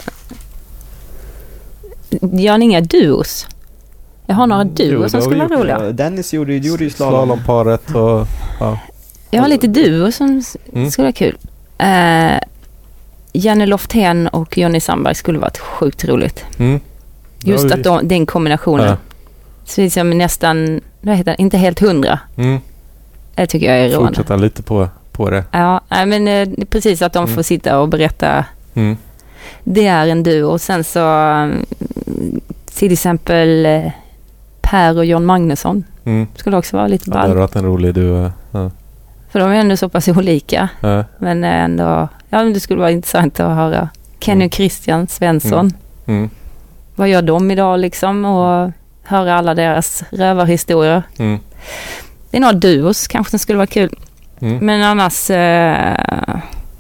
jag har inga duos. Jag har några duos jo, som skulle vara roliga. Dennis gjorde, gjorde ju slalom. slalomparet och ja. Jag har lite duos som mm. skulle vara kul. Uh, Janne Loftén och Johnny Sandberg skulle vara sjukt roligt. Mm. Just ja, att de, den kombinationen. Ja. Så liksom nästan, vad heter det, inte helt hundra. Mm. Det tycker jag är roligt. Fortsätta lite på, på det. Ja, men eh, precis att de mm. får sitta och berätta. Mm. Det är en duo. Och sen så till exempel Per och John Magnusson. Mm. Skulle också vara lite ball. Ja, det har varit en rolig duo. Ja. För de är ändå så pass olika. Ja. Men ändå, ja, det skulle vara intressant att höra. Kenny mm. och Christian Svensson. Mm. Mm. Vad gör de idag liksom? Och höra alla deras rövarhistorier. Mm. Det är några duos kanske som skulle vara kul. Mm. Men annars eh,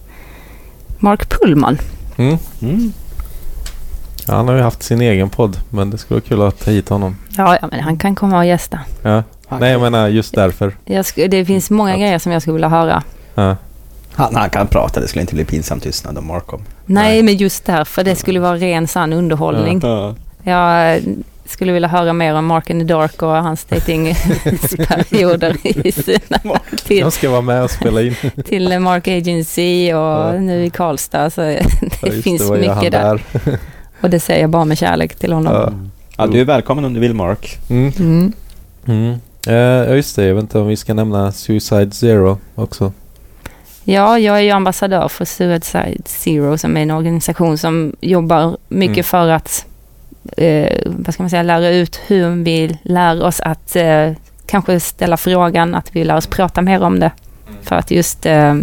Mark Pullman. Mm. Mm. Ja, han har ju haft sin egen podd, men det skulle vara kul att ta hit honom. Ja, ja men han kan komma och gästa. Ja. Nej, jag menar just därför. Jag sk- det finns många att... grejer som jag skulle vilja höra. Ja. Han, han kan prata, det skulle inte bli pinsamt tystnad om Mark om. Nej, Nej, men just därför. Det skulle vara ren sann underhållning. Ja. Jag skulle vilja höra mer om Mark in the Dark och hans datingperioder i sina till, jag ska vara med och spela in. till Mark Agency och ja. nu i Karlstad. Så det ja, finns det, mycket där. där. Och det säger jag bara med kärlek till honom. Ja, ja du är välkommen om du vill, Mark. Mm. Mm. Mm. Ja, just det. Jag vet inte om vi ska nämna Suicide Zero också. Ja, jag är ju ambassadör för Suicide Zero, som är en organisation som jobbar mycket mm. för att eh, vad ska man säga, lära ut hur vi lär oss att eh, kanske ställa frågan, att vi lär oss prata mer om det. För att just eh,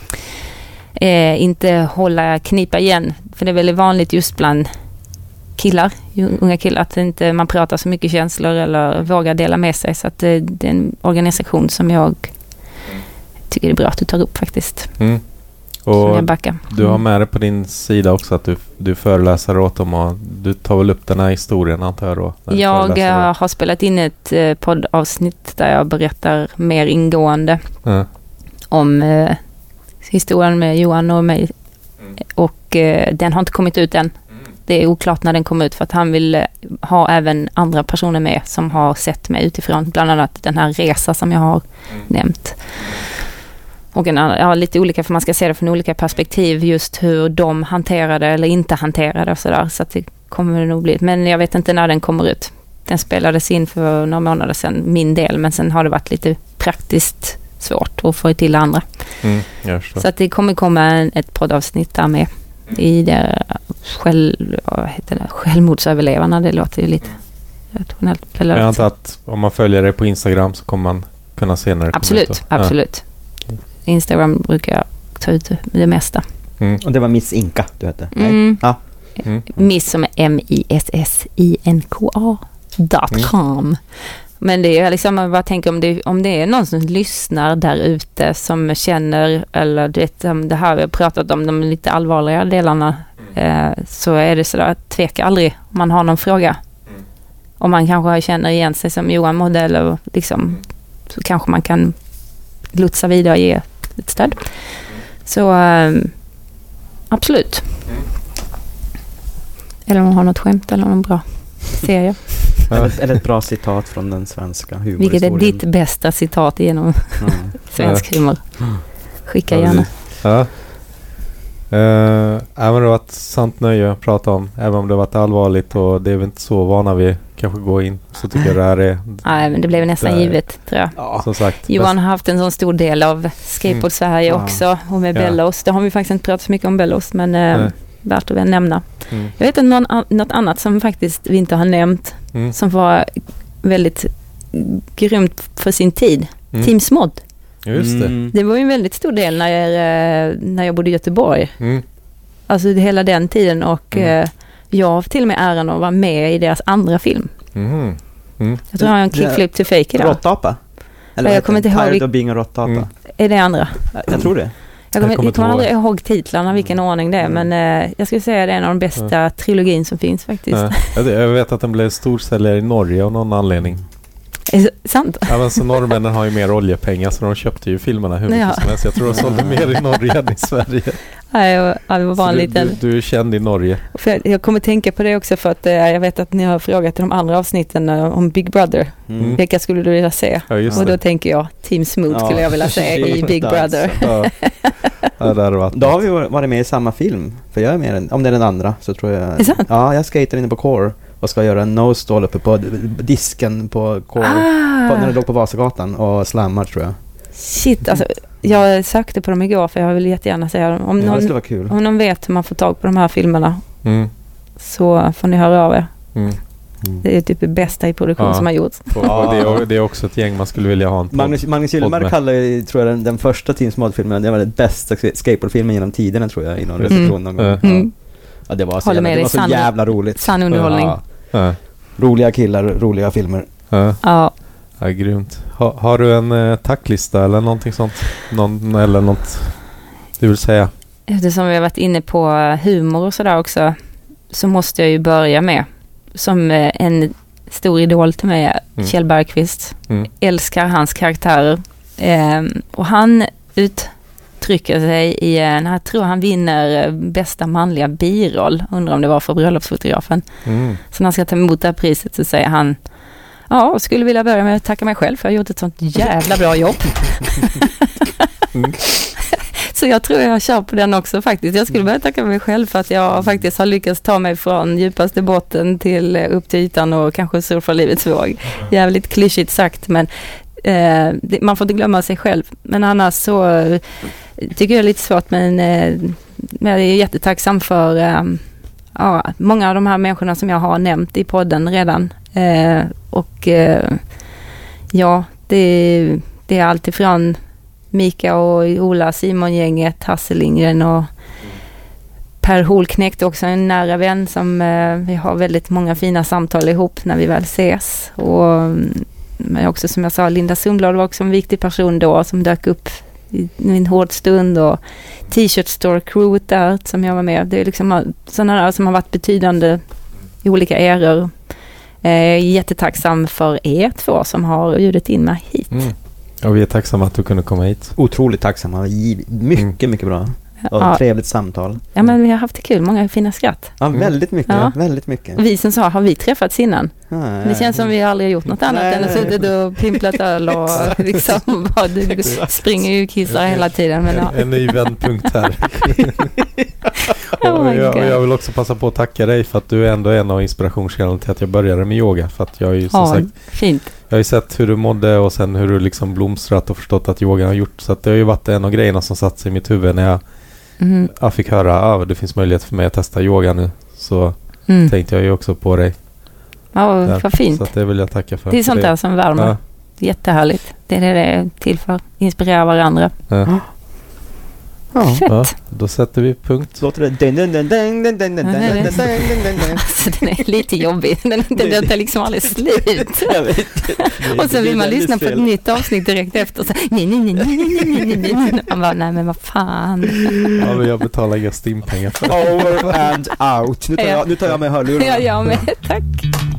eh, inte hålla knipa igen. För det är väldigt vanligt just bland killar, unga killar, att inte man pratar så mycket känslor eller vågar dela med sig. Så att det, det är en organisation som jag tycker det är bra att du tar upp faktiskt. Mm. Och du har med det på din sida också att du, du föreläser åt dem, och du tar väl upp den här historien, antar jag då? Jag äh, har spelat in ett äh, poddavsnitt där jag berättar mer ingående mm. om äh, historien med Johan och mig. Mm. Och äh, den har inte kommit ut än. Det är oklart när den kommer ut, för att han vill ha även andra personer med som har sett mig utifrån. Bland annat den här resa som jag har mm. nämnt. Och en, ja, lite olika, för man ska se det från olika perspektiv, just hur de hanterade eller inte hanterade och sådär. Så att det kommer det nog bli. Men jag vet inte när den kommer ut. Den spelades in för några månader sedan, min del. Men sen har det varit lite praktiskt svårt att få till andra. Mm, så att det kommer komma ett poddavsnitt där med. I det själv, vad heter det, självmordsöverlevarna, det låter ju lite rationellt. Jag antar att om man följer det på Instagram så kommer man kunna se när det absolut, kommer ut. Absolut, absolut. Instagram brukar jag ta ut det mesta. Mm. Och det var Miss Inka du hette? Mm. Ja. Mm. Miss som är M I S S I N K A dot com. Mm. Men det är liksom, jag bara tänker om det, om det är någon som lyssnar där ute som känner, eller du vet, det här vi har pratat om, de lite allvarliga delarna, mm. eh, så är det sådär, tveka aldrig om man har någon fråga. Mm. om man kanske känner igen sig som Johan mådde eller liksom, så kanske man kan lotsa vidare och ge ett stöd. Så äh, absolut. Eller om man har något skämt eller någon bra serie. Eller, eller ett bra citat från den svenska humorhistorien. Vilket är ditt bästa citat genom mm. svensk humor? Skicka gärna. Ja. Uh, även det var ett sant nöje att prata om. Även om det varit allvarligt och det är vi inte så vana vid kanske gå in. Så tycker jag det här är... Nej, men det blev nästan är, givet, tror jag. Ja, som sagt. Johan har haft en sån stor del av Skateboard Sverige mm. också. Och med ja. Bellows. Det har vi faktiskt inte pratat så mycket om Bellows. Men uh, värt att nämna. Mm. Jag vet att någon, något annat som faktiskt vi inte har nämnt. Mm. Som var väldigt grymt för sin tid. Mm. Team Smod. Just det. Mm. Det var ju en väldigt stor del när jag, när jag bodde i Göteborg. Mm. Alltså det, hela den tiden. Och mm. eh, jag har till och med äran att vara med i deras andra film. Mm. Mm. Jag tror jag har en kickflip to fake idag. Råttapa? Eller jag kommer inte ihåg. Tired of being a råttapa. Mm. Är det andra? Jag tror det. Jag kommer, jag kommer, jag kommer aldrig ihåg titlarna, vilken mm. ordning det är. Men eh, jag skulle säga att det är en av de bästa ja. trilogin som finns faktiskt. Ja. Jag vet att den blev storsäljare i Norge av någon anledning. Är det sant? Ja, men så norrmännen har ju mer oljepengar så de köpte ju filmerna hur mycket ja. som helst. Jag tror de sålde mer i Norge än i Sverige. Ja, jag, det var bara en du, liten... du, du är känd i Norge. För jag, jag kommer tänka på det också för att eh, jag vet att ni har frågat i de andra avsnitten eh, om Big Brother. Mm. Vilka skulle du vilja se? Ja, just och det. då tänker jag Team Smooth ja. skulle jag vilja se i Big Brother. Ja. Ja, där var då har vi varit med i samma film. För jag är med den, om det är den andra så tror jag... Är det sant? Ja, jag skater inne på Core och ska göra en nose-stall uppe på disken på Core. Ah. På, när det låg på Vasagatan och slammar tror jag. Shit, alltså jag sökte på dem igår för jag vill jättegärna säga dem. Om, ja, någon, det skulle vara kul. Om någon vet hur man får tag på de här filmerna mm. så får ni höra av er. Mm. Mm. Det är typ det bästa i produktion ja. som har gjorts. Och, och det, är, det är också ett gäng man skulle vilja ha en podd. Magnus, Magnus Gyllenberg kallar tror jag den, den första Team Smod-filmen, det var den bästa skateboardfilmen genom tiderna tror jag i någon mm. recension någon gång. Mm. Ja. Ja, det var så, jävla, det var så sann, jävla roligt. Sann underhållning. Ja. Ja. Roliga killar, roliga filmer. Ja. Ja. Ja, grymt. Ha, har du en eh, tacklista eller någonting sånt? Någon, eller något du vill säga? Eftersom vi har varit inne på humor och sådär också så måste jag ju börja med som eh, en stor idol till mig mm. Kjell Bergqvist. Mm. Älskar hans karaktärer. Eh, och han uttrycker sig i en, jag tror han vinner bästa manliga biroll. Undrar om det var för bröllopsfotografen. Mm. Så när han ska ta emot det här priset så säger han ja, skulle vilja börja med att tacka mig själv för jag har gjort ett sånt jävla bra jobb. Mm. Så jag tror jag kör på den också faktiskt. Jag skulle börja tacka mig själv för att jag faktiskt har lyckats ta mig från djupaste botten till upp till ytan och kanske surfa livets våg. Jävligt klyschigt sagt, men eh, det, man får inte glömma sig själv. Men annars så eh, tycker jag det är lite svårt, men, eh, men jag är jättetacksam för eh, ja, många av de här människorna som jag har nämnt i podden redan. Eh, och eh, ja, det, det är allt ifrån Mika och Ola, Simon-gänget, Hasse Lindgren och Per Holknekt, också en nära vän som eh, vi har väldigt många fina samtal ihop när vi väl ses. Och men också som jag sa, Linda Sundblad var också en viktig person då som dök upp i en hård stund, och T-shirt store crewet där som jag var med. Det är liksom sådana där som har varit betydande i olika eror. Eh, jättetacksam för er två som har bjudit in mig hit. Mm. Och vi är tacksamma att du kunde komma hit. Otroligt tacksamma. Mycket, mm. mycket bra. Och ja. Trevligt samtal. Ja, men vi har haft det kul. Många fina skratt. Ja, väldigt mycket. Ja. Väldigt mycket. Vi som sa, har vi träffats innan? Ja, det känns som vi aldrig har gjort något annat nej, än att suttit och pimplat öl och liksom bara, du springer ju och kissar hela tiden. Men ja. En, en ny vändpunkt här. och, jag, och jag vill också passa på att tacka dig för att du är ändå en av inspirationskällarna till att jag började med yoga. För att jag är ju som ja, sagt... fint. Jag har ju sett hur du mådde och sen hur du liksom blomstrat och förstått att yoga har gjort. Så att det har ju varit en av grejerna som satt sig i mitt huvud när jag, mm. jag fick höra att ah, det finns möjlighet för mig att testa yoga nu. Så mm. tänkte jag ju också på dig. Ja, vad fint. Så att det vill jag tacka för. Det är sånt det. där som värmer. Ja. Jättehärligt. Det är det det är till för. Inspirera varandra. Ja. Ja. Fett. Ja, då sätter vi punkt. Låter det den den den den den den den den den. Alltså den är lite jobbig. Den den tar liksom aldrig slut. Och så vill man lyssna på ett nytt avsnitt direkt efter så nej nej nej nej nej nej. Man bara nej men vad fan. Ja, men jag betalar inga stimpengar för. Over and out. Nu tar jag nu tar jag med hörlurarna. Ja, ja men tack.